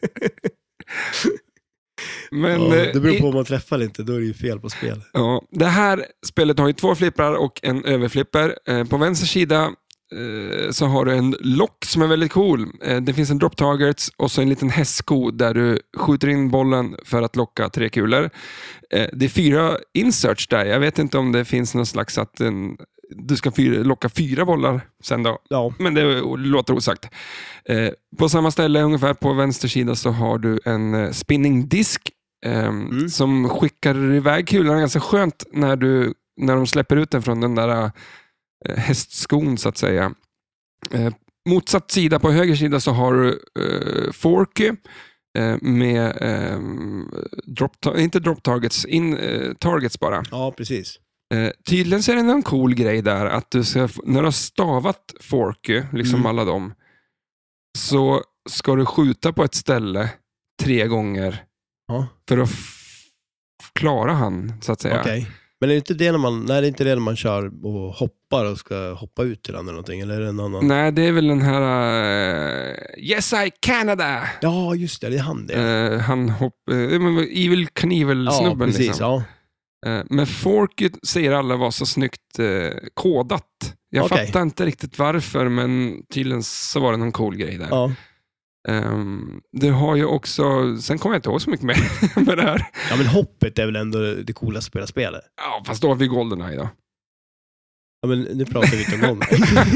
Men, det beror på om man träffar eller inte, då är det ju fel på spel. Ja, det här spelet har ju 2 flipprar och en överflipper. På vänster sida så har du en lock som är väldigt cool. Det finns en drop targets och så en liten hästsko där du skjuter in bollen för att locka 3 kulor. Det är 4 inserts där. Jag vet inte om det finns någon slags att du ska locka 4 bollar sen då. Ja. Men det låter osagt. På samma ställe ungefär på vänster sida så har du en spinning disk som skickar iväg kulorna ganska skönt när de släpper ut den från den där hästskon så att säga. Motsatt sida på höger sida så har du Forky med inte drop targets, targets bara. Ja, precis. Tydligen så är det en cool grej där att du ska, när du har stavat Forky, liksom alla dem, så ska du skjuta på ett ställe 3 gånger för att klara han, så att säga. Okay. Men är det inte det när man kör och hoppar och ska hoppa ut till den eller någonting? Eller är det en annan? Nej, det är väl den här Yes I Canada! Ja, just det är han det. Han Evil Knievel-snubben. Ja, precis, liksom. Ja. Men Forky säger alla var så snyggt kodat. Jag fattar inte riktigt varför, men tydligen så var det någon cool grej där. Ja. Det har ju också, sen kommer jag inte ihåg så mycket mer med det här. Ja, men hoppet är väl ändå det coolaste att spela spelet. Ja, fast då har vi GoldenEye då. Ja, men nu pratar vi inte om någon.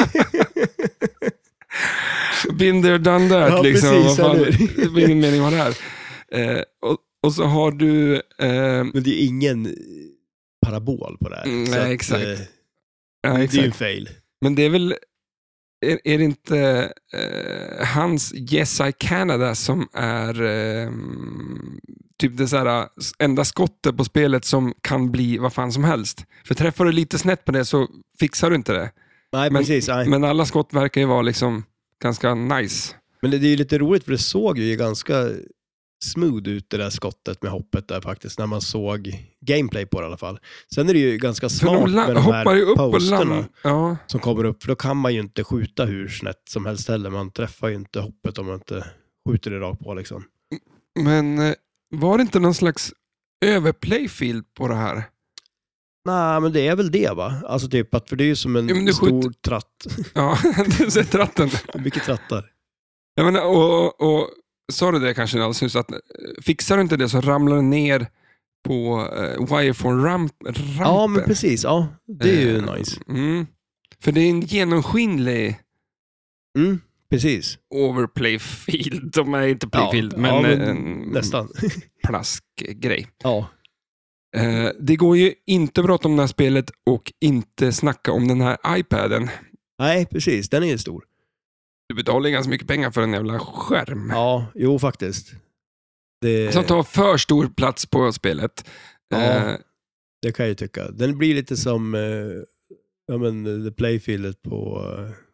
Binder done that, ja, liksom. Precis, det är ingen mening vad det är. Och så har du... Men det är ingen parabol på det här. Nej, så att, exakt. Det är ju en fail. Men det är väl... Är det inte hans Yes I Canada som är typ det så här, enda skottet på spelet som kan bli vad fan som helst? För träffar du lite snett på det så fixar du inte det. Nej, precis. Nej. Men alla skott verkar ju vara liksom ganska nice. Men det är ju lite roligt för det såg ju ganska smooth ut det där skottet med hoppet där faktiskt, när man såg gameplay på det i alla fall. Sen är det ju ganska smart med de här posterna som kommer upp, för då kan man ju inte skjuta hur snett som helst heller. Man träffar ju inte hoppet om man inte skjuter det rakt på liksom. Men var det inte någon slags överplayfield på det här? Nej, men det är väl det, va? Alltså typ att, för det är ju som en stor tratt. Ja, du ser tratten. Mycket trattar. Jag menar, och sa du det kanske alldeles nyss, att fixar du inte det så ramlar det ner på Wireform-rampen. Ja, men precis. Ja, det är ju nice. För det är en genomskinlig precis. overplayfield. De är inte playfield, men nästan plaskgrej. Ja. Det går ju inte att prata om det här spelet och inte snacka om den här iPaden. Nej, precis. Den är ju stor. Du betalar ganska mycket pengar för en jävla skärm. Ja, jo faktiskt. Som tar för stor plats på spelet. Ja, det kan jag ju tycka. Den blir lite som the playfieldet på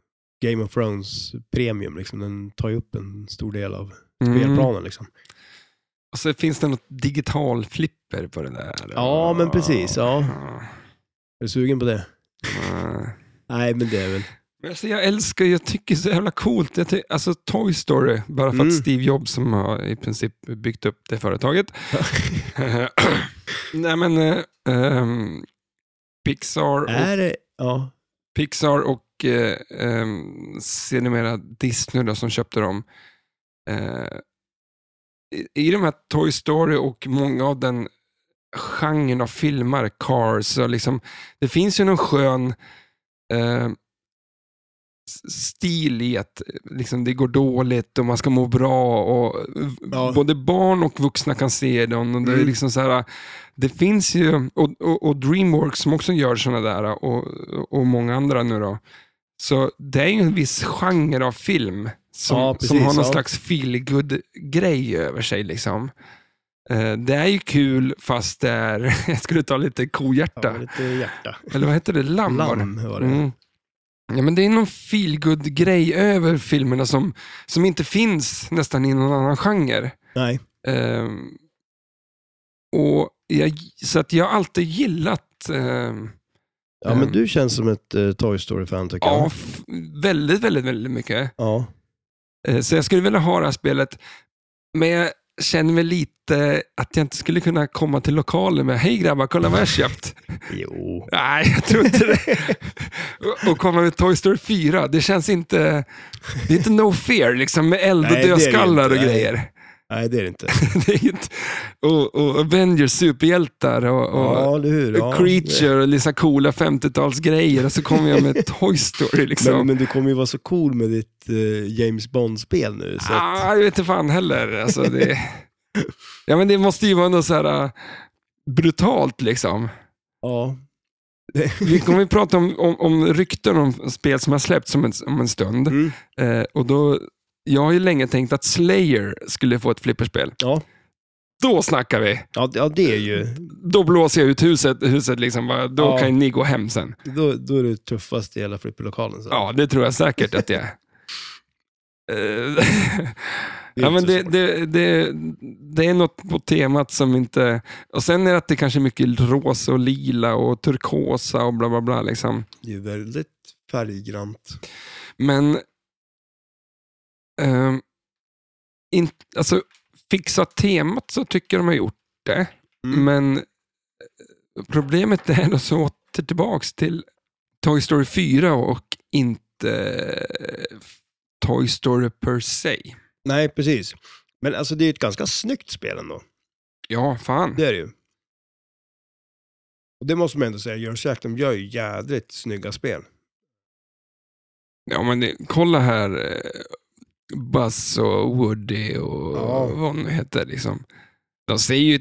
Game of Thrones premium liksom. Den tar ju upp en stor del av spelplanen liksom. Och så finns det något digital flipper på det där. Ja, men precis. Ja. Är du sugen på det? Nej, men det är väl... Alltså jag tycker så jävla coolt. Alltså Toy Story, bara för att Steve Jobs som har i princip byggt upp det företaget. Nej men Pixar och sedermera Disney då, som köpte dem. I de här Toy Story och många av den genren av filmer, Cars och liksom, det finns ju någon skön stil i att liksom, det går dåligt och man ska må bra och både barn och vuxna kan se dem och det är liksom så här, det finns ju och DreamWorks som också gör såna där och många andra nu då, så det är ju en viss genre av film som har någon slags feel-good grej över sig liksom. Det är ju kul fast det är jag skulle ta lite kohjärta. Lite hjärta. Eller vad heter det? Lamm var det. Ja, men det är någon feel-good grej över filmerna som inte finns nästan i någon annan genre. Nej. Och så att jag har alltid gillat... ja, men du känns som ett Toy Story-fan tycker jag. Ja, väldigt, väldigt, väldigt mycket. Ja. Så jag skulle vilja ha det här spelet. Men jag känner mig lite att jag inte skulle kunna komma till lokalen med hej grabbar, kolla vad jag köpt. Jo. Nej, jag tror inte det. Och komma med Toy Story 4, det känns inte... Det är inte no fear liksom, med eld och dödskallar och grejer. Nej, det är det inte. Det är inte. Och Avengers superhjältar och Creature och lite coola 50-talsgrejer och så kommer jag med Toy Story liksom. Men du kommer ju vara så cool med ditt James Bond-spel nu. Så jag vet inte fan heller. Alltså, ja, men det måste ju vara något så här brutalt liksom. Ja. Vi kommer att prata om rykten om spel som har släppts om en stund. Och då jag har ju länge tänkt att Slayer skulle få ett flipperspel. Ja. Då snackar vi. Ja, det är ju... Då blåser jag ut huset liksom. Då kan ni gå hem sen. Då är det tuffast i hela flipperlokalen. Så. Ja, det tror jag säkert att det är. Ja, men det är något på temat som inte... Och sen är det att det kanske är mycket rosa och lila och turkosa och bla bla bla liksom. Det är väldigt färggrant. Men alltså fixa temat så tycker de har gjort det. Men problemet är att så åter tillbaks till Toy Story 4 och inte Toy Story per se. Nej, precis. Men alltså det är ett ganska snyggt spel ändå. Ja, fan. Det är det ju. Och det måste man ändå säga, de gör ju jädrigt snygga spel. Ja, men kolla här Buzz och Woody och vad nu heter liksom. De ser ju...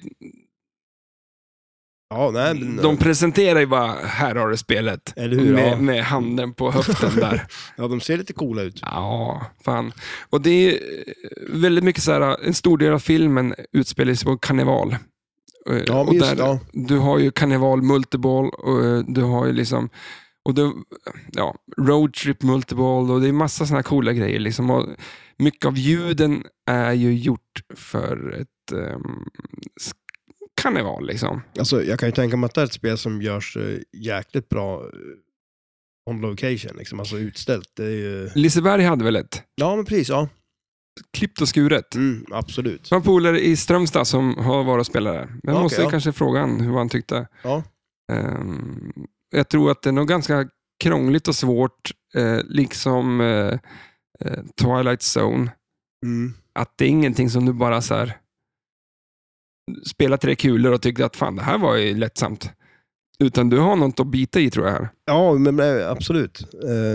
Ja, nej, men... De presenterar ju bara, här har du spelet. Eller hur? Med handen på höften där. Ja, de ser lite coola ut. Ja, fan. Och det är väldigt mycket så här, en stor del av filmen utspelar sig på karneval. Ja, och just, där, du har ju karneval multiball och du har ju liksom... Och roadtrip multiball och det är massa såna här coola grejer liksom. Och mycket av ljuden är ju gjort för ett karneval liksom. Alltså jag kan ju tänka mig att det är ett spel som görs jäkligt bra on location liksom, alltså utställt. Det är ju... Liseberg hade väl ett? Ja, men precis, ja. Klippt och skuret. Absolut. Det var en polare i Strömstad som har varit och spelat där. Men jag måste kanske fråga han hur han tyckte. Ja. Jag tror att det är nog ganska krångligt och svårt, liksom Twilight Zone. Att det är ingenting som du bara så här spelar 3 kulor och tyckte att fan, det här var ju lättsamt. Utan du har något att bita i, tror jag här. Ja, men absolut.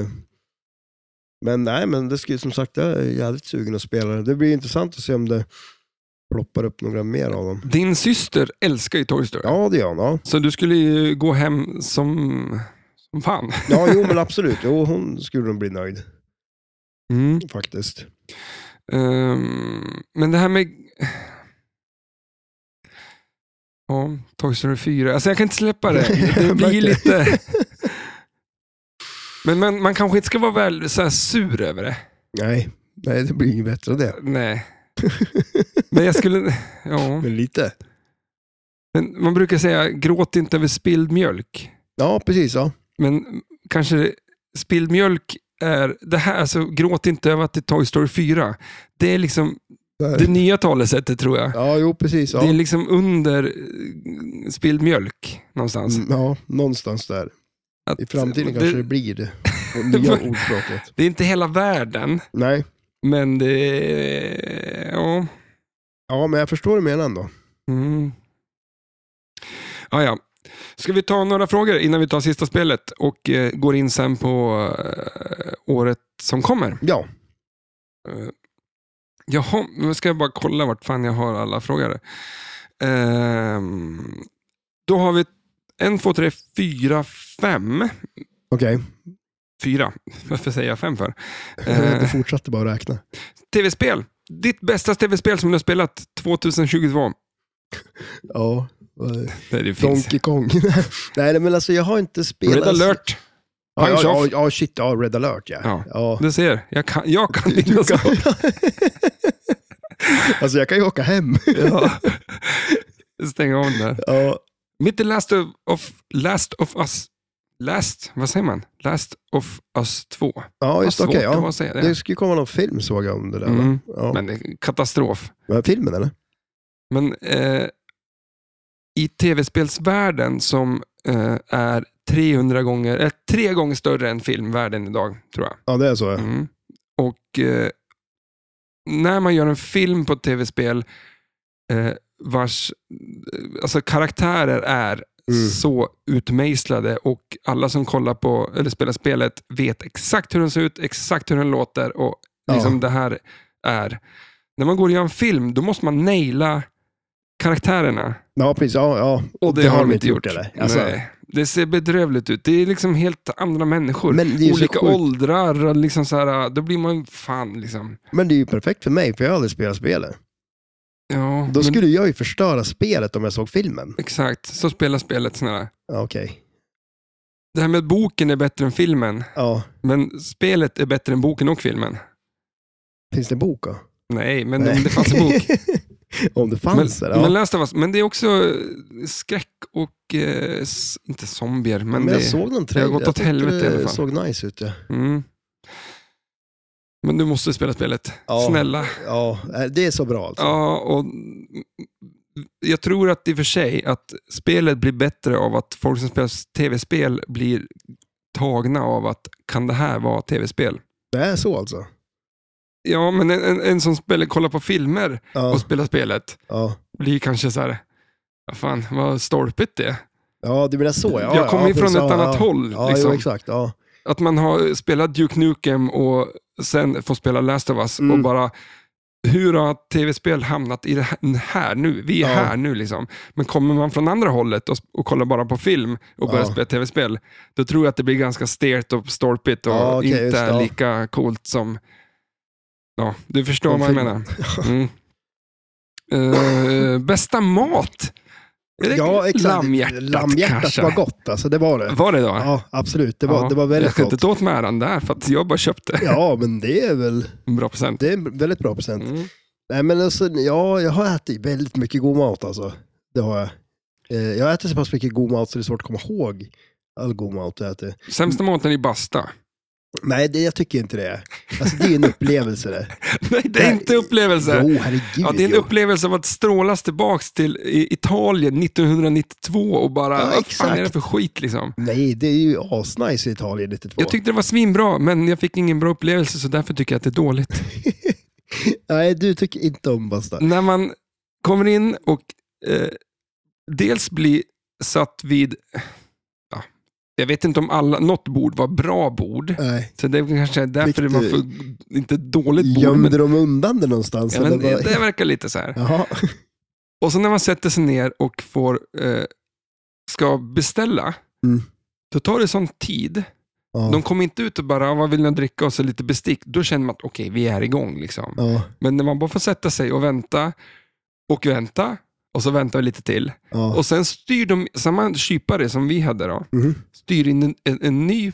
Men nej, men det skulle som sagt, jag är jävligt sugen att spela. Det blir intressant att se om det ploppar upp några mer av dem. Din syster älskar ju Toy Story. Ja, det gör hon. Ja. Så du skulle ju gå hem som fan. Ja, jo, men absolut. Jo, hon skulle nog bli nöjd. Faktiskt. Men det här med... Ja, Toy Story 4. Alltså jag kan inte släppa det. Det blir lite... Men man kanske inte ska vara väl så här sur över det. Nej, det blir inget bättre av det. Nej. Men jag skulle... Ja. Men lite. Men man brukar säga, gråt inte över spilld mjölk. Ja, precis. Ja. Men kanske spilld mjölk är... Det här, alltså, gråt inte över att det är Toy Story 4. Det är liksom... Det nya talesättet, tror jag. Ja, jo, precis. Ja. Det är liksom under spilld mjölk någonstans. Ja, någonstans där. I framtiden kanske det blir det nya ordspråket. Det är inte hela världen. Nej. Men det är... Ja. Ja, men jag förstår det menar ändå. Mm. Ja. Ska vi ta några frågor innan vi tar sista spelet och går in sen på året som kommer? Ja. Jaha, nu ska jag bara kolla vart fan jag har alla frågor. Då har vi 1, 2, 3, 4, 5. Okej. 4. Varför säger jag 5 för? Jag fortsatte bara räkna. TV-spel. Ditt bästa TV-spel som du har spelat 2022? Ja. Det finns. Donkey Kong. Nej, men alltså jag har inte spelat... Red Alert. Ja, shit, ja, Red Alert, ja. Du ser, jag kan inte så. Alltså jag kan ju åka hem. Ja. Stänga om där. Ja. Mitt i Last of Us 2. Ja, just okej. Ja. Det skulle komma någon film såg jag om det där. Ja. Men det är katastrof. Vad är filmen eller? Men i tv-spelsvärlden som är 3 gånger större än filmvärlden idag, tror jag. Ja, det är så. Ja. Och när man gör en film på tv-spel vars alltså karaktärer är så utmejslade och alla som kollar på eller spelar spelet vet exakt hur den ser ut, exakt hur den låter och liksom det här är. När man går och gör en film, då måste man naila karaktärerna. Ja, precis. Ja. Och det har de inte gjort. Eller? Alltså... Nej. Det ser bedrövligt ut. Det är liksom helt andra människor. Olika åldrar. Liksom så här, då blir man fan liksom. Men det är ju perfekt för mig, för jag har aldrig spelat spelet. Ja, då skulle jag ju förstöra spelet om jag såg filmen. Exakt, så spelar spelet snälla. Ja, okej. Det här med boken är bättre än filmen. Ja. Men spelet är bättre än boken och filmen. Finns det en bok då? Nej, men om det fanns en bok. Om det fanns det, ja. Men Last of Us, men det är också skräck och inte zombier, men jag såg någon trailer. Det har gått åt helvete i alla fall. Det såg nice ut, ja. Men du måste spela spelet. Ja, snälla. Ja, det är så bra alltså. Ja, och jag tror att i och för sig att spelet blir bättre av att folk som spelar tv-spel blir tagna av att kan det här vara tv-spel? Det är så alltså? Ja, men en som kollar på filmer och spelar spelet blir kanske så här, vad stolpigt det är. Ja, du menar så. Ja, jag kommer ifrån ett annat håll. Ja, liksom. Exakt. Ja. Att man har spelat Duke Nukem och sen får spela Last of Us och bara, hur har tv-spel hamnat i det här nu? Vi är här nu liksom. Men kommer man från andra hållet och kollar bara på film och börjar spela tv-spel, då tror jag att det blir ganska stelt och stolpigt och inte är lika coolt som... Ja, du förstår vad jag menar. Bästa mat? Ja, exakt. Lammhjärtat var gott, alltså det var det. Var det då? Ja, absolut. Det var väldigt gott. Jag ska inte ta åt med äran där, för att jag bara köpte. Ja, men det är väl... En bra procent. Det är en väldigt bra procent. Nej, men alltså, jag har ätit väldigt mycket god mat, alltså. Det har jag. Jag har ätit så pass mycket god mat så det är svårt att komma ihåg all god mat jag äter. Sämsta maten i basta? Nej, jag tycker inte det. Alltså, det är en upplevelse det. Nej, det är inte upplevelse. Jo, herregud. Ja, det är en upplevelse av att strålas tillbaks till Italien 1992 och bara, vad fan är det för skit liksom? Nej, det är ju asnice i Italien 92. Jag tyckte det var svinbra, men jag fick ingen bra upplevelse, så därför tycker jag att det är dåligt. Nej, du tycker inte om basta. När man kommer in och dels blir satt vid... Jag vet inte om något bord var bra bord. Nej. Så det är kanske därför det var inte dåligt bord. Gömde de undan det någonstans? Ja, men det verkar lite så här. Jaha. Och så när man sätter sig ner och ska beställa, då tar det sån tid. Ja. De kommer inte ut och bara, vad vill ni dricka och så lite bestick. Då känner man att okej, vi är igång liksom. Ja. Men när man bara får sätta sig och vänta och så väntar vi lite till. Ja. Och sen styr de, samma kypare som vi hade då, styr in en ny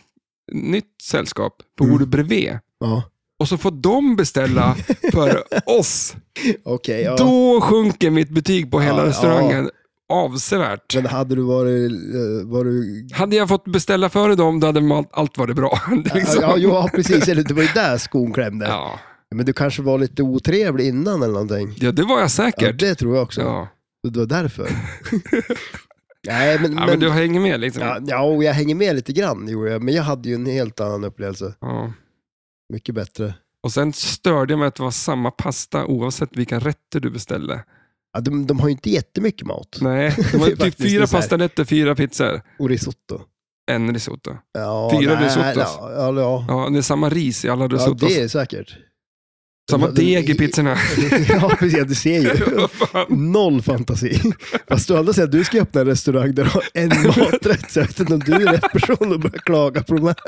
nytt sällskap på bordet bredvid. Ja. Och så får de beställa för oss. Okay, ja. Då sjunker mitt betyg på hela restaurangen avsevärt. Men hade du varit... Hade jag fått beställa före dem, då hade allt varit bra. Liksom. Ja, precis. Eller det var ju där skon klämde. Ja. Men du kanske var lite otrevlig innan eller någonting. Ja, det var jag säkert. Ja, det tror jag också. Ja. Det var därför. Nej, men du hänger med liksom. Ja, och jag hänger med lite grann, gjorde jag. Men jag hade ju en helt annan upplevelse. Ja. Mycket bättre. Och sen störde jag mig att det var samma pasta oavsett vilka rätter du beställde. Ja, de har ju inte jättemycket mat. Nej, de har typ 4 pastarätter, 4 pizzor. Och risotto. En risotto. Ja, 4 risottos. Ja, det är samma ris i alla risottos. Ja, det är säkert. Samma deg i pizzorna. Ja, precis. Du ser ju. Noll fantasi. Fast du ändå säger att du ska öppna en restaurang där du har en maträtt. Så jag vet inte om du är rätt person att börja klaga på de här.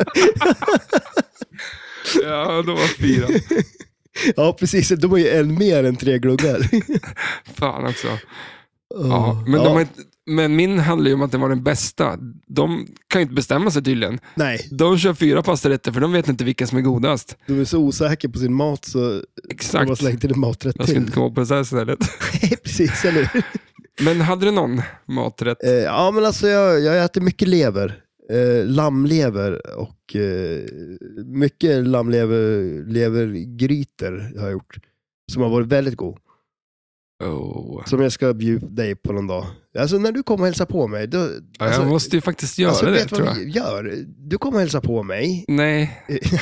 Ja, de var 4. Ja, precis. De har ju en mer än 3 gluggar. Fan också. Ja, men, men min handlar ju om att det var den bästa. De kan ju inte bestämma sig tydligen. Nej. De kör 4 pastarätter för de vet inte vilka som är godast. De är så osäkra på sin mat så de har slängt till en maträtt till. Jag ska inte komma på det här stället. Nej, precis, eller hur? Men hade du någon maträtt? Ja, men alltså jag äter mycket lever. Lammlever och mycket lammlevergrytor har jag gjort. Som har varit väldigt god. Som jag ska bjuda dig på någon dag. Alltså när du kommer och hälsa på mig då, jag måste ju faktiskt göra det, tror jag. Du kommer och hälsa på mig. Nej.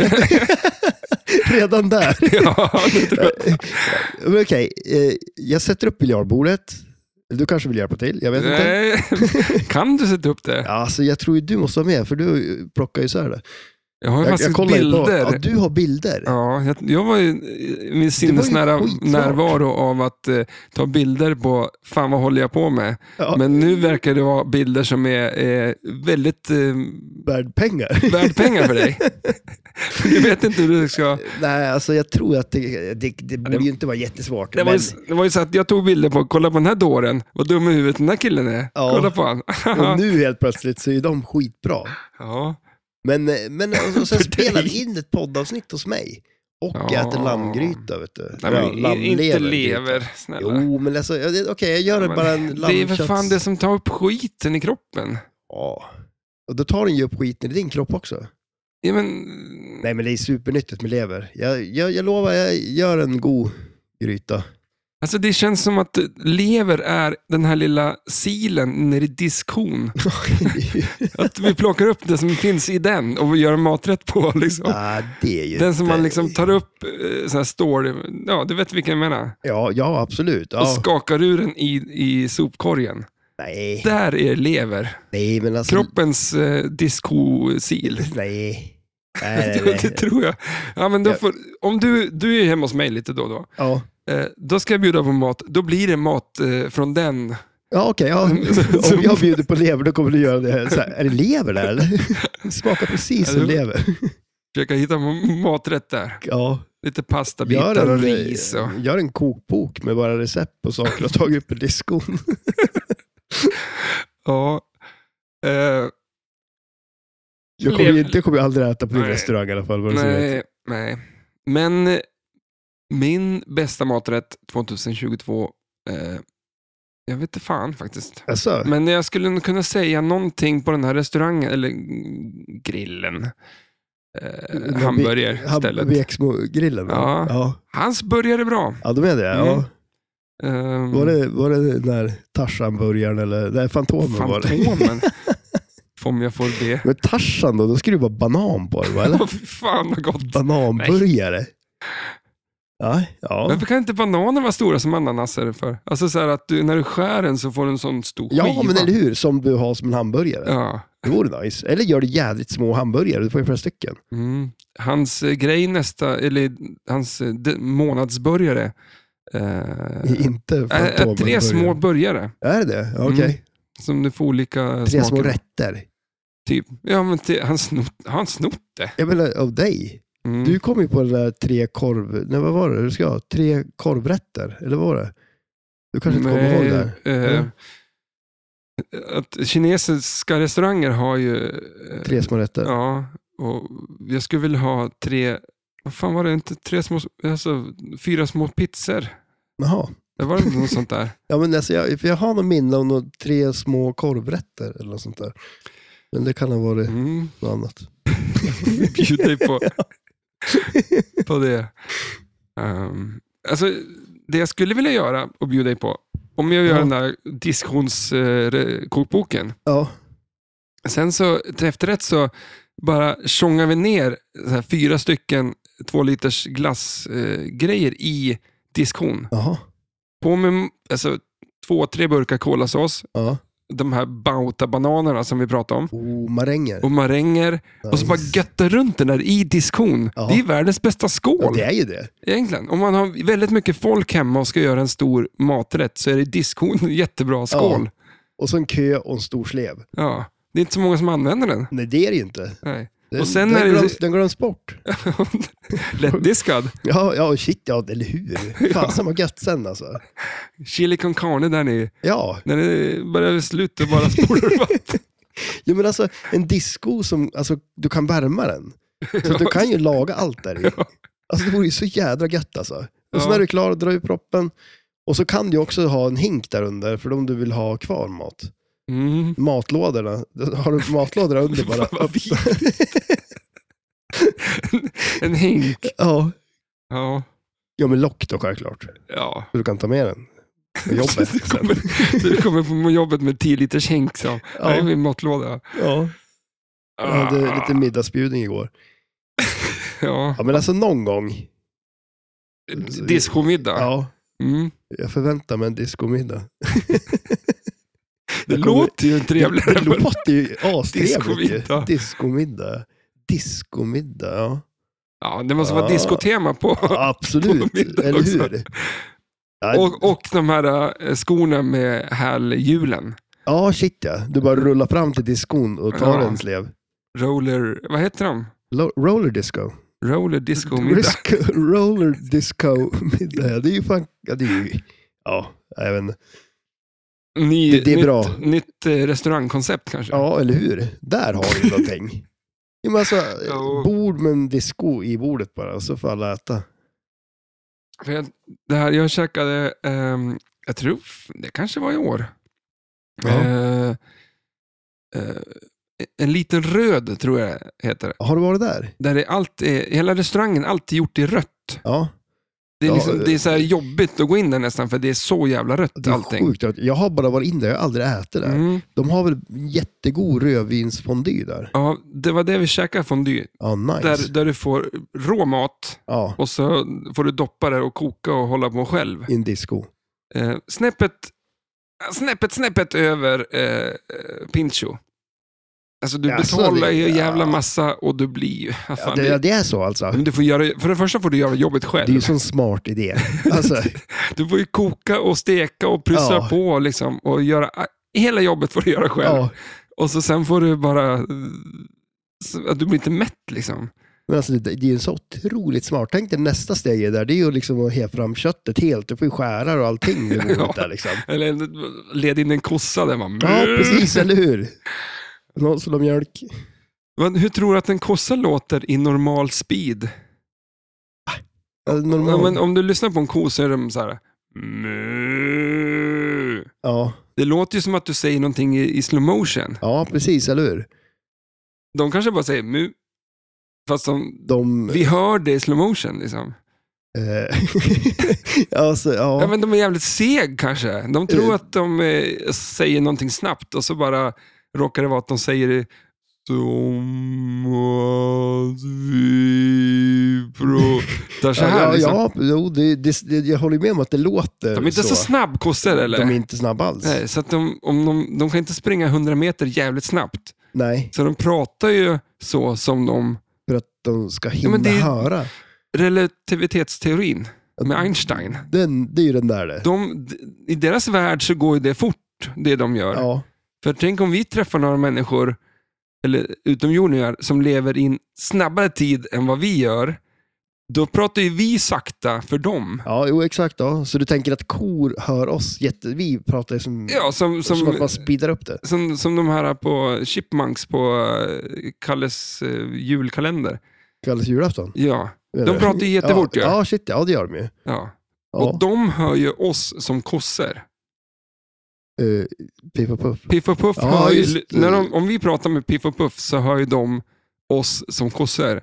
Redan där. Ja, det tror jag. Okej, jag sätter upp biljardbordet. Du kanske vill hjälpa till, jag vet inte. Kan du sätta upp det? Ja, alltså, jag tror ju du måste vara med, för du plockar ju så här det. Jag har ju faktiskt bilder. Ja, du har bilder. Ja, jag var ju min sinnesnära närvaro av att ta bilder på fan vad håller jag på med. Ja. Men nu verkar det vara bilder som är väldigt värd pengar för dig. Du vet inte hur du ska... Nej, alltså jag tror att det borde ju inte vara jättesvårt. Det var ju så att jag tog bilder på, kolla på den här dåren, vad dum i huvudet den här killen är. Ja. Kolla på han. Och nu helt plötsligt så är de skitbra. Ja. Men och sen spelade in ett poddavsnitt hos mig. Och äter lammgryta, vet du. Nej, inte lever, snälla. Jo, men alltså, okej, jag gör bara en lammkötts... Det är för fan det som tar upp skiten i kroppen. Ja. Och då tar den ju upp skiten i din kropp också. Ja, men... Nej, men det är supernyttigt med lever. Jag lovar, jag gör en god gryta. Alltså det känns som att lever är den här lilla silen nere i diskhon. Att vi plockar upp det som finns i den och gör en maträtt på. Liksom. Det är ju den som man liksom tar upp så här står. Ja, du vet vilken jag menar. Ja, absolut. Ja. Och skakar ur den i sopkorgen. Nej. Där är lever. Nej, men alltså... Kroppens diskosil. Nej. Det tror jag. Ja, men då får, om du är hemma hos mig lite då. Ja. Då ska jag bjuda på mat. Då blir det mat från den. Ja, okej. Ja. Om jag bjuder på lever, då kommer du göra det. Så här, är det lever där eller? Smakar precis som lever. Försöka hitta maträtt där. Ja. Lite pastabitar och ris. Gör en kokbok med bara recept på saker och tagit upp i diskon. Ja. Jag kommer aldrig äta på din restaurang i alla fall. Nej. Men min bästa maträtt 2022, jag vet inte fan faktiskt. Alltså. Men jag skulle kunna säga någonting på den här restaurangen, eller grillen. Hamburgerstället. Bexmo-grillen. Ja. Hans burgare är bra. Ja, de är det. Ja. Var det den där Tarzan-burgaren eller nej, Fantomen? Om jag får det. Men Tarzan då ska det vara banan på det, eller? Fan vad gott. Bananburgare. Ja. Varför kan inte bananer vara stora som ananaser för? Alltså så här att när du skär den så får du en sån stor skiva. Ja, men eller hur? Som du har som en hamburgare. Ja. Det vore nice. Eller gör det jävligt små hamburgare. Du får ju flera stycken. Hans grej hans månadsburgare. Inte 3 små burgare. Är det? Okej. Som du får olika 3 små rätter. Typ. Ja, men han snott det. Jag menar, av dig. Du kom ju på den där 3 korv... Nej, vad var det? Du ska ha 3 korvrätter. Eller vad var det? Du kanske inte kommer ihåg där. Att kinesiska restauranger har ju... 3 små rätter. Ja. Och jag skulle vilja ha 3... Vad fan var det? Inte 4 små pizzor. Jaha. Det var något sånt där. Ja, men alltså, jag har någon minne om 3 små korvrätter eller något sånt där. Men det kan ha varit något annat. Bjud dig på det. Alltså, det jag skulle vilja göra och bjuda dig på, om jag gör den där diskonskokboken. Ja. Sen så till efterrätt så bara tjongar vi ner så här 4 stycken 2 liters glassgrejer i diskon. Jaha. På med 2-3 burkar kolasås. Ja. De här Bauta-bananerna som vi pratade om. Maränger. Nice. Och så bara götta runt den där i diskon. Ja. Det är världens bästa skål. Ja, det är ju det. Egentligen. Om man har väldigt mycket folk hemma och ska göra en stor maträtt så är det diskon jättebra skål. Ja. Och så en kö och en stor slev. Ja. Det är inte så många som använder den. Nej, det är det ju inte. Nej. Och sen den glöms bort. Lättdiskad. Ja, shit, ja, eller hur? Fasen vad gött sen alltså. Chili con carne där ni. Ja. När det börjar sluta bara spolar vatten. Ja, men alltså en disco som, alltså du kan värma den. Så du kan ju laga allt där i. Alltså det vore ju så jädra gött alltså. Och så när du är klar, drar du proppen. Och så kan du också ha en hink där under för om du vill ha kvar mat. Matlådorna. Har du matlådorna under bara? En hink. Ja. Ja, men lock då självklart. Ja. Så du kan ta med den på jobbet. du kommer på jobbet med 10 liters hink så. Ja. Det är min matlåda. Ja. Jag hade lite middagsbjudning igår. Ja, men alltså någon gång. Diskomiddag. Ja. Jag förväntar mig en diskomiddag. Det låter ju trevligare. Det låter ju astrevligt. Diskomiddag, ja. Ja, det måste vara diskotema på. Ja, absolut, på eller hur? Ja. Och de här skorna med hälhjulen. Ja, shit ja. Du bara rullar fram till diskon och tar en slev. Roller, vad heter de? Roller disco. Roller disco middag. Roller disco middag. Det är ju fan... Ja, det är ju... Ja, jag vet inte. Det är bra. Nytt restaurangkoncept kanske. Ja, eller hur? Där har du någonting. Men alltså, bord med en disco i bordet bara, så får alla äta. Jag käkade, jag tror det kanske var i år. En liten röd tror jag heter det. Har du varit där? Där är hela restaurangen alltid gjort i rött. Ja. Det är, liksom, det är så här jobbigt att gå in där nästan för det är så jävla rött det är allting. Sjukt. Jag har bara varit in där, jag har aldrig ätit där. De har väl jättegod rödvinsfondy där. Ja, det var det vi käkade fondy. Ja, nice. Där du får rå mat och så får du doppa det och koka och hålla på själv. I en disco. Snäppet över Pincho. Alltså du betalar ju jävla massa och du blir ju... det är så alltså. Men du får göra, för det första får du göra jobbet själv. Det är ju en smart idé. Alltså. Du får ju koka och steka och pressa på liksom, och göra... Hela jobbet får du göra själv. Ja. Och så sen får du bara... Du blir inte mätt liksom. Men alltså det är ju så otroligt smart. Tänk dig nästa steg där, det är ju liksom att häva fram köttet helt. Du får ju skära och allting där liksom. Eller led in en kossa där man... Ja, precis, eller hur? Någon som har mjölk. Hur tror du att en kossa låter i normal speed? Normal. Men om du lyssnar på en ko så är de så här... Ja. Det låter ju som att du säger någonting i slow motion. Ja, precis, eller hur? De kanske bara säger mu. Fast vi hör det i slow motion liksom. Alltså, ja, men de är jävligt seg kanske. De tror att de säger någonting snabbt och så bara råkar det vara att de säger det som att vi pratar så här. Jag håller med om att det låter. De är inte så snabb kossor eller? De är inte snabba alls. Nej, så att de kan inte springa 100 meter jävligt snabbt. Nej. Så de pratar ju så som de... För att de ska hinna höra. Relativitetsteorin med Einstein. Det är ju den där det. I deras värld så går det fort, det de gör. Ja. För tänk om vi träffar några människor eller utomjordingar som lever i en snabbare tid än vad vi gör. då pratar ju vi sakta för dem. Ja, jo, exakt. Ja. Så du tänker att kor hör oss vi pratar som att man speedar upp det. Som de här på Chipmunks på Kalles julkalender. Kalles julafton? Ja, de pratar ju jättefort. Ja, shit, ja, det gör de ju. Ja. Och de hör ju oss som kossor. Piff och Puff. Piff och Puff hör ju, om vi pratar med Piff och Puff så hör ju de oss som kossor.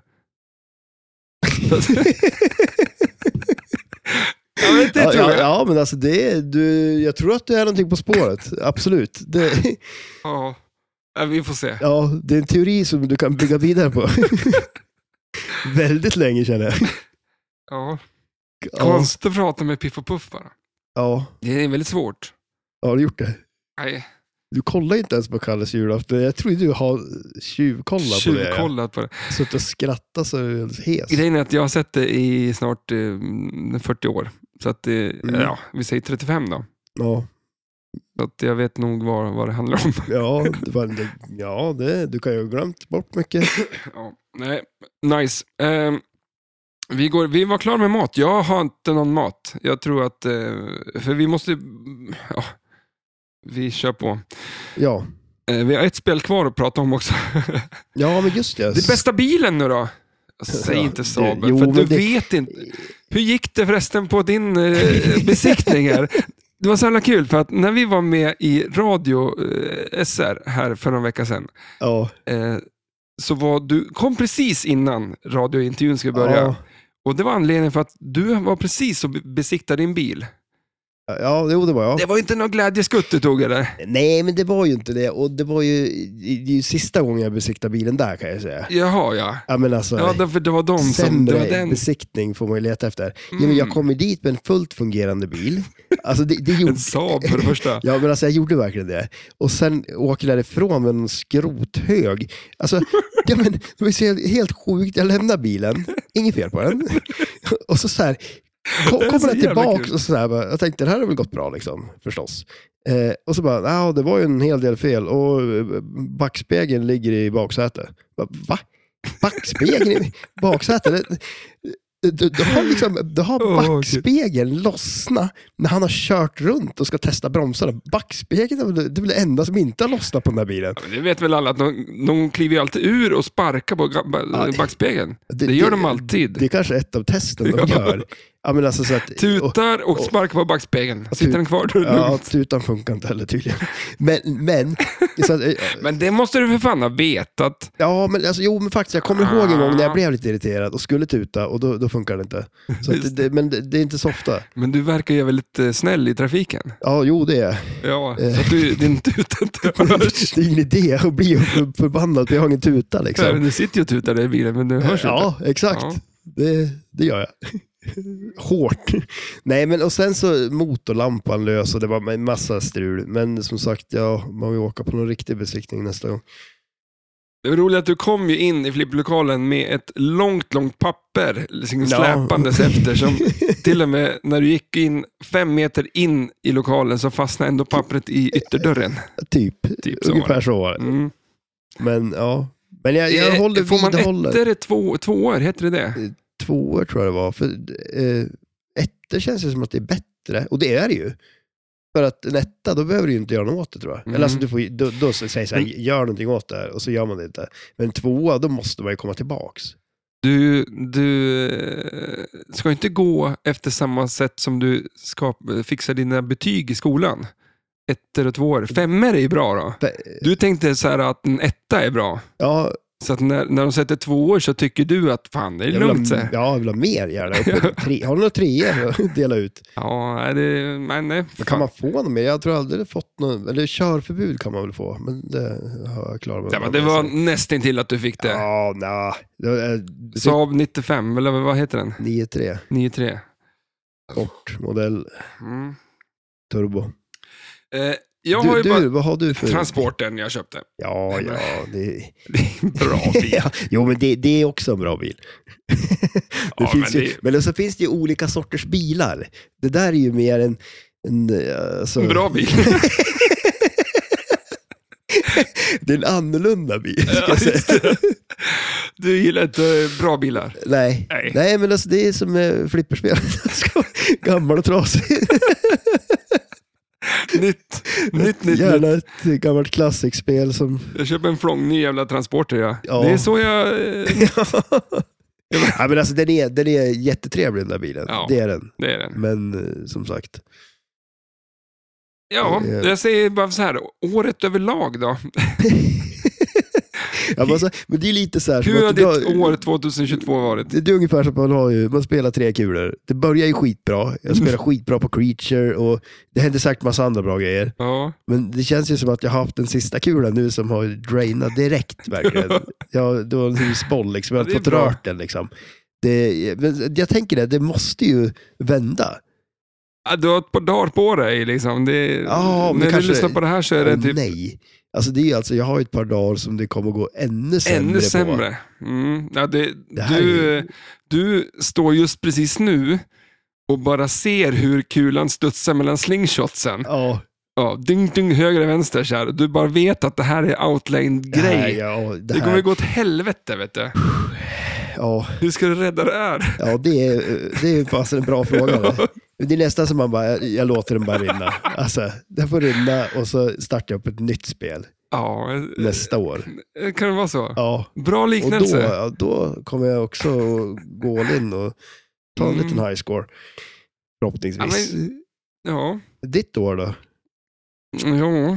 Jag vet inte, tror jag. Ja, men alltså jag tror att du är någonting på spåret. Absolut. Ja, vi får se. Ja, det är en teori som du kan bygga vidare på. Väldigt länge, känner jag. Ja. Konstigt att prata med Piff och Puff bara. Ja. Det är väldigt svårt. Ja, har du gjort det? Nej. Du kollar inte ens på Kalles julafton. Jag tror du har tjuvkollat på det. Suttit och skrattat så hes. Grejen är att jag har sett det i snart 40 år. Så att ja, vi säger 35 då. Ja. Så att jag vet nog vad det handlar om. Ja, du kan ju ha glömt bort mycket. Ja, nej, nice. Vi var klara med mat. Jag har inte någon mat. Jag tror att för vi måste vi kör på. Ja. Vi har ett spel kvar att prata om också. Ja, men just det. Det bästa bilen nu då? Säg inte Saab, för du vet inte. Hur gick det förresten på din besiktning här? Det var så jävla kul för att när vi var med i Radio SR här för några veckor sedan. Ja. Så du kom precis innan radiointervjun skulle börja. Ja. Och det var anledningen för att du var precis och besiktade din bil. Ja, det var jag. Det var inte någon glädjeskutt du tog, eller? Nej, men det var ju inte det. Och det var ju sista gången jag besiktade bilen där, kan jag säga. Jaha, ja. Ja, men alltså, för det var de sämre som... Det var den besiktning får man ju leta efter. Ja, men jag kom ju dit med en fullt fungerande bil. Alltså, det gjorde... En Saab för det första. Ja, men alltså, jag gjorde verkligen det. Och sen åker jag därifrån med en skrothög. Alltså, ja, men, det var så helt sjukt. Jag lämnar bilen. Inget fel på den. Och så här... Kommer den tillbaka och sådär, jag tänkte det här har väl gått bra liksom, förstås. Och så bara, det var ju en hel del fel och backspegeln ligger i baksätet. Va? Backspegeln i baksätet? Du har backspegeln lossna när han har kört runt och ska testa bromsarna. Backspegeln, det är väl det enda som inte har lossnat på den här bilen. Ja, det vet väl alla att de kliver ju alltid ur och sparkar på backspegeln. Det gör de alltid. Det är kanske ett av testen de gör. Ja, men alltså så att, tutar och sparkar på backspegeln. Sitter den kvar? Ja, tutan funkar inte heller tydligen. Men, så att, men det måste du för fan ha vetat. Ja, men alltså, men faktiskt, jag kommer ihåg en gång när jag blev lite irriterad och skulle tuta och då funkar det inte. Så att, men det är inte så ofta. Men du verkar ju väldigt snäll i trafiken. Ja, jo det är. Ja, så att din tuta inte hörs. Det är ingen idé att bli förbannad för jag har ingen tuta liksom. Ja, du sitter ju och tutar där i bilen men du hörs inte. Ja, exakt. Ja. Det gör jag. Hårt. Nej, men och sen så motorlampan lös och det var en massa strul. Men som sagt, man vill åka på någon riktig besiktning nästa gång. Det var roligt att du kom ju in i flipplokalen med ett långt papper liksom släpandes efter som till och med när du gick in 5 meter in i lokalen så fastnade ändå pappret i ytterdörren. Typ ungefär så var det. Mm. Men ja, men jag håller får man ettor 2 år, heter det? 2 år tror jag det var. För ettor känns det som att det är bättre. Och det är det ju. För att en etta, då behöver du ju inte göra något åt det tror jag. Eller alltså, då säger så här, gör någonting åt det här. Och så gör man det inte. Men 2, då måste man ju komma tillbaks. Du ska inte gå efter samma sätt som du ska fixa dina betyg i skolan. 1 och 2 år. 5 är ju bra då. Du tänkte så här att en 1 är bra. Ja. Så att när de sätter 2 år så tycker du att fan, det är lugnt. Jag vill ha mer gärna. Har du några 3 att dela ut? Ja, nej. Kan man få något mer? Jag tror aldrig fått något. Eller körförbud kan man väl få. Men det har jag klarat med. Ja, men det var nästan till att du fick det. Ja, nej. Saab 95, eller vad heter den? 9.3. Sportmodell. Turbo. Jag har ju bara vad har du för transporten jag köpte? Ja, det är en bra bil. Ja, jo, men det är också en bra bil. Men så finns det ju olika sorters bilar. Det där är ju mer en bra bil. Det är en annorlunda bil, ska jag säga. Du gillar inte bra bilar? Nej, men alltså, det är som flipperspel. Gammal och trasig. Nytt. Gärna ett gammalt klassikspel som... Jag köper en flång ny jävla transporter, ja. Det är så jag... Ja, men alltså, den är jättetrevlig, den där bilen. Ja, det är den. Men som sagt... Ja, jag säger bara så här. Året överlag då? Men det är lite så här... Hur har ditt år 2022 varit? Det är ungefär som man spelar 3 kulor. Det börjar ju skitbra. Jag spelar skitbra på Creature och det händer säkert massa andra bra grejer. Ja. Men det känns ju som att jag har haft den sista kulan nu som har drainat direkt verkligen. Det var en husboll liksom. Jag har fått rört den liksom. Jag tänker det måste ju vända. Ja, du har ett par dagar på dig liksom. När du lyssnar på det här så är det typ... Nej. Alltså det är alltså, jag har ett par dagar som det kommer gå ännu sämre på. Ja, du står just precis nu och bara ser hur kulan studsar mellan slingshotsen. Ja. Ja, ding, höger och vänster så här. Du bara vet att det här är outline-grej. Det kommer gå åt helvete, vet du. Ja. Hur ska du rädda det här? Ja, det är fast en bra fråga. Det är nästan som man bara, jag låter den bara rinna. Alltså, den får rinna och så startar jag upp ett nytt spel. Ja, nästa år. Kan det vara så? Ja. Bra liknelse. Och då kommer jag också gå all in och ta en liten high score. Förhoppningsvis. Ja. Ditt år då? Ja.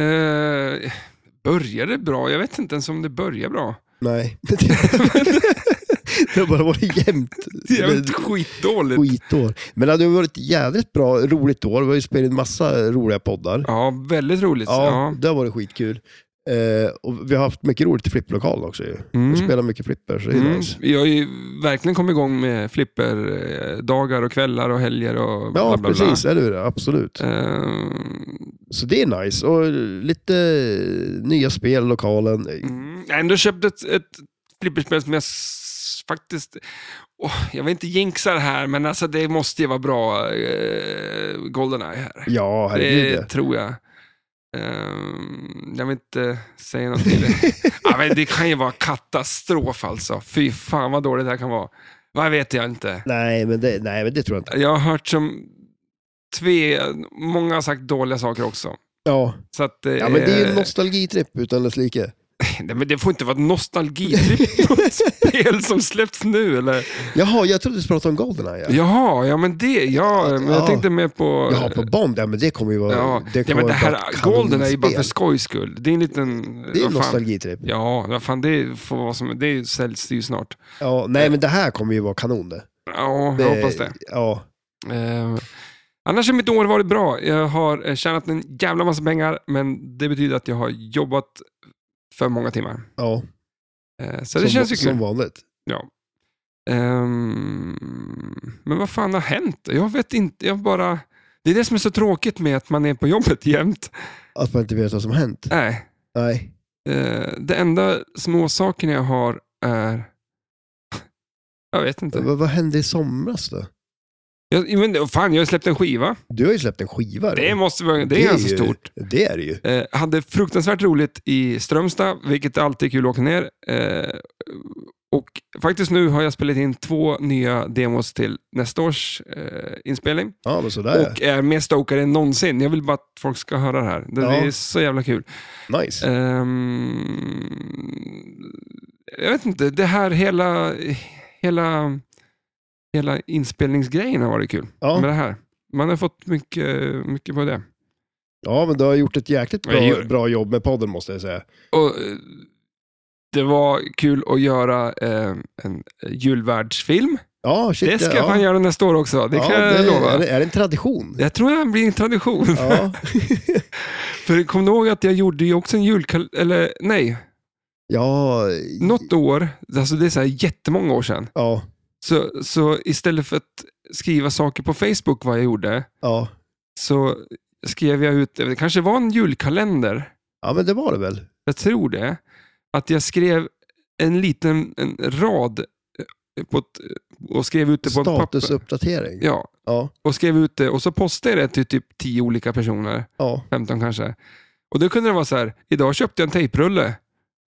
Började bra? Jag vet inte ens om det börjar bra. Nej. Det har bara varit jämnt. Skitdåligt. Men det har varit ett jävligt bra, roligt år. Vi har ju spelat en massa roliga poddar. Ja, väldigt roligt. Ja. Det har varit skitkul. Och vi har haft mycket roligt i flipperlokalen också. Vi spelar mycket flipper, så det är nice. Vi har ju verkligen kommit igång med flipperdagar och kvällar och helger och bla, ja, bla, bla. Precis, eller absolut. Så det är nice. Och lite nya spel i lokalen. Jag har ändå köpt ett flipperspel som jag faktiskt... jag vill inte jinxa det här, men alltså det måste ju vara bra GoldenEye här. Ja, herregud. Det tror jag. Jag vill inte säga något till det. Ja, men det kan ju vara katastrof alltså. Fy fan vad dåligt det här kan vara. Vad vet jag inte. Nej, men det tror jag inte. Jag har hört som många har sagt dåliga saker också. Ja, så att, ja men det är ju en nostalgitripp utan dess like. Nej, men det får inte vara ett nostalgitripp på ett spel som släpps nu, eller? Jaha, jag trodde du pratade om GoldenEye. Jaha, ja men det, men jag tänkte mer på... Jaha, på Bond, ja men det kommer ju vara... Ja, men det här GoldenEye är bara för skojs skull. Det är en liten... Det är en nostalgitripp. Ja, vad fan, det får vara som... Det säljs ju snart. Ja, nej men det här kommer ju vara kanon det. Ja, jag hoppas det. Ja. Annars har mitt år varit bra. Jag har tjänat en jävla massa pengar, men det betyder att jag har jobbat för många timmar. Ja. Så det känns ju kul. Som vanligt. Ja. Men vad fan har hänt? Jag vet inte. Det är det som är så tråkigt med att man är på jobbet jämt. Att man inte vet vad som har hänt? Nej. Det enda små saken jag har är... Jag vet inte. Vad hände i somras då? Jag har släppt en skiva. Du har ju släppt en skiva. Det är ganska stort. Det är det ju. Hade fruktansvärt roligt i Strömstad, vilket alltid är kul att åka ner. Och faktiskt nu har jag spelat in 2 nya demos till nästa års inspelning. Ja, men sådär. Och är mer stokad än någonsin. Jag vill bara att folk ska höra det här. Det är så jävla kul. Nice. Jag vet inte, det här hela inspelningsgrejen har varit kul med det här. Man har fått mycket på det. Ja, men du har gjort ett jäkligt bra jobb med podden, måste jag säga. Och det var kul att göra en julvärldsfilm. Ja, shit, det ska man göra nästa år också. Det kan jag lova. Är det en tradition? Jag tror det blir en tradition. Ja. För kom du ihåg att jag gjorde ju också en eller nej. Ja. Något år, alltså det är så här jättemånga år sedan. Ja. Så istället för att skriva saker på Facebook vad jag gjorde, så skrev jag ut, det kanske var en julkalender. Ja, men det var det väl. Jag tror det. Att jag skrev en rad och skrev ut det på ett papper. Statusuppdatering. Ja. Och skrev ut det och så postade jag det till typ 10 olika personer. Ja. 15 kanske. Och då kunde det vara så här, idag köpte jag en tejprulle.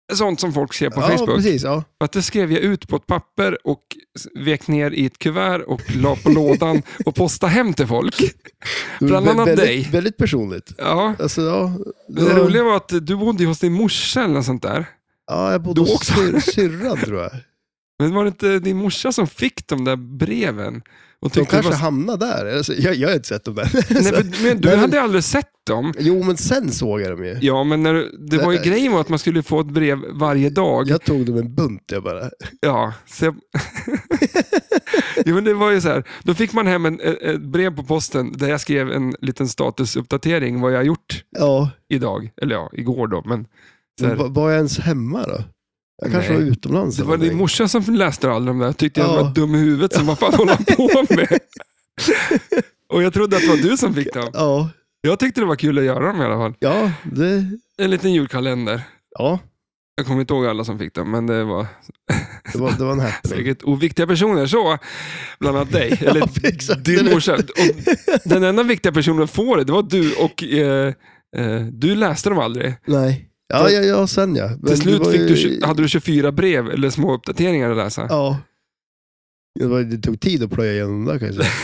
sånt som folk ser på Facebook. Precis, ja. Att det skrev jag ut på ett papper och vek ner i ett kuvert och la på lådan och postade hem till folk. Bland annat dig. Väldigt personligt. Ja. Alltså, ja det roliga var att du bodde hos din morsa eller något sånt där. Ja, jag bodde hos syrran tror jag. Men var det inte din morsa som fick de där breven? Och de kanske hamnade där. Alltså, jag har inte sett dem där. Nej, men du hade aldrig sett dem. Jo, men sen såg jag dem ju. Ja, men det var ju grejen var att man skulle få ett brev varje dag. Jag tog dem en bunt, jag bara. Ja, så jo, men det var ju så här. Då fick man hem ett brev på posten där jag skrev en liten statusuppdatering vad jag har gjort idag. Eller igår då. Men var jag ens hemma då? Jag kanske var utomlands. Det var din morsa som läste alla de där. Tyckte jag var dum i huvudet som vad fan håller på med. Och jag trodde att det var du som fick dem. Ja. Jag tyckte det var kul att göra dem i alla fall. Ja, en liten julkalender. Ja. Jag kommer inte ihåg alla som fick dem, men det var en happening. Säkert oviktiga personer, så bland annat dig. Eller din morsa. Och den enda viktiga personen får det var du och du läste dem aldrig. Nej. Ja, sen ja. Men till slut hade du 24 brev eller små uppdateringar att läsa. Ja. Det tog tid att plöja igenom det kan jag säga.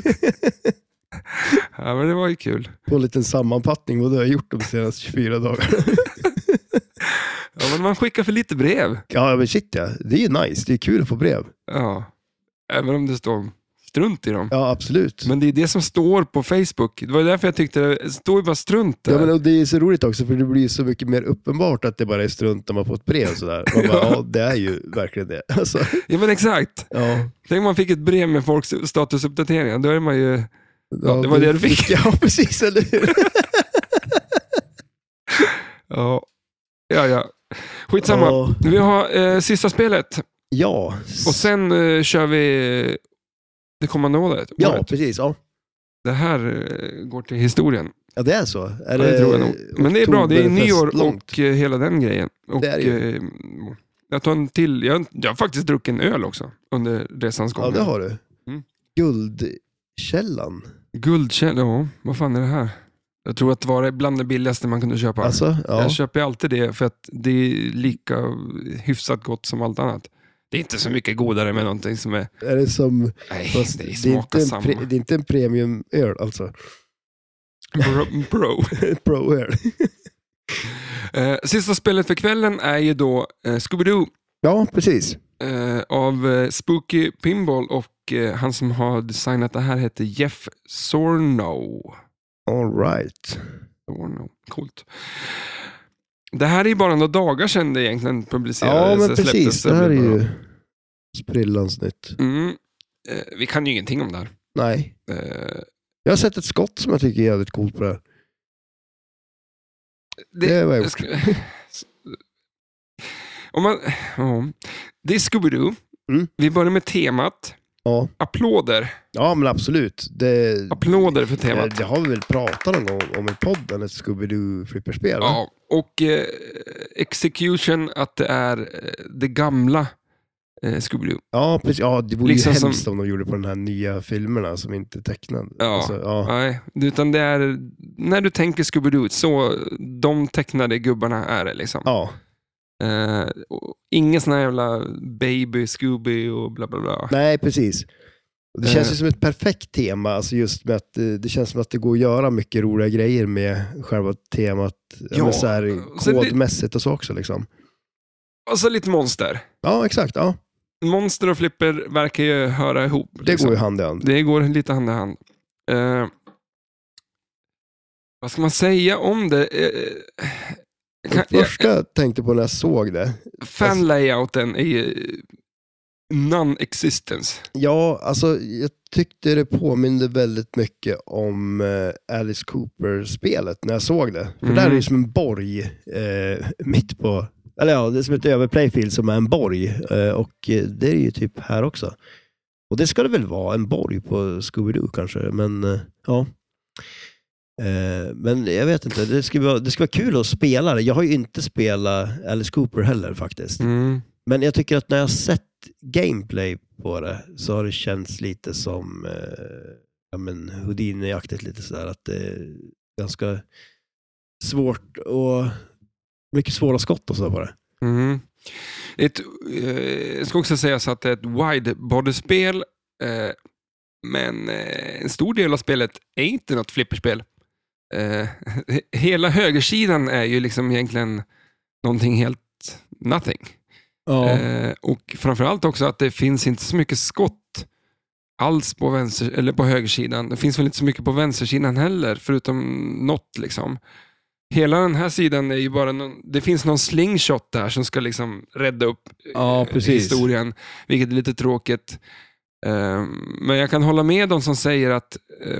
Ja, men det var ju kul. På en liten sammanfattning vad du har gjort de senaste 24 dagarna. Ja, men man skickar för lite brev. Ja, men shit ja. Det är ju nice. Det är kul att få brev. Ja. Även om det står strunt i dem. Ja, absolut. Men det är det som står på Facebook. Det var därför jag tyckte det står ju bara strunt där. Ja, men och det är så roligt också för det blir så mycket mer uppenbart att det bara är strunt när man får ett brev och sådär. Man bara, ja, det är ju verkligen det. Alltså. Ja, men exakt. Ja. Tänk om man fick ett brev med folks statusuppdateringar. Då är man ju... Ja, det var det du fick. Ja, precis, eller hur? Ja. Skitsamma. Ja. Vi har sista spelet. Ja. Och sen kör vi det kommande året. Ja, precis. Ja. Det här går till historien. Ja, det är så. Det tror jag nog. Men det är bra, det är nyår och hela den grejen. Och det är det. Jag tar en till. Jag har faktiskt druckit en öl också under resans gång. Ja, det har du. Guldkällan. Ja. Vad fan är det här? Jag tror att det var bland det billigaste man kunde köpa. Alltså, ja. Jag köper alltid det för att det är lika hyfsat gott som allt annat. Det är inte så mycket godare med någonting som är... Är det som... Nej, det smakar samma. Det är inte en premiumöl alltså. Pro-öl. Sista spelet för kvällen är ju då Scooby-Doo. Ja, precis. Av Spooky Pinball och han som har designat det här heter Jeff Sorno. All right. Sorno. Coolt. Det här är ju bara några dagar sedan det egentligen publicerades. Ja, men precis. Det här är ju sprillans nytt. Vi kan ju ingenting om det här. Nej. Jag har sett ett skott som jag tycker är jävligt coolt på det här. Det var jag gjort. Det är Scooby-Doo. Vi börjar med temat. Ja. Applåder. Ja, men absolut. Applåder för temat. Det har vi väl pratat någon gång om i podden, ett Scooby-Doo flipperspel. Ja, och Execution att det är det gamla Scooby-Doo. Ja, precis. Ja, det vore liksom ju hemskt om de gjorde på den här nya filmerna som inte är tecknade. Ja, alltså, nej. Utan det är, när du tänker Scooby-Doo, så de tecknade gubbarna är det liksom. Ja. Ingen sån här jävla Baby Scooby och bla bla bla. Nej, precis. Det känns ju som ett perfekt tema, alltså just med att det känns som att det går att göra mycket roliga grejer med själva temat, ja, så här, kodmässigt och så också liksom. Och så lite monster. Ja, exakt, ja. Monster och flipper verkar ju höra ihop. Det liksom. Går ju hand i hand. Det går lite hand i hand. Vad ska man säga om det? Det första jag tänkte på när jag såg det. Fan-layouten är ju non-existence. Ja, alltså jag tyckte det påminde väldigt mycket om Alice Cooper-spelet när jag såg det. För där är det som en borg mitt på... Eller ja, det är som ett överplayfield som är en borg. Och det är ju typ här också. Och det ska det väl vara, en borg på Scooby-Doo kanske. Men ja... men jag vet inte, det ska vara kul att spela det. Jag har ju inte spelat Alice Cooper heller faktiskt. Men jag tycker att när jag har sett gameplay på det så har det känts lite som Houdini-aktigt lite sådär, att det är ganska svårt och mycket svåra skott och så på det. Jag ska också säga så att det är ett widebody-spel, men en stor del av spelet är inte något flipperspel. Hela högersidan är ju liksom egentligen någonting helt nothing. Och framförallt också att det finns inte så mycket skott alls på vänster eller på högersidan. Det finns väl inte så mycket på vänstersidan heller, förutom något liksom. Hela den här sidan är ju bara det finns någon slingshot där som ska liksom rädda upp historien, vilket är lite tråkigt. Men jag kan hålla med de som säger att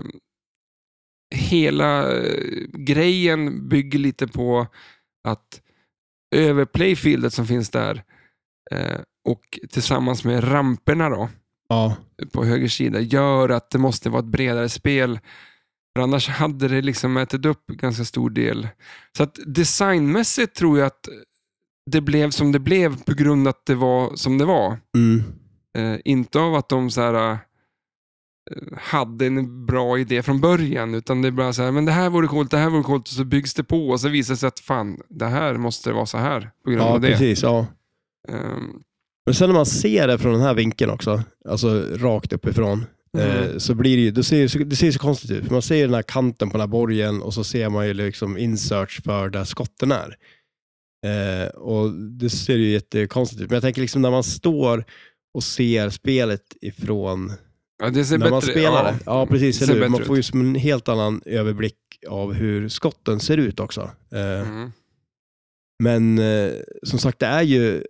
hela grejen bygger lite på att över playfieldet som finns där och tillsammans med ramperna då på höger sida gör att det måste vara ett bredare spel. För annars hade det liksom ätit upp ganska stor del. Så att designmässigt tror jag att det blev som det blev på grund av att det var som det var. Inte av att de så här hade en bra idé från början, utan det är bara så här, men det här vore coolt och så byggs det på och så visar det sig att fan, det här måste vara så här på grund av det. Precis, ja. Men sen när man ser det från den här vinkeln också, alltså rakt uppifrån, så blir det ju, det ser så konstigt ut. För man ser den här kanten på den här borgen och så ser man ju liksom inserts för där skotten är. Och det ser ju jättekonstigt ut. Men jag tänker liksom när man står och ser spelet ifrån det ser när bättre, man spelar det. Ja, precis. Eller man får ju som en helt annan överblick av hur skotten ser ut också. Men som sagt, det är ju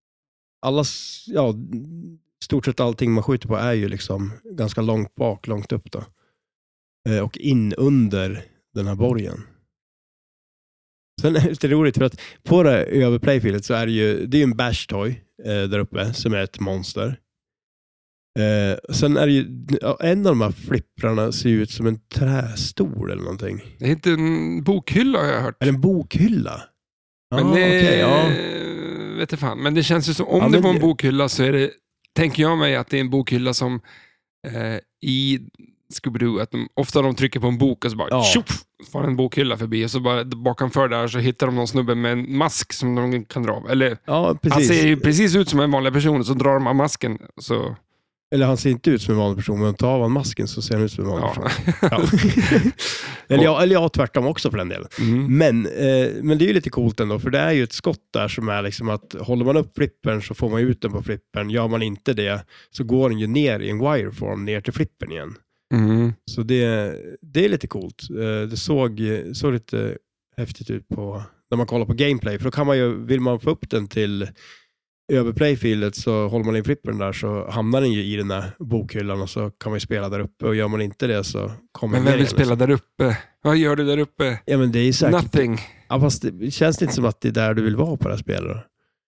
stort sett allting man skjuter på är ju liksom ganska långt bak, långt upp då. Och in under den här borgen. Sen är det roligt för att på det över playfieldet så är det är ju en bash toy där uppe som är ett monster. Sen är det ju en av de här flipprarna ser ut som en trästol eller någonting. Det är inte en bokhylla har jag hört. Är det en bokhylla? Men vet jag fan. Men det känns ju som om det var en bokhylla så är det, tänker jag mig att det är en bokhylla som i Scooby-Doo, att ofta de trycker på en bok och så bara tjoff, får en bokhylla förbi och så bara bakom där så hittar de någon snubbe med en mask som de kan dra av. Eller han ser ju precis ut som en vanlig person och så drar de av masken så. Eller han ser inte ut som en vanlig person, men tar av han masken så ser han ut som en vanlig person. eller tvärtom också för den delen. Men det är ju lite coolt ändå, för det är ju ett skott där som är liksom att håller man upp flippern så får man ut den på flippern. Gör man inte det så går den ju ner i en wireform ner till flippern igen. Så det är lite coolt. Det såg lite häftigt ut på när man kollar på gameplay, för då kan man ju, vill man få upp den till över playfieldet så håller man in flippern där så hamnar den ju i den här bokhyllan och så kan man ju spela där uppe, och gör man inte det så kommer men vem vill spela där uppe? Vad gör du där uppe? Ja, men det är säkert nothing. Ja, fast det känns inte som att det är där du vill vara på det här spelet.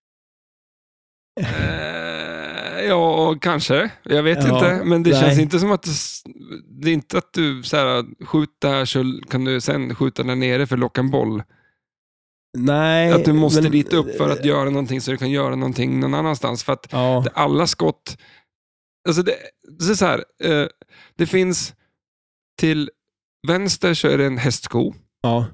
Ja, kanske. Jag vet inte. Men det känns inte som att det är inte att du så här, skjuter här så kan du sen skjuta där nere för att locka en boll. Nej. Att du måste dit upp för att göra någonting så du kan göra någonting någon annanstans. För att alla skott... Alltså det är så här. Det finns till vänster så är det en hästsko. Ja.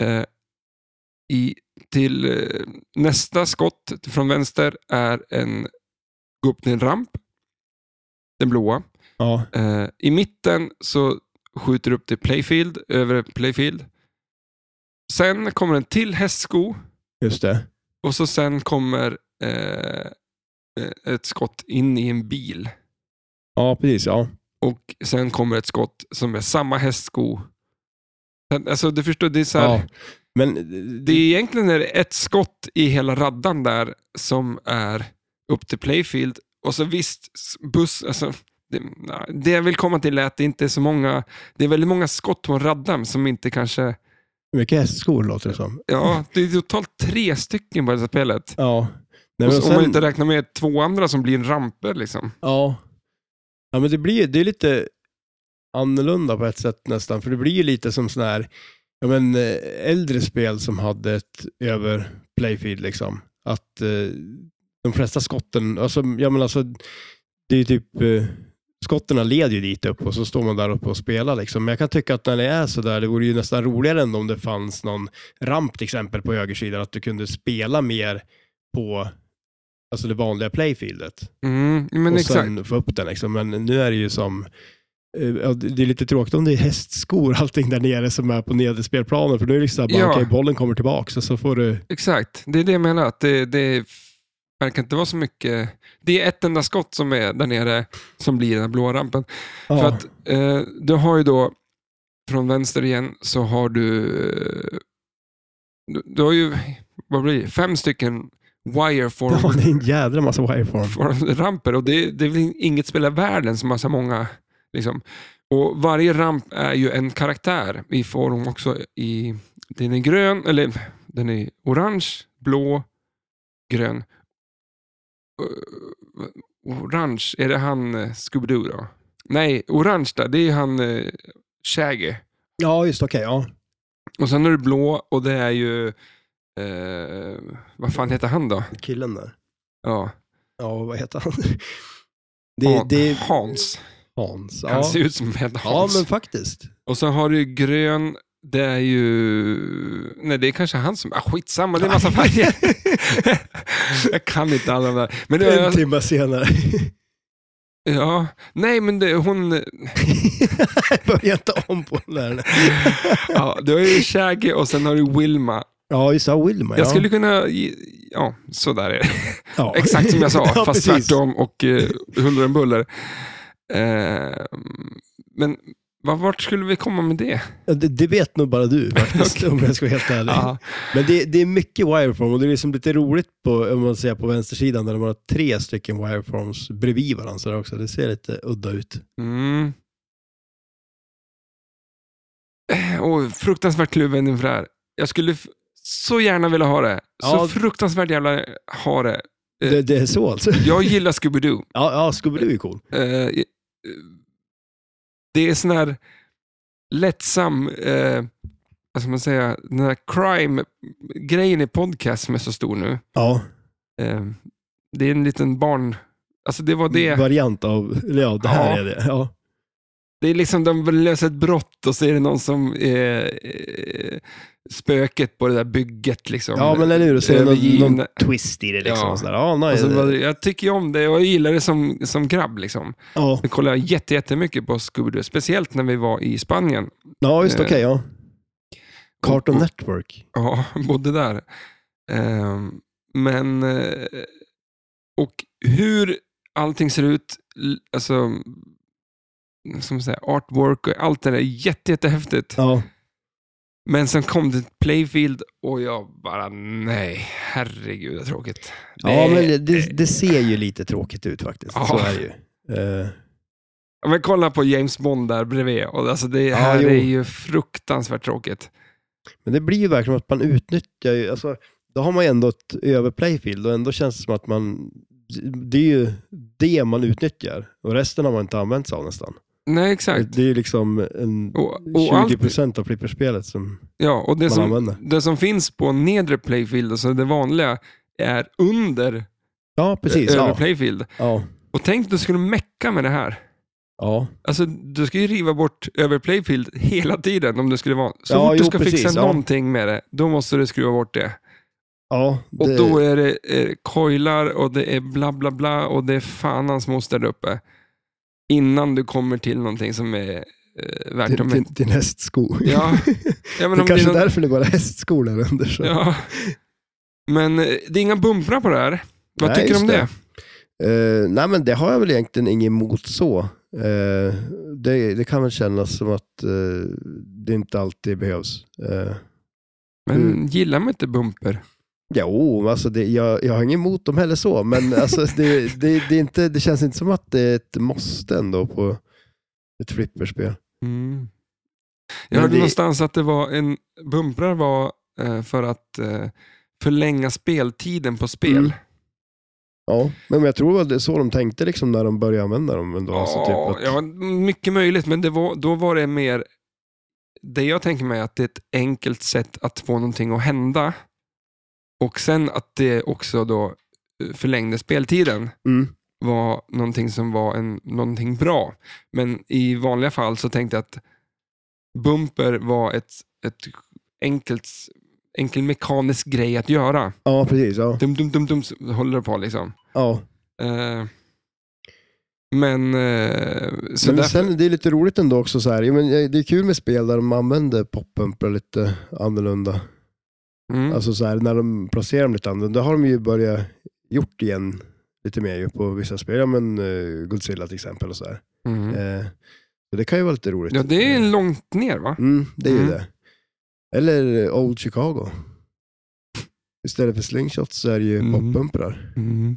Till nästa skott från vänster är gå upp till en ramp. Den blåa. Ja. I mitten så skjuter du upp till playfield, över playfield. Sen kommer en till hästsko. Just det. Och så sen kommer ett skott in i en bil. Ja, precis, ja. Och sen kommer ett skott som är samma hästsko. Alltså, du förstår, det är så här... Ja. Men det är egentligen ett skott i hela raddan där som är upp till playfield. Och så visst, alltså... Det jag vill komma till är att det inte är så många... Det är väldigt många skott på en raddan som inte kanske... Mycket hästskor låter det som. Ja, det är totalt 3 stycken på det här spelet. Ja. Nej, och om man inte räknar med 2 andra som blir en ramper liksom. Ja. Ja, men det är lite annorlunda på ett sätt nästan. För det blir ju lite som sån här äldre spel som hade ett över playfield liksom. Att de flesta skotten, alltså det är ju typ skotterna leder ju dit upp och så står man där uppe och spelar liksom. Men jag kan tycka att när det är så där, det vore ju nästan roligare än om det fanns någon ramp till exempel på högersidan, att du kunde spela mer på alltså det vanliga playfieldet. Men och exakt. Sen få upp den liksom. Men nu är det ju som det är lite tråkigt om det är hästskor allting där nere som är på nedre spelplanen, för då är det liksom bara, okej, bollen kommer tillbaka så får du... Exakt, det är det jag menar, att det verkar inte vara så mycket. Det är ett enda skott som är där nere som blir den här blå rampen. För att du har ju då från vänster igen så har du har ju, vad blir det? 5 stycken wireform. Ja, det är en jädra massa wireform ramper, och det är väl inget spel i världen som har så många liksom. Och varje ramp är ju en karaktär i form också i, den är grön, eller den är orange, blå, grön. Orange, är det han Scooby-Doo då? Nej, orange där, det är han Shaggy. Ja, just okej, ja. Och sen är det blå, och det är ju vad fan heter han då? Killen där. Ja. Ja, vad heter han? Hans. Hans, ja. Han ser ut som heter Hans. Ja, men faktiskt. Och så har du grön, det är ju... Nej, det är kanske han som... skitsamma, det är en massa färger. Jag kan inte alla de där. Men det en timme senare. Ja, nej men hon... Börja inte om på den där. Ja, du har ju Shaggy och sen har du Wilma. Ja, just det, Wilma. Jag skulle kunna... Ja, så där är det. Ja. Exakt som jag sa, ja, fast tvärtom och 100 buller. Men vart skulle vi komma med det? Ja, det vet nog bara du faktiskt, om jag ska vara helt ärlig. Ja. Men det är mycket wireform, och det är liksom lite roligt på, om man säger på vänstersidan, där de har 3 stycken wireforms bredvid varandra så också. Det ser lite udda ut. Fruktansvärt kluven inför det här. Jag skulle så gärna vilja ha det. Så fruktansvärt jävla ha det. Det är så alltså. Jag gillar Scooby-Doo. Ja, Scooby-Doo är cool. Det är sån här lättsam, vad ska man säga, den här crime-grejen i podcast som är så stor nu. Ja. Det är en liten barn, alltså det var det. Variant av, ja, det här är det. Ja. Det är liksom, de löser ett brott och så är det någon som spöket på det där bygget liksom. Ja, men eller hur, så är det någon twist i det liksom. Ja. Så där. Nice. Så, jag tycker om det och jag gillar det som grabb liksom. Ja. Jag kollar jättemycket på Scooby-Doo, speciellt när vi var i Spanien. Ja, just okej, ja. Cartoon Network. Ja, bodde där. Men och hur allting ser ut, alltså som säger, artwork och allt det där är jättehäftigt. Ja. Men sen kom det Playfield och jag bara, nej, herregud, det är tråkigt. Ja, men det ser ju lite tråkigt ut faktiskt. Ja. Så är det ju. Men kolla på James Bond där bredvid. Och alltså det här är ju fruktansvärt tråkigt. Men det blir ju verkligen att man utnyttjar ju, alltså, då har man ju ändå ett över Playfield och ändå känns det som att det är ju det man utnyttjar. Och resten har man inte använt sig av nästan. Nej, exakt. Det är ju liksom 20% av flipperspelet som och man använder. Det som finns på nedre Playfield, alltså det vanliga, är under över Playfield. Ja. Och tänk, du skulle mecka med det här. Ja. Alltså, du ska ju riva bort över Playfield hela tiden om det skulle vara. Så fort du ska fixa någonting med det, då måste du skruva bort det. Ja. Och då är det coilar och det är bla bla bla och det är fan hans moster där uppe. Innan du kommer till någonting som är värt att... Till hästskor. Ja. Men det är kanske därför det bara är hästskor där under. Så. Ja. Men det är inga bumprar på det här. Vad tycker du om det? Nej, men det har jag väl egentligen inget emot så. Det kan väl kännas som att det inte alltid behövs. Men gillar man inte bumper? Jo, alltså jag har inget emot dem heller så, men alltså det är inte, det känns inte som att det är ett måste ändå på ett flipperspel. Jag hörde någonstans att det var bumprar var för att förlänga speltiden på spel. Ja, men jag tror att det är så de tänkte liksom när de började använda dem ändå. Alltså typ ja, mycket möjligt, men då var det mer, det jag tänker mig att det är ett enkelt sätt att få någonting att hända. Och sen att det också då förlängde speltiden var någonting som var någonting bra. Men i vanliga fall så tänkte jag att bumper var ett enkel mekanisk grej att göra. Ja, precis. Ja. Dum, håller det på liksom. Ja. Men sen det är lite roligt ändå också så här. Men det är kul med spel där de använder pop-pumpar lite annorlunda. Alltså så här, när de placerar dem lite annorlunda. Det har de ju börjat gjort igen lite mer ju på vissa spel. Ja, men Godzilla till exempel och så här. Så det kan ju vara lite roligt. Ja, det är långt ner va? Det är ju det. Eller Old Chicago. Istället för slingshots så är det ju pop-pumpar.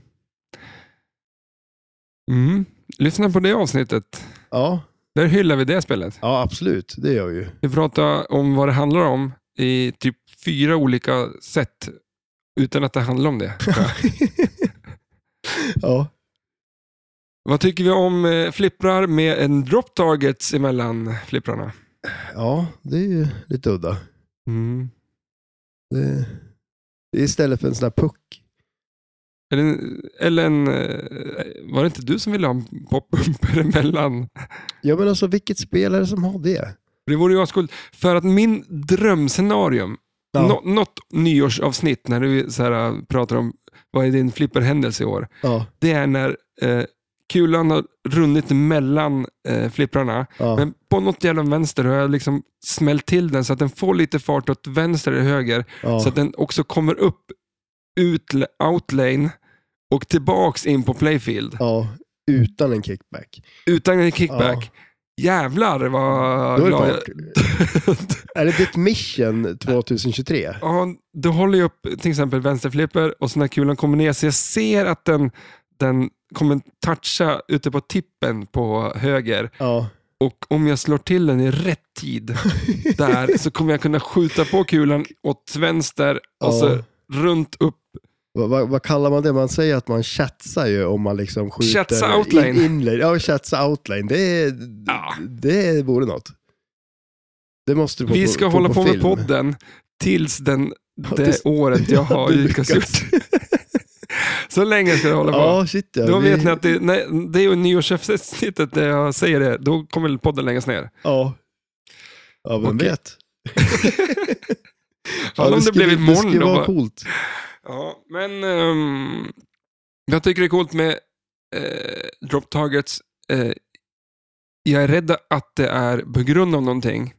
Lyssna på det avsnittet. Ja. Där hyllar vi det spelet. Ja, absolut. Det gör vi ju. Vi pratar om vad det handlar om i typ 4 olika sätt utan att det handlar om det. Ja. Vad tycker vi om flipprar med en drop targets emellan flipprarna? Ja, det är ju lite udda. Det är istället för en sån här puck. Eller var det inte du som ville ha en pop-pumper emellan? Ja, men alltså vilket spelare som har det? Det vore ju skuld. För att min drömscenarium, något nyårsavsnitt när du så här, pratar om vad är din flipperhändelse i år. Ja. Det är när kulan har runnit mellan flipprarna. Ja. Men på något jävla vänster har jag liksom smält till den så att den får lite fart åt vänster eller höger. Ja. Så att den också kommer upp outlane och tillbaks in på playfield. Ja, utan en kickback. Utan en kickback. Ja. Jävlar vad glad jag... Är det ditt mission 2023? Ja, du håller ju upp till exempel vänsterflipper och så när kulan kommer ner så jag ser att den kommer toucha ute på tippen på höger. Ja. Och om jag slår till den i rätt tid där så kommer jag kunna skjuta på kulan åt vänster och så runt upp. Vad kallar man det? Man säger att man chatsar ju om man liksom skjuter chatsa outlane. Inlane. Ja, chatsa outlane. Det vore något. Det måste du Vi ska hålla på med podden tills det året jag har lyckats gjort. Så länge ska det hålla på. Ja, shit, ja. Då vet ni att det är ju nyårsavsnittet där jag säger det. Då kommer podden längst ner. Ja. Ja, vem vet? Om det blev imorgon. Det skulle vara coolt. Ja, men jag tycker det är coolt med drop targets. Jag är rädd att det är på grund av någonting.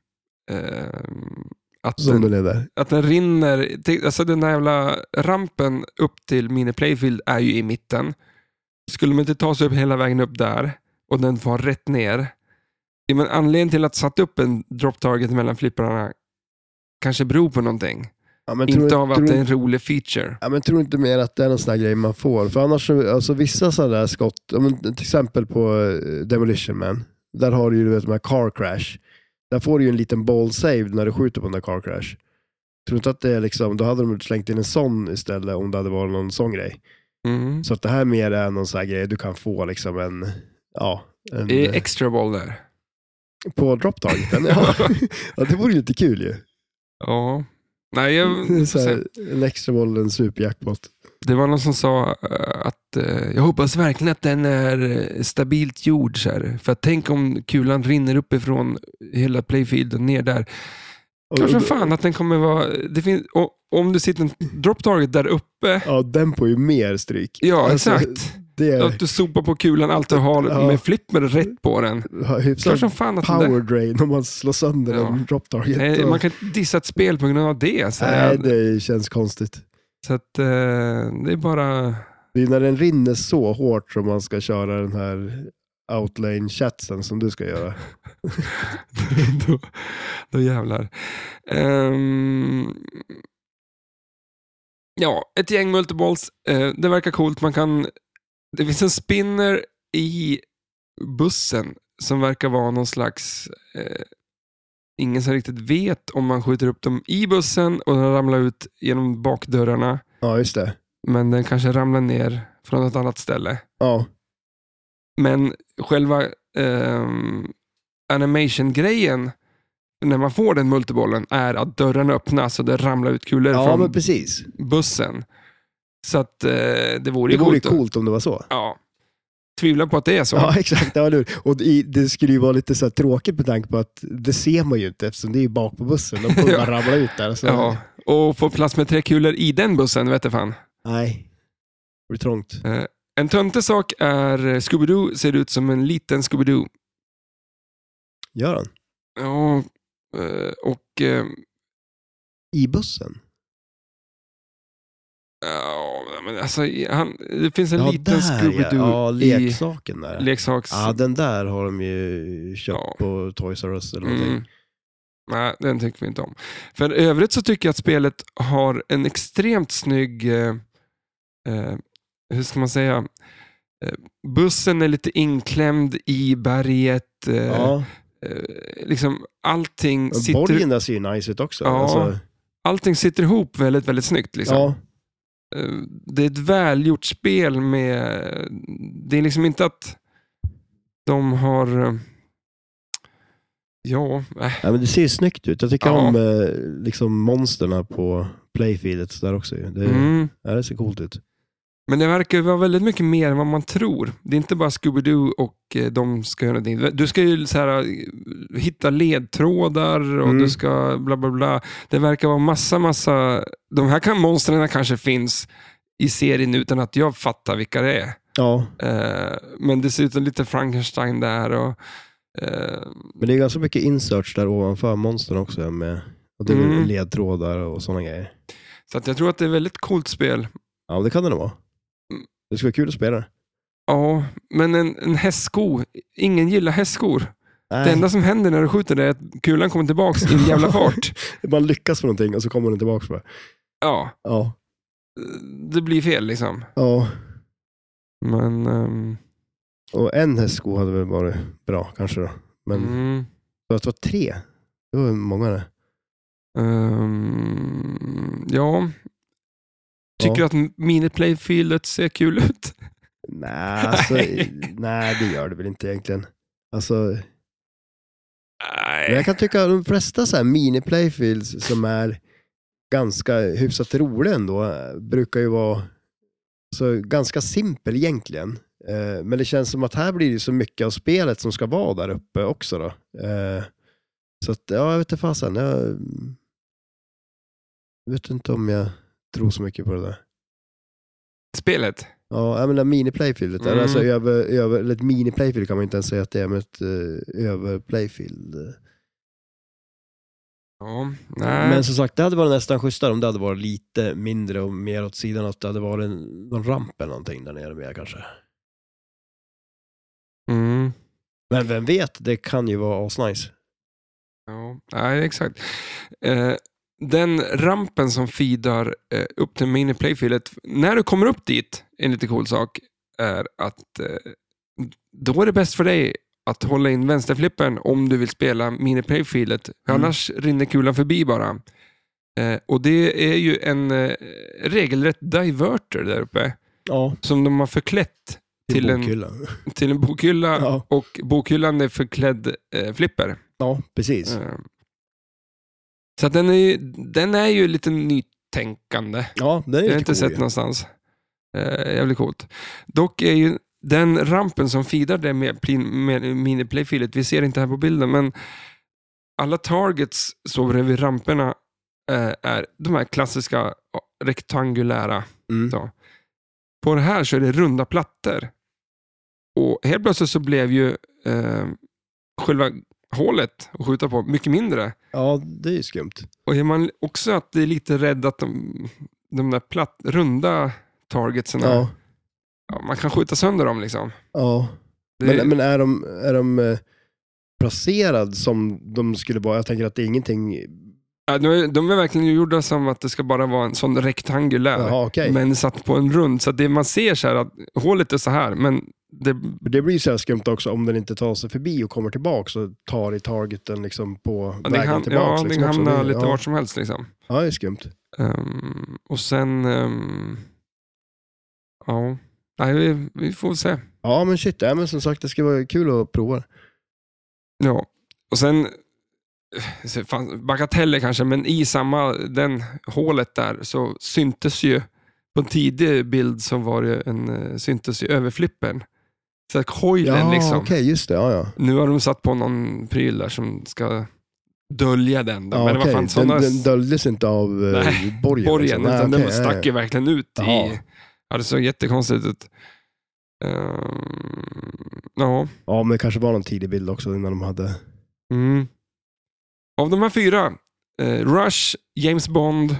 Att den rinner, alltså den där jävla rampen upp till mini playfield är ju i mitten. Skulle man inte ta sig upp hela vägen upp där och den får rätt ner. Ja, men anledningen till att satt upp en drop target mellan flipprarna kanske beror på någonting. Ja, inte av att det är en rolig feature. Ja, men tror inte mer att det är någon sån här grej man får. För annars, alltså vissa sådana där skott, till exempel på Demolition Man, där har du ju de här car crash. Där får du ju en liten ball save när du skjuter på den där car crash. Tror inte att det är liksom, då hade de slängt in en sån istället om det hade varit någon sån grej. Så att det här mer är någon sån här grej du kan få liksom en extra ball där. På drop targeten, ja. Ja, det vore ju lite kul ju. Ja. Nej, en extra boll, en superjackpot. Det var någon som sa att jag hoppas verkligen att den är stabilt gjord så här. För att tänk om kulan rinner uppifrån hela playfielden ner där. Kanske fan att den kommer vara... Det finns, om du sitter en drop target där uppe... Ja, den får ju mer stryk. Ja, alltså, exakt. Att du sopar på kulan allt du har med flipper rätt på den. Kanske fan att power drain om man slår sönder en drop target. Nej, man kan inte dissa ett spel på grund av det. Så nej, det känns konstigt. Så att det är bara... Det är när den rinner så hårt som man ska köra den här outlane chatsen som du ska göra. då jävlar. Ja, ett gäng multiballs. Det verkar coolt. Det finns en spinner i bussen som verkar vara någon slags... ingen som riktigt vet om man skjuter upp dem i bussen och den ramlar ut genom bakdörrarna. Ja, just det. Men den kanske ramlar ner från ett annat ställe. Ja. Men själva animation-grejen när man får den multibollen är att dörren öppnas och det ramlar ut kulor från bussen. Så att det vore coolt om det var så. Ja. Tvivlar på att det är så. Ja, exakt. Och det skulle ju vara lite så här tråkigt med tanke på att det ser man ju inte eftersom det är bak på bussen. De kommer bara ramla ut där. Så. Ja, och få plats med 3 kulor i den bussen, vet du fan. Nej, det blir trångt. En töntig sak är Scooby-Doo ser ut som en liten Scooby-Doo. Gör han? Ja, och... I bussen? Ja, men alltså, det finns en liten där, Scooby-Doo ja, leksaken där. Leksaks... Ja, den där har de ju köpt på Toys R Us eller någonting. Nej, den tycker vi inte om. För övrigt så tycker jag att spelet har en extremt snygg... hur ska man säga? Bussen är lite inklämd i berget. Liksom allting sitter... Borgen där ser ju nice ut också. Ja, alltså... Allting sitter ihop väldigt, väldigt snyggt. Liksom. Ja. Det är ett välgjort spel med... Det är liksom inte att de har... Ja, men det ser snyggt ut. Jag tycker om liksom monsterna på playfieldet där också. Det ser coolt ut. Men det verkar vara väldigt mycket mer än vad man tror. Det är inte bara Scooby-Doo och de ska göra det. Du ska ju så här, hitta ledtrådar och du ska bla bla bla. Det verkar vara massa... De här monstren kanske finns i serien utan att jag fattar vilka det är. Ja. Men det ser ut som lite Frankenstein där och... Men det är ganska mycket inserts där ovanför monstren också med, och det är ledtrådar och sådana grejer. Så att jag tror att det är ett väldigt coolt spel. Ja, det kan det nog vara. Det ska vara kul att spela. Ja, men en hästsko, ingen gillar hästskor. Nej. Det enda som händer när du skjuter det är att kulan kommer tillbaka i en jävla fart. Man lyckas med någonting och så kommer den tillbaka bara. Ja. Det blir fel liksom. Ja. Men... Och en hästsko hade väl varit bra kanske då. Men så att det var 3. Det var många det. Ja. Tycker du att mini-playfieldet ser kul ut? Nej, alltså, nej, det gör det väl inte egentligen. Alltså, men jag kan tycka att de flesta så här mini-playfields som är ganska hyfsat roliga ändå brukar ju vara så ganska simpel egentligen. Men det känns som att här blir det så mycket av spelet som ska vara där uppe också då. Så att, jag vet inte fasen. Jag vet inte om jag tror så mycket på det där. Spelet? Ja, jag menar mini-playfieldet. Alltså eller ett mini-playfield kan man inte ens säga att det är med ett över-playfield. Ja, nej. Men som sagt, det hade varit nästan schysstare om det hade varit lite mindre och mer åt sidan, att det hade varit någon ramp eller någonting där nere med kanske. Men vem vet, det kan ju vara asnice. Ja, nej, exakt. Den rampen som feedar upp till mini-playfieldet, när du kommer upp dit, en lite cool sak är att då är det bäst för dig att hålla in vänsterflippen om du vill spela mini-playfieldet. Annars rinner kulan förbi bara. Och det är ju en regelrätt diverter där uppe. Ja. Som de har förklätt till en bokhylla. Ja. Och bokhyllan är förklädd flipper. Ja, precis. Så att den är ju lite nytänkande. Ja, det är jag har inte sett någonstans. Jävligt coolt. Dock är ju den rampen som feedar det med mini-playfieldet, vi ser inte här på bilden, men alla targets så bredvid ramperna är de här klassiska rektangulära. Så. På det här så är det runda plattor. Och helt plötsligt så blev ju själva hålet att skjuta på mycket mindre. Ja, det är ju skumt. Och är man också att det är lite rädd att de där runda targetsen man kan skjuta sönder dem liksom. Ja. Men är de placerad som de skulle vara? Jag tänker att det är ingenting... Ja, de är verkligen gjorda som att det ska bara vara en sån rektangulär. Jaha, okay. Men satt på en rund. Så det man ser så här att hålet är så här. Men det blir så här skumt också om den inte tar sig förbi och kommer tillbaka och tar i targeten liksom på vägen tillbaka. Ja, liksom den hamnar lite vart som helst liksom. Ja, det är skumt. Och sen... ja... Nej, vi får se. Ja, men shit. Men som sagt, det ska vara kul att prova. Ja, och sen bagateller kanske, men i den hålet där så syntes ju på en tidig bild så var det syntes ju överflippen. Så coilen liksom. Ja, okej, just det. Ja. Nu har de satt på någon pryl där som ska dölja den. Då. Ja, men det var fan såna... den döljdes inte av borgen. Utan den stack ju verkligen ut i... Ja, det såg jättekonstigt ut. Ja, men det kanske var någon tidig bild också innan de hade... Av de här 4, Rush, James Bond,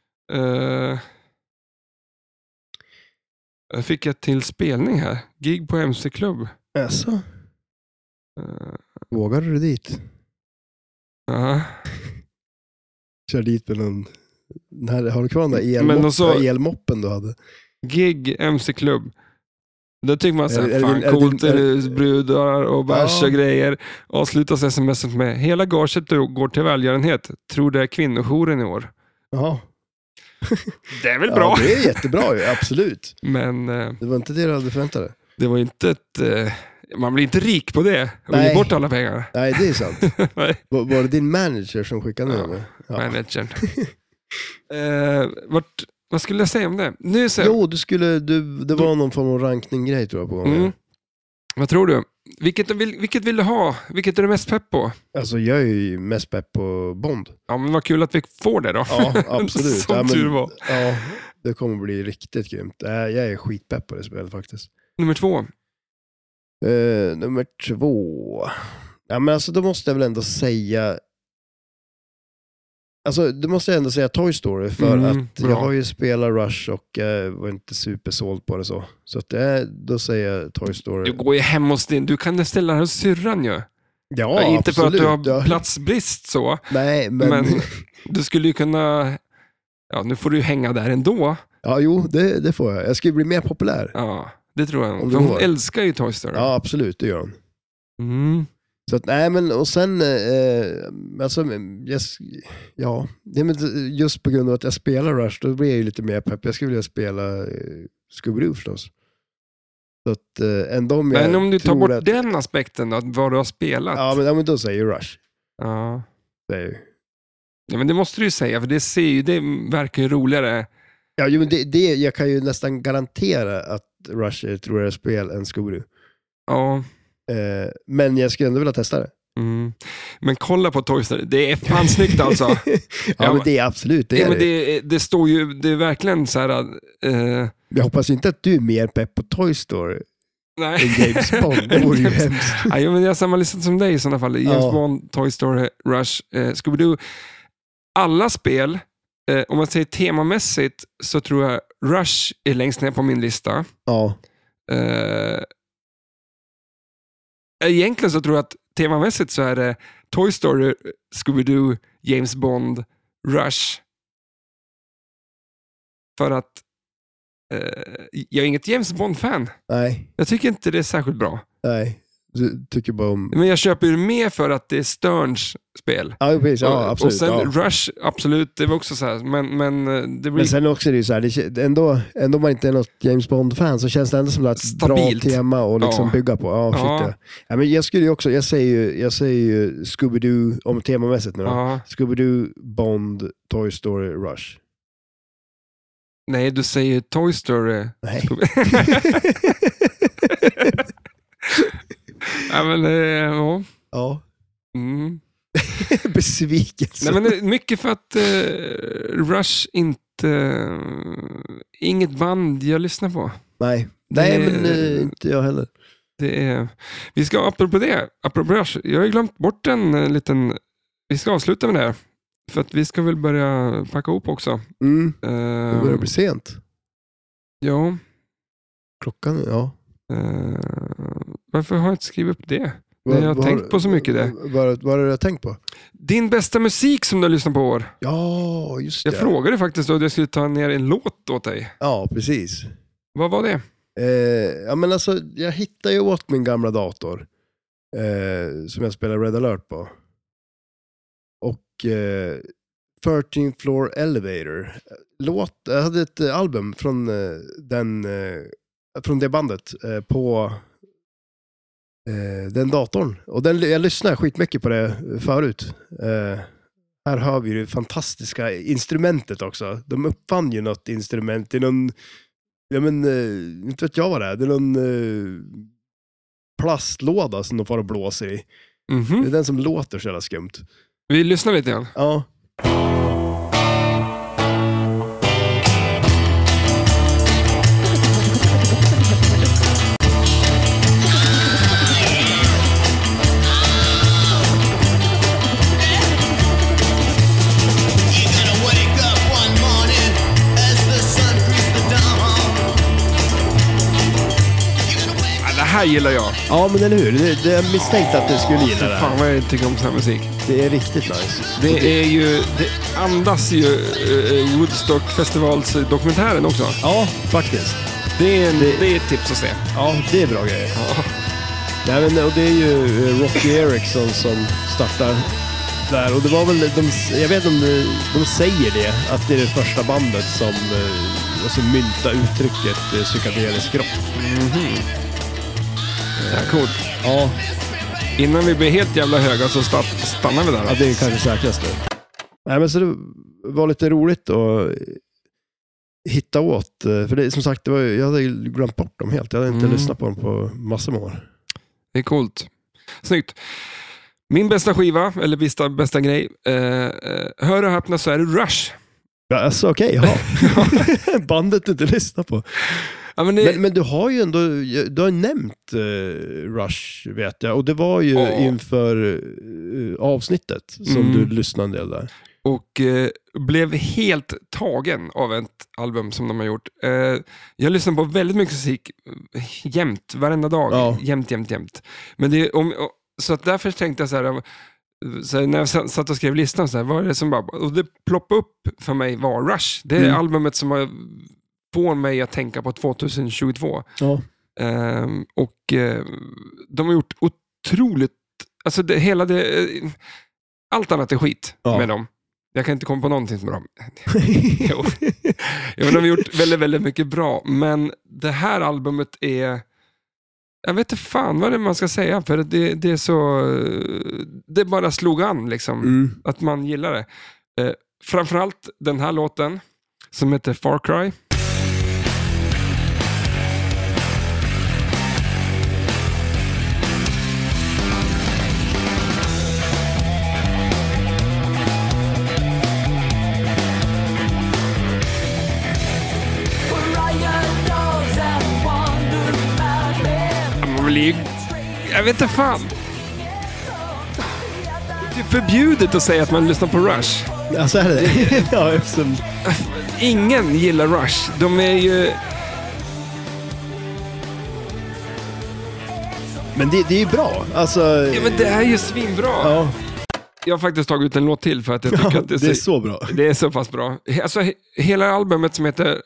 jag fick ett till spelning här. Gig på MC-klubb. Alltså. Vågar du dit? Ja. Kör dit med någon... Har du kvar den där elmoppen du hade? Gig, MC-klubb. Då tycker man såhär, fan coolt är det brudar och bärs och grejer. Avslutas sms:et med: hela gaget går till välgörenhet. Tror det är kvinnojouren i år. Ja. Det är väl bra. Det är jättebra ju, absolut. Men det var inte det du hade förväntat dig. Det var inte ett... man blir inte rik på det och ge bort alla pengar. Nej, det är sant. Var det din manager som skickade ner det? Ja, managern. Vad skulle jag säga om det? Jo, det var någon form av rankning-grej tror jag på gången. Vad tror du? Vilket vill du ha? Vilket är du mest pepp på? Alltså jag är ju mest pepp på Bond. Ja, men vad kul att vi får det då. Ja, absolut. Som tur var. Ja, det kommer bli riktigt grymt. Jag är skitpepp på det spelet faktiskt. Nummer 2? Nummer 2... Ja, men alltså då måste jag väl ändå säga... Alltså, det måste jag ändå säga Toy Story för att jag har ju spelat Rush och var inte supersåld på det så. Så att då säger jag Toy Story. Du går ju hem hos du kan ställa här hos syrran ju. Ja, inte absolut. för att du har platsbrist så. Nej, men du skulle ju kunna... Ja, nu får du ju hänga där ändå. Ja, jo, det får jag. Jag ska ju bli mer populär. Ja, det tror jag. För hon älskar ju Toy Story. Ja, absolut, det gör hon. Så att, nej men och sen alltså just på grund av att jag spelar Rush då blir jag ju lite mer pepp. Jag skulle vilja spela Scooby-Doo förstås. Så att ändå om men om du tar bort den aspekten då, vad du har spelat. Ja men då säger jag Rush. Ja. Det är ju... Ja men det måste du ju säga för det verkar ju roligare. Ja jo, men jag kan ju nästan garantera att Rush är ett roligare spel än Scooby-Doo. Ja. Men jag skulle ändå vilja testa det. Men kolla på Toy Story, det är fan snyggt alltså. Men det är absolut det. Men det står ju, det är verkligen så här. Jag hoppas inte att du är mer pepp på Toy Story. Nej. Än James Bond, det vore ju hemskt. Ja, men jag har samma lista som dig i sådana fall. James Bond, Toy Story, Rush, Scooby-Doo. Alla spel, om man säger temamässigt så tror jag Rush är längst ner på min lista. Ja. Egentligen så tror jag att temamässigt så är det Toy Story, Scooby-Doo, James Bond, Rush. För att jag är inget James Bond-fan. Nej. Jag tycker inte det är särskilt bra. Nej, du tycker bara om... Men jag köper ju mer för att det är Sterns spel. Ja, precis. Ja, absolut. Och sen Rush, absolut, det var också så här. Men det blir... Men sen också är det ju så här, ändå man inte är något James Bond-fan så känns det ändå som ett stabilt bra tema att liksom bygga på. Ja, men jag skulle ju också, jag säger ju Scooby-Doo om temamässigt nu då. Scooby-Doo, Bond, Toy Story, Rush. Nej, du säger Toy Story. Nej. Ja, men ja. Ja. Besvikelse. Nej, men mycket för att Rush inget band jag lyssnar på. Nej, men inte jag heller. Vi ska apropå Rush, jag har glömt bort en liten... Vi ska avsluta med det. För att vi ska väl börja packa ihop också. Det börjar bli sent. Ja. Klockan, ja. Varför har jag inte skrivit upp det? Jag har tänkt på så mycket det. Vad har du tänkt på? Din bästa musik som du har lyssnat på år. Ja, just det. Jag frågade faktiskt att jag skulle ta ner en låt åt dig. Ja, precis. Vad var det? Ja, men alltså, jag hittade ju åt min gamla dator. Som jag spelar Red Alert på. Och 13th Floor Elevator. Jag hade ett album från det bandet på den datorn. Och jag lyssnade skitmycket på det förut. Här har vi det fantastiska instrumentet också. De uppfann ju något instrument i någon... inte vet jag vad det är. Det är någon plastlåda som de får och blåser i. Det är den som låter så jävla skumt. Vi lyssnar lite grann. Ja. Det här gillar jag. Ja, men eller hur? Jag misstänkte att du skulle gilla det. Fan vad jag tycker om sån här musik. Det är riktigt nice. Det andas ju Woodstock-festivals-dokumentären också. Ja, faktiskt. Det är ett tips att se. Ja, det är bra grejer. Ja. Nej, men, och det är ju Rocky Erickson som startar där. Och det var väl, jag vet om de säger det, att det är det första bandet som alltså mynta uttrycket psykedelisk rock. Mhm. Ja, coolt. Ja. Innan vi blir helt jävla höga så stannar vi där. Ja, det är kanske säkrast det. Nej, men så det var lite roligt att hitta åt. För det, som sagt, jag hade glömt bort dem helt. Jag hade inte lyssnat på dem på massor med år. Det är coolt. Snyggt. Min bästa skiva, eller bästa grej. Hör och häpna så är det Rush. Ja, alltså okej, ja. Bandet du inte lyssnar på. Ja, men du har ju ändå du har nämnt Rush, vet jag. Och det var ju inför avsnittet som du lyssnade en del där. Och blev helt tagen av ett album som de har gjort. Jag lyssnar på väldigt mycket musik jämt, varenda dag. Ja. Jämt. Men det så att därför tänkte jag så här när jag satt och skrev listan så här, vad är det som bara, och det ploppade upp för mig var Rush. Det är albumet som har får mig att tänka på 2022. Ja. Och de har gjort otroligt, alltså allt annat är skit med dem. Jag kan inte komma på någonting som är bra. Jo, de har gjort väldigt, väldigt mycket bra. Men det här albumet är, jag vet inte fan vad det man ska säga, för det är så, det bara slog an liksom, att man gillar det. Framförallt den här låten som heter Far Cry. Jag vet inte fan. Det är förbjudet att säga att man lyssnar på Rush. Alltså är det? Ja, eftersom... Ingen gillar Rush. De är ju... Men det är ju bra. Alltså... Ja, men det är ju svinbra. Ja. Jag har faktiskt tagit ut en låt till för att jag tycker att det är så bra. Det är så pass bra. Alltså hela albumet som heter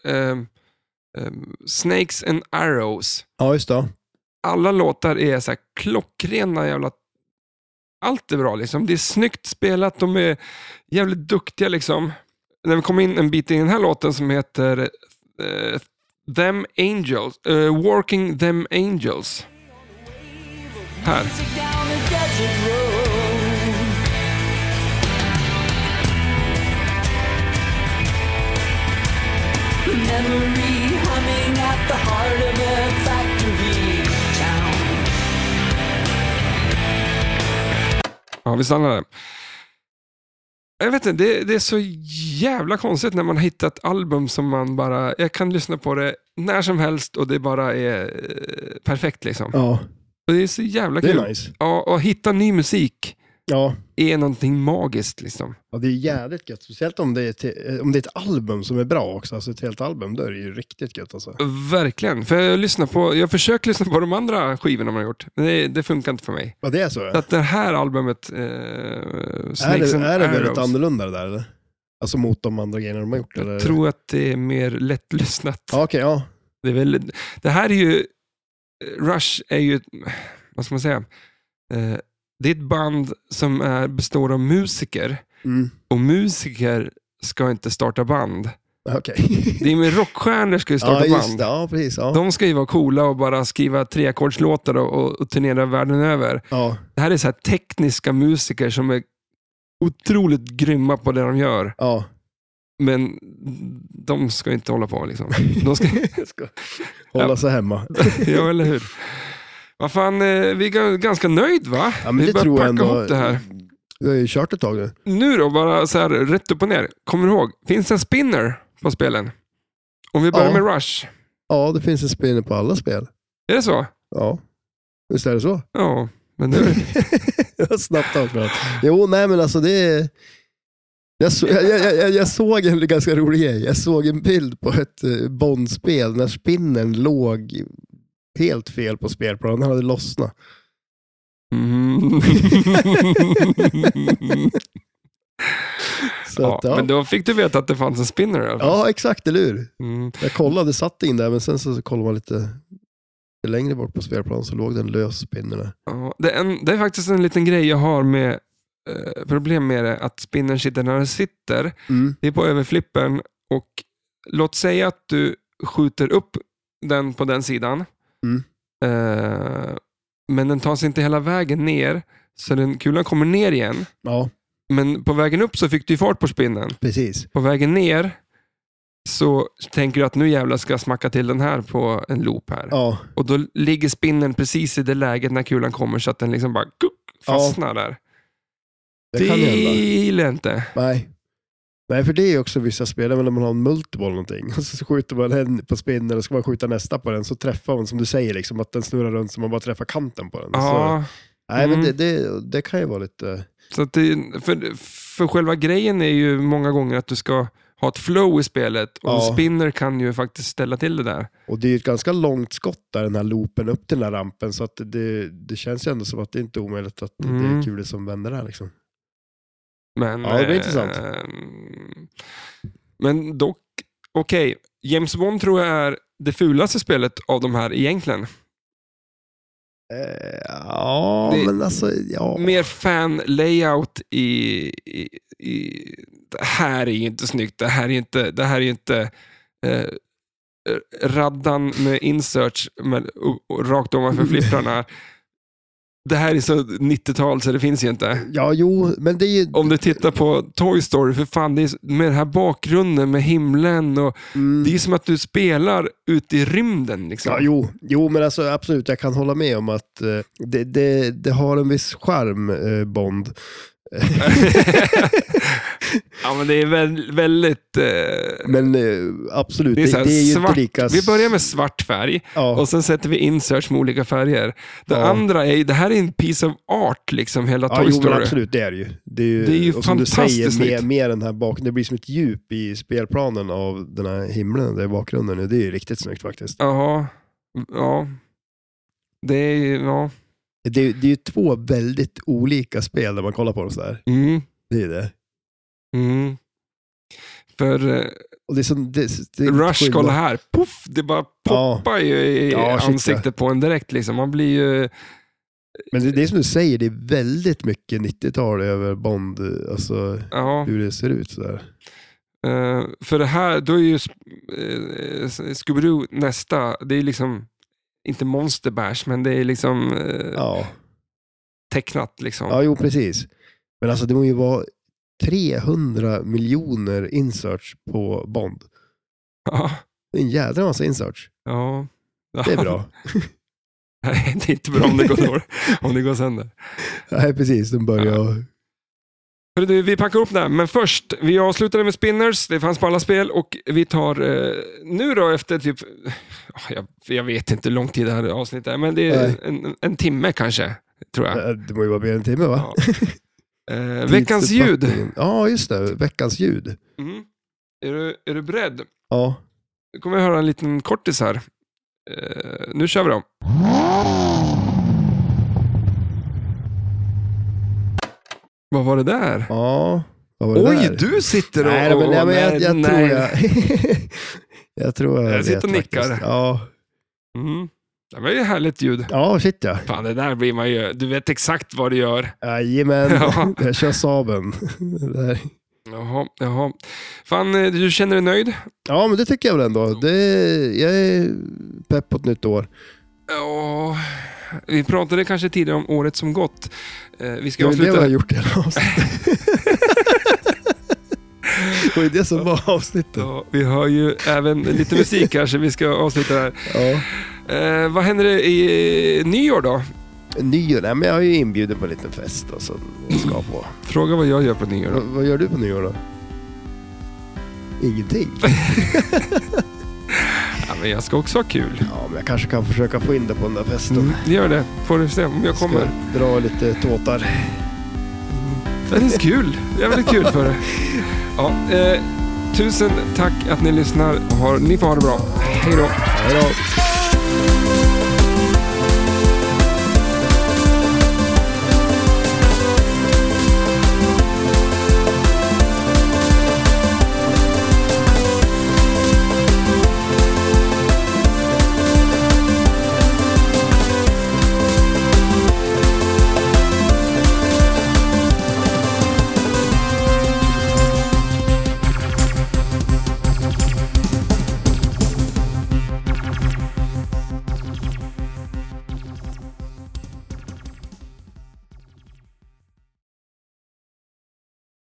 Snakes and Arrows. Ja, just det. Alla låtar är så här klockrena jävla... Allt är bra liksom. Det är snyggt spelat. De är jävligt duktiga liksom. När vi kommer in en bit i den här låten som heter Them Angels. Working Them Angels. Här. Memory humming at the heart of a factory town. Ja, vi stannar där. Jag vet inte, det är så jävla konstigt när man hittar ett album som man bara, jag kan lyssna på det när som helst och det bara är perfekt liksom. Ja. Och det är så jävla kul. Det är nice. Ja, och hitta ny musik. Ja. Är någonting magiskt liksom. Ja, det är jävligt gött. Speciellt om det är ett album som är bra också. Alltså ett helt album, då är det ju riktigt gött alltså. Verkligen. För jag försöker lyssna på de andra skivorna man har gjort. Men det funkar inte för mig. Ja, det är så. Så att det här albumet Snakes and Är det väldigt annorlunda det där eller? Alltså mot de andra grejerna de har gjort? Eller? Jag tror att det är mer lättlyssnat. Ja, okej, ja. Det här är ju Rush är ju, vad ska man säga, det är ett band som består av musiker. Och musiker ska inte starta band. Okay. Det är med rockstjärnor ska ju starta band. Det, ja, precis, ja. De ska ju vara coola och bara skriva 3-ackordslåtar och turnera världen över. Ja. Det här är så här tekniska musiker som är otroligt grymma på det de gör. Ja. Men de ska inte hålla på liksom. De ska hålla sig hemma. Ja, eller hur? Vad fan, vi är ganska nöjd va? Ja, men vi det tror jag ändå. Ihop det här. Vi har ju kört ett tag nu. Nu då, bara så här rätt upp och ner. Kommer du ihåg, finns det en spinner på spelen? Om vi börjar med Rush. Ja, det finns en spinner på alla spel. Är det så? Ja, visst är det så? Ja, men nu... Snabbt avklart. Jo, nej men alltså det är... Jag såg en ganska rolig grej. Jag såg en bild på ett Bond-spel när spinnen låg helt fel på spelplanen. Han hade lossnat. Så att, men då fick du veta att det fanns en spinner i alla fall. Ja, exakt, eller hur? Jag kollade, satt in där, men sen så kollade man lite längre bort på spelplanen så låg den lös spinner. Ja, det är faktiskt en liten grej jag har med problem med det, att spinnern sitter när den sitter. Det är på överflippen, och låt säga att du skjuter upp den på den sidan. Men den tar sig inte hela vägen ner, så den kulan kommer ner igen. Ja. Men på vägen upp så fick du fart på spinnen. Precis. På vägen ner så tänker du att nu jävlar ska jag smacka till den här på en loop här. Ja. Och då ligger spinnen precis i det läget när kulan kommer, så att den liksom bara fastnar där. Det gillar inte. Nej, för det är också vissa spel, när man har en multiboll eller någonting, så skjuter man en på spinnen och ska man skjuta nästa på den, så träffar man, som du säger, liksom, att den snurrar runt så man bara träffar kanten på den. Ja. Så, nej, men det kan ju vara lite... Så att för själva grejen är ju många gånger att du ska ha ett flow i spelet, och en spinner kan ju faktiskt ställa till det där. Och det är ju ett ganska långt skott där, den här loopen upp till den här rampen, så att det känns ju ändå som att det inte är omöjligt att det är kul som vänder där liksom. Men, ja, det är intressant. Men dock, okej. James Bond tror jag är det fulaste spelet av de här egentligen. Ja, men alltså... Ja. Mer fan-layout i det här är ju inte snyggt. Det här är ju inte raddan med inserts rakt ovanför flipprarna. Det här är så 90-tal så det finns ju inte. Ja, jo, men det är ju... Om du tittar på Toy Story, för fan, det är med den här bakgrunden med himlen och det är som att du spelar ute i rymden liksom. Ja, jo, men alltså absolut, jag kan hålla med om att det har en viss charm, Bond. Ja, men det är väldigt men absolut, det är ju svart. Inte lika... Vi börjar med svart färg och sen sätter vi inserts med olika färger. Det andra är, det här är en piece of art liksom, hela Toy Story. Men absolut, det är det ju. Det är ju och fantastiskt. Som du säger, med den här bakom, det blir som ett djup i spelplanen av den här himlen där i bakgrunden nu. Det är ju riktigt snyggt faktiskt. Jaha. Ja. Det är ju, Det är ju två väldigt olika spel när man kollar på dem så här. Det är det. För och det är som, det Rush, kolla här. Puff, det bara poppar ju i ansiktet på en direkt liksom. Man blir ju... Men det är som du säger, det är väldigt mycket 90-tal över Bond, alltså hur det ser ut så där. För det här, då är ju Scooby-Doo nästa, det är liksom inte Monster Bash, men det är liksom tecknat liksom. Ja, jo, precis. Men alltså det måste ju vara 300 miljoner inserts på Bond. Ja. Det är en jädra massa inserts. Ja. Det är bra. Nej, det är inte bra om det går sönder. Nej, precis. Den börjar... Vi packar upp det här, men först, vi avslutade med spinners, det fanns på alla spel, och vi tar nu då efter typ, jag vet inte hur lång tid det här avsnittet är, men det är en timme kanske, tror jag. Det må ju vara mer än en timme, va? Ja. Veckans ljud. Ja, just det, veckans ljud. Är du beredd? Ja. Nu kommer jag höra en liten kortis här. Nu kör vi då. Vad var det där? Ja, vad var det där? Du sitter och... Jag tror jag sitter och nickar. Faktiskt. Ja. Det var ju härligt ljud. Ja, shit ja. Fan, det där blir man ju... Du vet exakt vad du gör. Jajamän, jag kör Saben. Jaha. Fan, du känner dig nöjd? Ja, men det tycker jag väl ändå. Jag är pepp på ett nytt år. Ja... Vi pratade kanske tidigare om året som gått. Vi ska avsluta... Det har jag gjort hela avsnittet. Det är det som var avsnittet. Ja, vi har ju även lite musik kanske. Vi ska avsluta här. Ja. Vad händer i nyår då? Nyår? Nej, men jag har ju inbjudit på en liten fest. Och så ska på. Fråga vad jag gör på nyår då. Vad gör du på nyår då? Ingenting. Ja, men jag ska också ha kul. Ja, men jag kanske kan försöka få in det på den där festen. Gör det. Får du se om jag kommer. Ska dra lite tåtar. Det är kul. Det är väldigt kul för det. Ja, tusen tack att ni lyssnar. Ni får ha det bra. Hej då. Hej då.